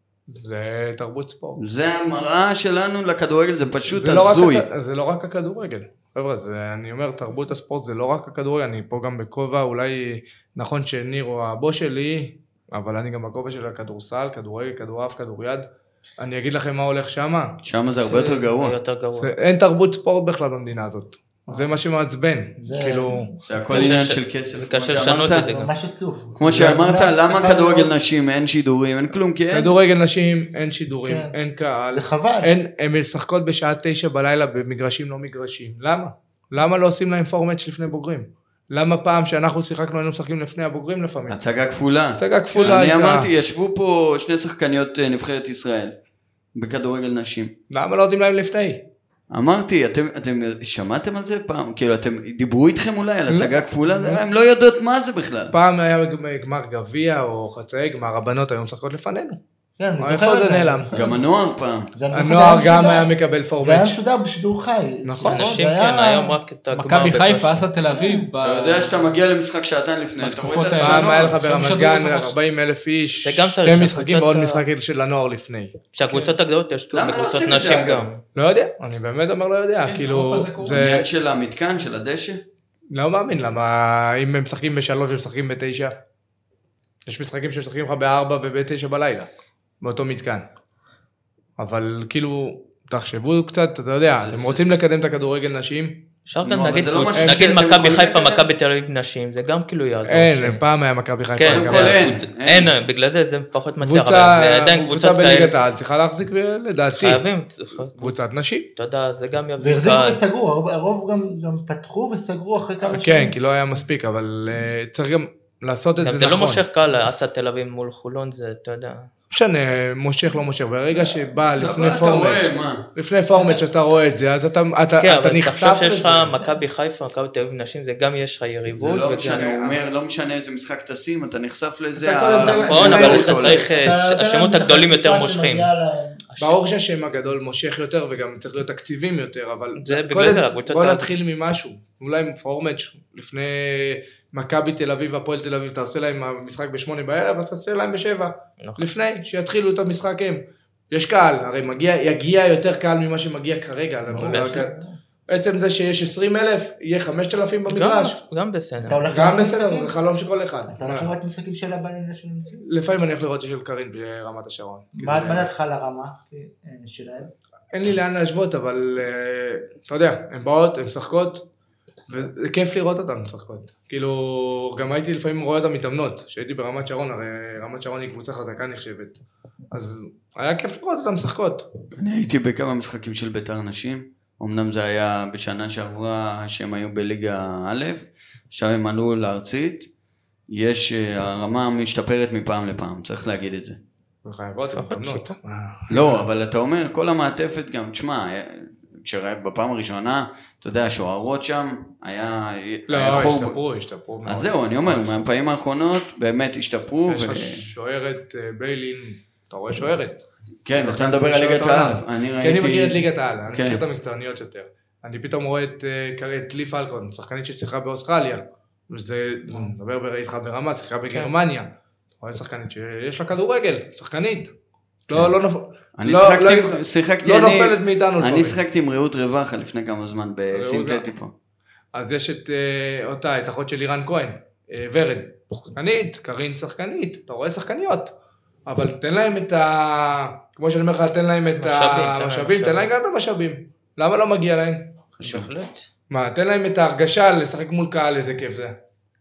זה תרבות ספורט. זה המראה שלנו לכדורגל, זה פשוט הזוי. לא זה לא רק הכדורגל. חבר'ה, אני אומר, תרבות הספורט זה לא רק הכדורגל, אני פה גם בכובע, אולי נכון שניר הוא הבוס שלי, אבל אני גם בכובע של הכדורסל, כדורגל, כדורעף, כדוריד. אני אגיד לכם מה הולך שמה. שמה זה הרבה יותר גרוע. אין תרבות ספורט בכלל במדינה הזאת. זה מה שמעצבן. כאילו... זה הכל עניין של כסף. זה קשה לשנות את זה גם. ממש עצוב. כמו שאמרת, למה כדורגל נשים אין שידורים, אין כלום, כי אין. כדורגל נשים, אין שידורים, אין קהל. זה חבל. הן משחקות בשעה תשע בלילה במגרשים לא מגרשים. למה? למה לא עושים להם פורמט לפני בוגרים? למה פעם שאנחנו שיחקנו היינו משחקים לפני הבוגרים לפעמים? הצגה כפולה. הצגה כפולה הייתה. אני אמרתי, ישבו פה שני שחקניות נבחרת ישראל, בכדורגל נשים. למה לא יודעים להם לפני? אמרתי, אתם, אתם שמעתם על זה פעם? כאילו, אתם דיברו איתכם אולי על הצגה כפולה? הם לא יודעות מה זה בכלל. פעם היה גמר גביע או חצאי גמר, הבנות היום משחקות לפנינו. כן, אני איפה זה נעלם? גם הנוער פעם. הנוער גם היה מקבל פורמט. זה היה משודר בשידור חי. נכון. אנשים כן, היום רק את הגמר. מכבי חיפה, אסא תל אביב. אתה יודע שאתה מגיע למשחק שעתיים לפני. בתקופות האלה. פעם היה לך ברמת גן ארבעים אלף איש, שתי משחקים ועוד משחק של הנוער לפני. שהקבוצות הגדולות יש קבוצות נשים גם. לא יודע, אני באמת אומר לא יודע. כאילו, זה עניין של המתקן, של הדשא? לא מאמין, למה אם הם משחקים בשלוש ומשחקים בתשע? יש משחקים שמשחקים לך בארבע ובתשע בלילה. באותו מתקן. אבל כאילו, תחשבו קצת, אתה יודע, אתם רוצים לקדם את הכדורגל נשים? אפשר גם נגיד מכבי חיפה, מכבי תל אביב נשים, זה גם כאילו יעזור. אין, פעם היה מכבי חיפה. כן, אין, בגלל זה זה פחות מצליח. קבוצה בליגת העל צריכה להחזיק לדעתי. חייבים. קבוצת נשים. אתה יודע, זה גם יביא. והחזיקו וסגרו, הרוב גם פתחו וסגרו אחרי כמה שנים. כן, כי לא היה מספיק, אבל צריך גם לעשות את זה נכון. זה לא מושך קל, אסא תל אביב מול חולון, זה, אתה יודע. משנה, מושך לא מושך, ברגע שבא לפני פורמט, לפני פורמט שאתה רואה את זה, אז אתה נחשף לזה. כן, אבל תחשוב שיש לך מכבי חיפה, מכבי תל אביב נשים, זה גם יש לך יריבות. זה לא משנה, הוא אומר, לא משנה איזה משחק תשים, אתה נחשף לזה. נכון, אבל אתה צריך, השמות הגדולים יותר מושכים. ברור שהשם הגדול מושך יותר, וגם צריך להיות תקציבים יותר, אבל בוא נתחיל ממשהו, אולי פורמט לפני מכבי תל אביב, הפועל תל אביב, תעשה להם המשחק בשמונה בערב, אז תעשה להם בשבע, לפני שיתחילו את המשחק הם. יש קהל, הרי מגיע, יגיע יותר קהל ממה שמגיע כרגע. בעצם זה שיש עשרים אלף, יהיה חמשת אלפים במגרש. גם בסדר. גם בסדר, זה חלום של כל אחד. אתה הולך לראות משחקים של הבנים של אנשים? לפעמים אני הולך לראות של קרין ברמת השרון. מה דעתך על הרמה שלהם? אין לי לאן להשוות, אבל אתה יודע, הן באות, הן משחקות, וזה כיף לראות אותם משחקות. כאילו, גם הייתי לפעמים רואה אותם מתאמנות, שהייתי ברמת שרון, הרי רמת שרון היא קבוצה חזקה נחשבת. אז היה כיף לראות אותם משחקות. אני הייתי בכמה משחקים של בית"ר נשים, אמנם זה היה בשנה שעברה שהם היו בליגה א', עכשיו הם עלו לארצית, יש, הרמה משתפרת מפעם לפעם, צריך להגיד את זה. וחייבות מתאמנות. לא, אבל אתה אומר, כל המעטפת גם, תשמע, כשבפעם הראשונה, אתה יודע, השוערות שם, היה... לא, השתפרו, השתפרו. אז זהו, אני אומר, מהפעמים האחרונות, באמת השתפרו. יש לך שוערת ביילין, אתה רואה שוערת. כן, אתה מדבר על ליגת העל. אני ראיתי... כן, אני מכיר את ליגת העל, אני מכיר את המקצועניות יותר. אני פתאום רואה את לי פלקון, שחקנית ששיחקה באוסטרליה, וזה, נדבר איתך ברמה, שיחקה בגרמניה. אתה רואה שחקנית שיש לה כדורגל, שחקנית. לא, לא נפל. אני לא, שיחקתי, לא נופלת מאיתנו. אני שיחקתי עם רעות רווחה לפני כמה זמן בסינתטי פה. אז יש את אותה, את אחות של אירן כהן, ורד, שחקנית, קרין שחקנית, אתה רואה שחקניות, אבל תן להם את ה... כמו שאני אומר לך, תן להם את המשאבים, תן להם גם את המשאבים. למה לא מגיע להם? בהחלט. מה, תן להם את ההרגשה לשחק מול קהל, איזה כיף זה.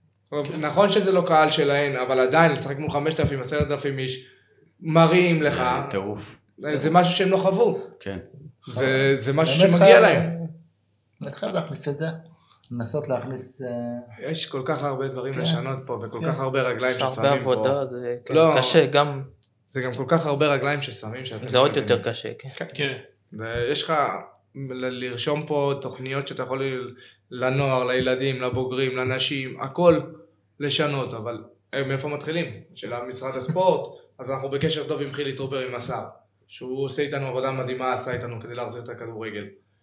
נכון שזה לא קהל שלהם, אבל עדיין לשחק מול חמשת אלפים, עשרת אלפים איש, מראים לך. טירוף. זה משהו שהם לא חוו. כן. זה משהו שמגיע להם. אני חייב להכניס את זה. לנסות להכניס... יש כל כך הרבה דברים לשנות פה, וכל כך הרבה רגליים ששמים פה. הרבה עבודה, זה קשה גם... זה גם כל כך הרבה רגליים ששמים. זה עוד יותר קשה, כן. כן. ויש לך לרשום פה תוכניות שאתה יכול לנוער, לילדים, לבוגרים, לנשים, הכל לשנות, אבל מאיפה מתחילים? של משרד הספורט, אז אנחנו בקשר טוב עם חילי טרופר עם השר, שהוא עושה איתנו עבודה מדהימה, עשה איתנו כדי להחזיר את הכדורגל.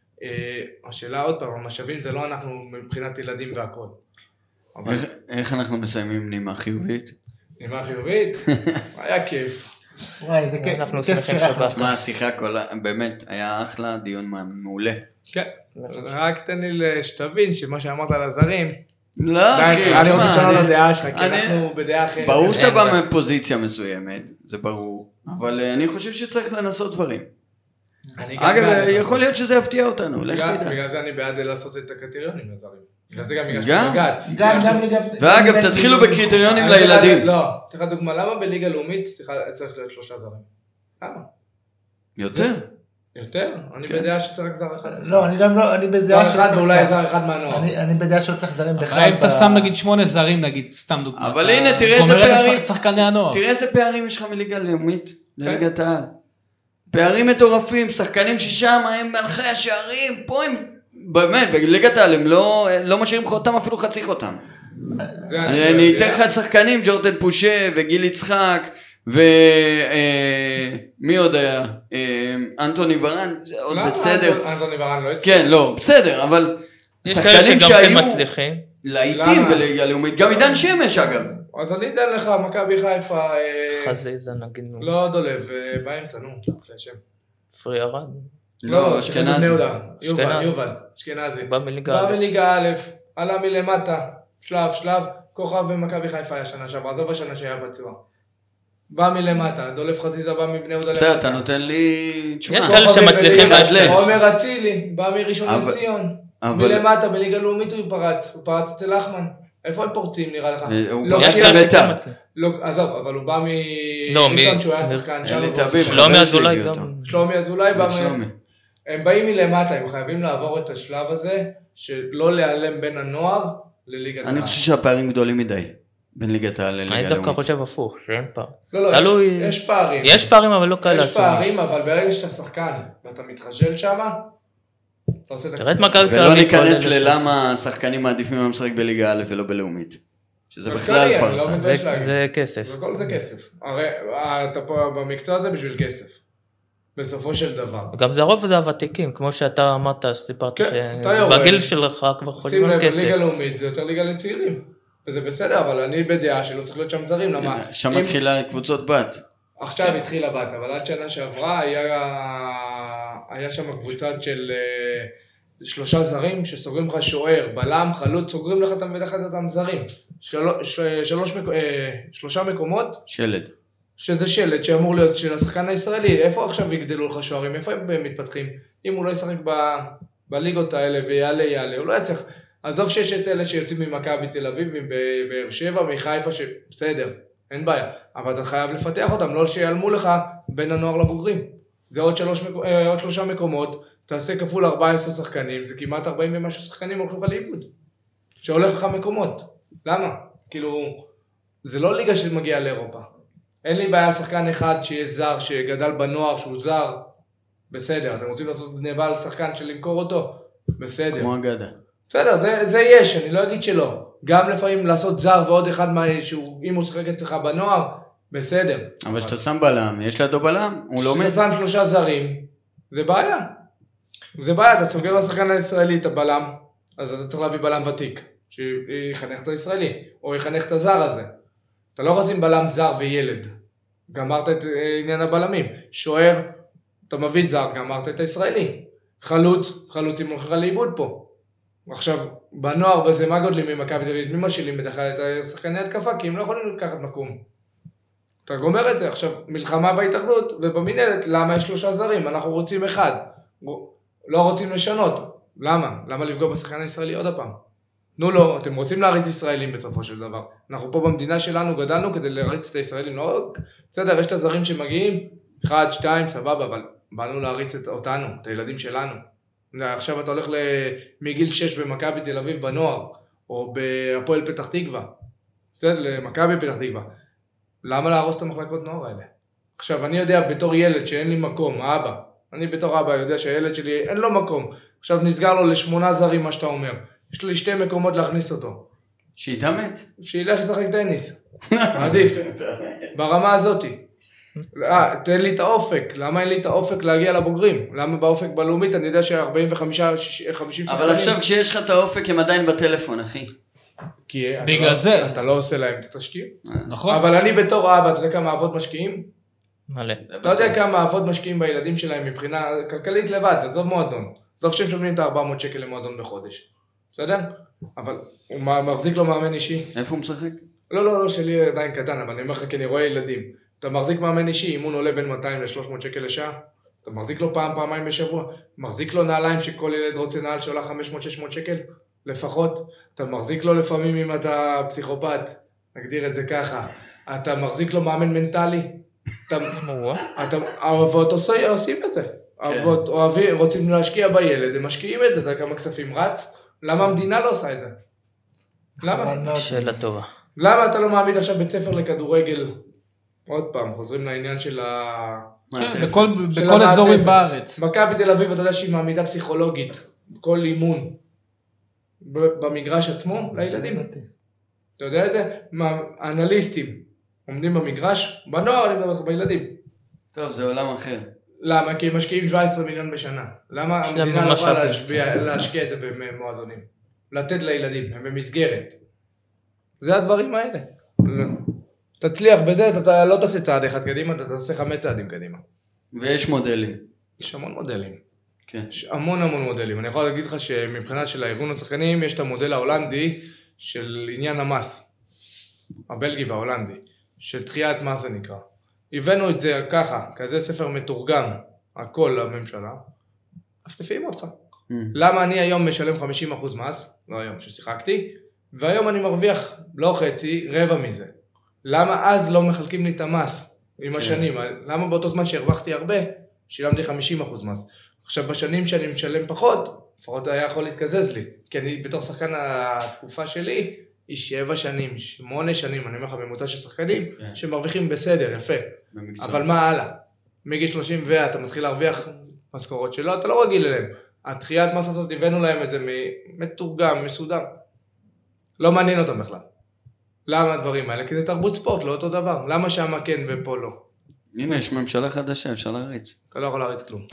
השאלה עוד פעם, המשאבים זה לא אנחנו מבחינת ילדים והכל. איך אנחנו מסיימים נימה חיובית? נימה חיובית? היה כיף. וואי, זה כיף שרחת. מה, השיחה כולה, באמת, היה אחלה דיון מעולה. כן, רק תן לי שתבין שמה שאמרת על הזרים, לא, אחי, אני רוצה לשנות את הדעה שלך, כי אנחנו בדעה אחרת. ברור שאתה בא מפוזיציה מסוימת, זה ברור, אבל אני חושב שצריך לנסות דברים. אגב, יכול להיות שזה יפתיע אותנו, לך תדע. בגלל זה אני בעד לעשות את הקריטריונים לזרים. בגלל זה גם הגשתי בג"ץ. גם, גם לגבי... ואגב, תתחילו בקריטריונים לילדים. לא, תראה דוגמה, למה בליגה לאומית צריך להיות שלושה זרים? למה? יותר? יותר? אני בדעה שצריך רק זר אחד. לא, אני גם לא, אני בדעה זר אחד ואולי זר אחד מהנוער. אני בדעה שלא צריך זרים בכלל. אם אתה שם נגיד שמונה זרים נגיד, סתם דוגמה. אבל הנה, תראה איזה פערים. שחקני הנוער. תראה איזה פערים יש לך מליגה לאומית לליגת העל. פערים מטורפים, שחקנים ששם הם מלכי השערים, פה הם, באמת, בליגת העל הם לא משאירים חותם, אפילו חצי חותם. אני אתן לך את שחקנים, ג'ורדן פושה וגיל יצחק, ומי עוד היה? אנטוני ברן, זה עוד בסדר. למה אנטוני ברן לא יצחק? כן, לא, בסדר, אבל שחקנים שהיו לעיתים בליגה לאומית, גם עידן שמש אגב. אז אני אתן לך, מכבי חיפה... חזיזה נגיד. לא דולב, באמצע, נו, אחרי שם. פרי ארד. לא, אשכנזי. יובל, יובל, אשכנזי. בא מליגה א'. בא מליגה א', עלה מלמטה, שלב, שלב, כוכב ומכבי חיפה היה שנה שעברה, עזוב השנה שהיה פצוע. בא מלמטה, דולב חזיזה בא מבני יהודה. בסדר, אתה נותן לי... יש כאלה שמצליחים להשלים. עומר אצילי, בא מראשון לציון. מלמטה, בליגה לאומית הוא פרץ, הוא פרץ אצל לחמן. איפה הם פורצים נראה לך? יש כאלה בית"ר. עזוב, אבל הוא בא מראשון שהוא היה שחקן. שלומי אזולאי גם. שלומי אזולאי בא מ... הם באים מלמטה, הם חייבים לעבור את השלב הזה, שלא להיעלם בין הנוער לליגת העל. אני חושב שהפערים גדולים מדי, בין ליגת העל לליגה לאומית. אני דווקא חושב הפוך, שאין פער. לא, לא, יש פערים. יש פערים, אבל לא כאלה. יש פערים, אבל ברגע שאתה שחקן, ואתה מתחשל שמה, אתה עושה את הקבוצה. ולא ניכנס ללמה השחקנים מעדיפים לשחק בליגה א' ולא בלאומית. שזה בכלל פרסה. זה כסף. וכל זה כסף. הרי אתה פה במקצוע הזה בשביל כסף. בסופו של דבר. גם זה הרוב זה הוותיקים, כמו שאתה אמרת, סיפרת שבגיל שלך כבר חולים על כסף. שים לב, ליגה לאומית זה יותר ליגה לצעירים. וזה בסדר, אבל אני בדעה שלא צריך להיות שם זרים, למה? שם מתחילה קבוצות בת. עכשיו התחילה בת, אבל עד שנה שעברה היה שם קבוצה של שלושה זרים שסוגרים לך שוער, בלם, חלוץ, סוגרים לך מתחת אותם זרים. שלושה מקומות. שלד. שזה שלד שאמור להיות של השחקן הישראלי. איפה עכשיו יגדלו לך שוערים? איפה הם מתפתחים? אם הוא לא ישחק בליגות האלה ויעלה יעלה, הוא לא יצליח. עזוב שיש את אלה שיוצאים ממכבי תל אביב, מבאר שבע, מחיפה, שבסדר, אין בעיה. אבל אתה חייב לפתח אותם, לא שיעלמו לך בין הנוער לבוגרים. זה עוד, שלוש, עוד שלושה מקומות, תעשה כפול ארבע עשרה שחקנים, זה כמעט ארבעים ומשהו שחקנים הולכים לך לאיבוד. שהולך לך מקומות. למה? כאילו, זה לא ליגה שמגיעה לאירופה. אין לי בעיה שחקן אחד שיש זר, שגדל בנוער, שהוא זר, בסדר. אתם רוצים לעשות גניבה על שחקן של למכור אותו? בסדר. כמו אגדה. בסדר, זה, זה יש, אני לא אגיד שלא. גם לפעמים לעשות זר ועוד אחד מה, שהוא, אם הוא שחק אצלך בנוער, בסדר. אבל שאתה שם בלם, יש לידו בלם, הוא לא מת. שאתה שם שלושה זרים, זה בעיה. זה בעיה, אתה סוגר לשחקן הישראלי את הבלם, אז אתה צריך להביא בלם ותיק, שיחנך את הישראלי, או יחנך את הזר הזה. אתה לא רוצים בלם זר וילד. גמרת את עניין הבלמים. שוער, אתה מביא זר, גמרת את הישראלי. חלוץ, חלוצים הולכים לאיבוד פה. עכשיו, בנוער וזה מה גודלים ממכבי תל אביב, מי משאילים בדרך כלל את השחקני התקפה, כי הם לא יכולים לקחת מקום. אתה גומר את זה, עכשיו, מלחמה בהתאחדות, ובמנהלת, למה יש שלושה זרים? אנחנו רוצים אחד. לא רוצים לשנות. למה? למה לפגוע בשחקן הישראלי עוד הפעם? נו לא, אתם רוצים להריץ ישראלים בסופו של דבר. אנחנו פה במדינה שלנו גדלנו כדי להריץ את הישראלים. לא, בסדר, יש את הזרים שמגיעים, אחד, שתיים, סבבה, אבל באנו להריץ את אותנו, את הילדים שלנו. עכשיו אתה הולך מגיל שש במכבי תל אביב בנוער, או בהפועל פתח תקווה. בסדר, למכבי פתח תקווה. למה להרוס את המחלקות נוער האלה? עכשיו, אני יודע בתור ילד שאין לי מקום, האבא, אני בתור אבא יודע שהילד שלי אין לו מקום. עכשיו נסגר לו לשמונה זרים מה שאתה אומר. יש לי שתי מקומות להכניס אותו. שיתאמץ. שילך לשחק טניס. עדיף. ברמה הזאת. אה, תן לי את האופק. למה אין לי את האופק להגיע לבוגרים? למה באופק בלאומית אני יודע ש-ארבעים וחמישה חמישים אבל עכשיו כשיש לך את האופק הם עדיין בטלפון, אחי. כי בגלל זה. אתה לא עושה להם את התשתיות. נכון. אבל אני בתור אבא, אתה יודע כמה אבות משקיעים? מלא. אתה יודע כמה אבות משקיעים בילדים שלהם מבחינה כלכלית לבד, עזוב מועדון. עזוב שהם שומעים את ארבע מאות שקל למועדון בחודש. בסדר? אבל הוא מחזיק לו מאמן אישי. איפה הוא משחק? לא, לא, לא, שלי עדיין קטן, אבל אני אומר לך כי אני רואה ילדים. אתה מחזיק מאמן אישי, אימון עולה בין מאתיים לשלוש מאות שקל לשעה. אתה מחזיק לו פעם, פעמיים בשבוע. מחזיק לו נעליים שכל ילד רוצה נעל שעולה חמש מאות שש מאות שקל. לפחות. אתה מחזיק לו לפעמים אם אתה פסיכופת. נגדיר את זה ככה. אתה מחזיק לו מאמן מנטלי. האבות עושים את זה. האבות רוצים להשקיע בילד, הם משקיעים את זה, אתה כמה כספים רץ. למה המדינה לא עושה את זה? למה? שאלה טובה. למה אתה לא מעמיד עכשיו בית ספר לכדורגל? עוד פעם, חוזרים לעניין של ה... בכל אזורים בארץ. מכבי תל אביב, אתה יודע שהיא מעמידה פסיכולוגית, כל אימון, במגרש עצמו, לילדים. אתה יודע את זה? האנליסטים עומדים במגרש, בנוער אני מדבר לך בילדים. טוב, זה עולם אחר. למה? כי הם משקיעים שבע עשרה מיליון בשנה. למה המדינה לא יכולה להשקיע את זה במועדונים? לתת לילדים, הם במסגרת. זה הדברים האלה. תצליח בזה, אתה לא תעשה צעד אחד קדימה, אתה תעשה חמש צעדים קדימה. ויש מודלים. יש המון מודלים. כן. יש המון המון מודלים. אני יכול להגיד לך שמבחינה של הארגון השחקנים, יש את המודל ההולנדי של עניין המס. הבלגי וההולנדי. של דחיית מס זה נקרא. הבאנו את זה ככה, כזה ספר מתורגם, הכל לממשלה, אפתפים אותך. Mm. למה אני היום משלם חמישים אחוז מס, לא היום ששיחקתי, והיום אני מרוויח לא חצי, רבע מזה. למה אז לא מחלקים לי את המס עם השנים? למה באותו זמן שהרווחתי הרבה, שילמתי חמישים אחוז מס? עכשיו בשנים שאני משלם פחות, לפחות היה יכול להתקזז לי, כי אני בתור שחקן התקופה שלי, היא שבע שנים, שמונה שנים, אני אומר לך ממוצע של שחקנים, yeah. שמרוויחים בסדר, יפה. במקצוע. אבל מה הלאה? מגיל שלושים ואתה מתחיל להרוויח משכורות שלו, אתה לא רגיל אליהם. התחיית מס הזאת, הבאנו להם את זה מתורגם, מסודר. לא מעניין אותם בכלל. למה הדברים האלה? כי זה תרבות ספורט, לא אותו דבר. למה שמה כן ופה לא? הנה, יש ממשלה חדשה, אפשר להריץ. אתה לא יכול להריץ כלום.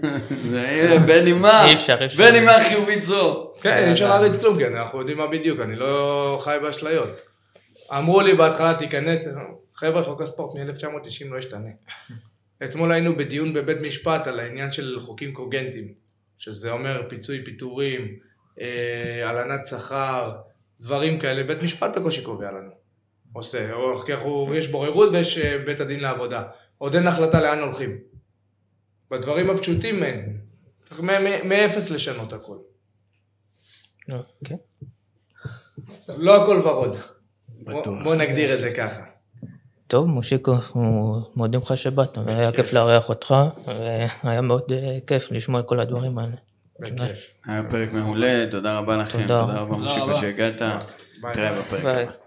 בנימה, בנימה חיובית זו. כן, אפשר להריץ כלום, כן, אנחנו יודעים מה בדיוק, אני לא חי באשליות. אמרו לי בהתחלה, תיכנס, חבר'ה, חוק הספורט מ-אלף תשע מאות תשעים לא ישתנה. אתמול היינו בדיון בבית משפט על העניין של חוקים קוגנטיים, שזה אומר פיצוי פיטורים, הלנת שכר, דברים כאלה, בית משפט בקושי קובע לנו. עושה, או יש בוררות ויש בית הדין לעבודה. עוד אין החלטה לאן הולכים. בדברים הפשוטים אין. צריך מאפס לשנות הכל. אוקיי. לא הכל ורוד. בוא נגדיר את זה ככה. טוב, מושיקו, אנחנו מודים לך שבאת, היה כיף לארח אותך, והיה מאוד כיף לשמוע את כל הדברים האלה. היה פרק מעולה, תודה רבה לכם, תודה רבה מושיקו שהגעת, תראה בפרק הבא.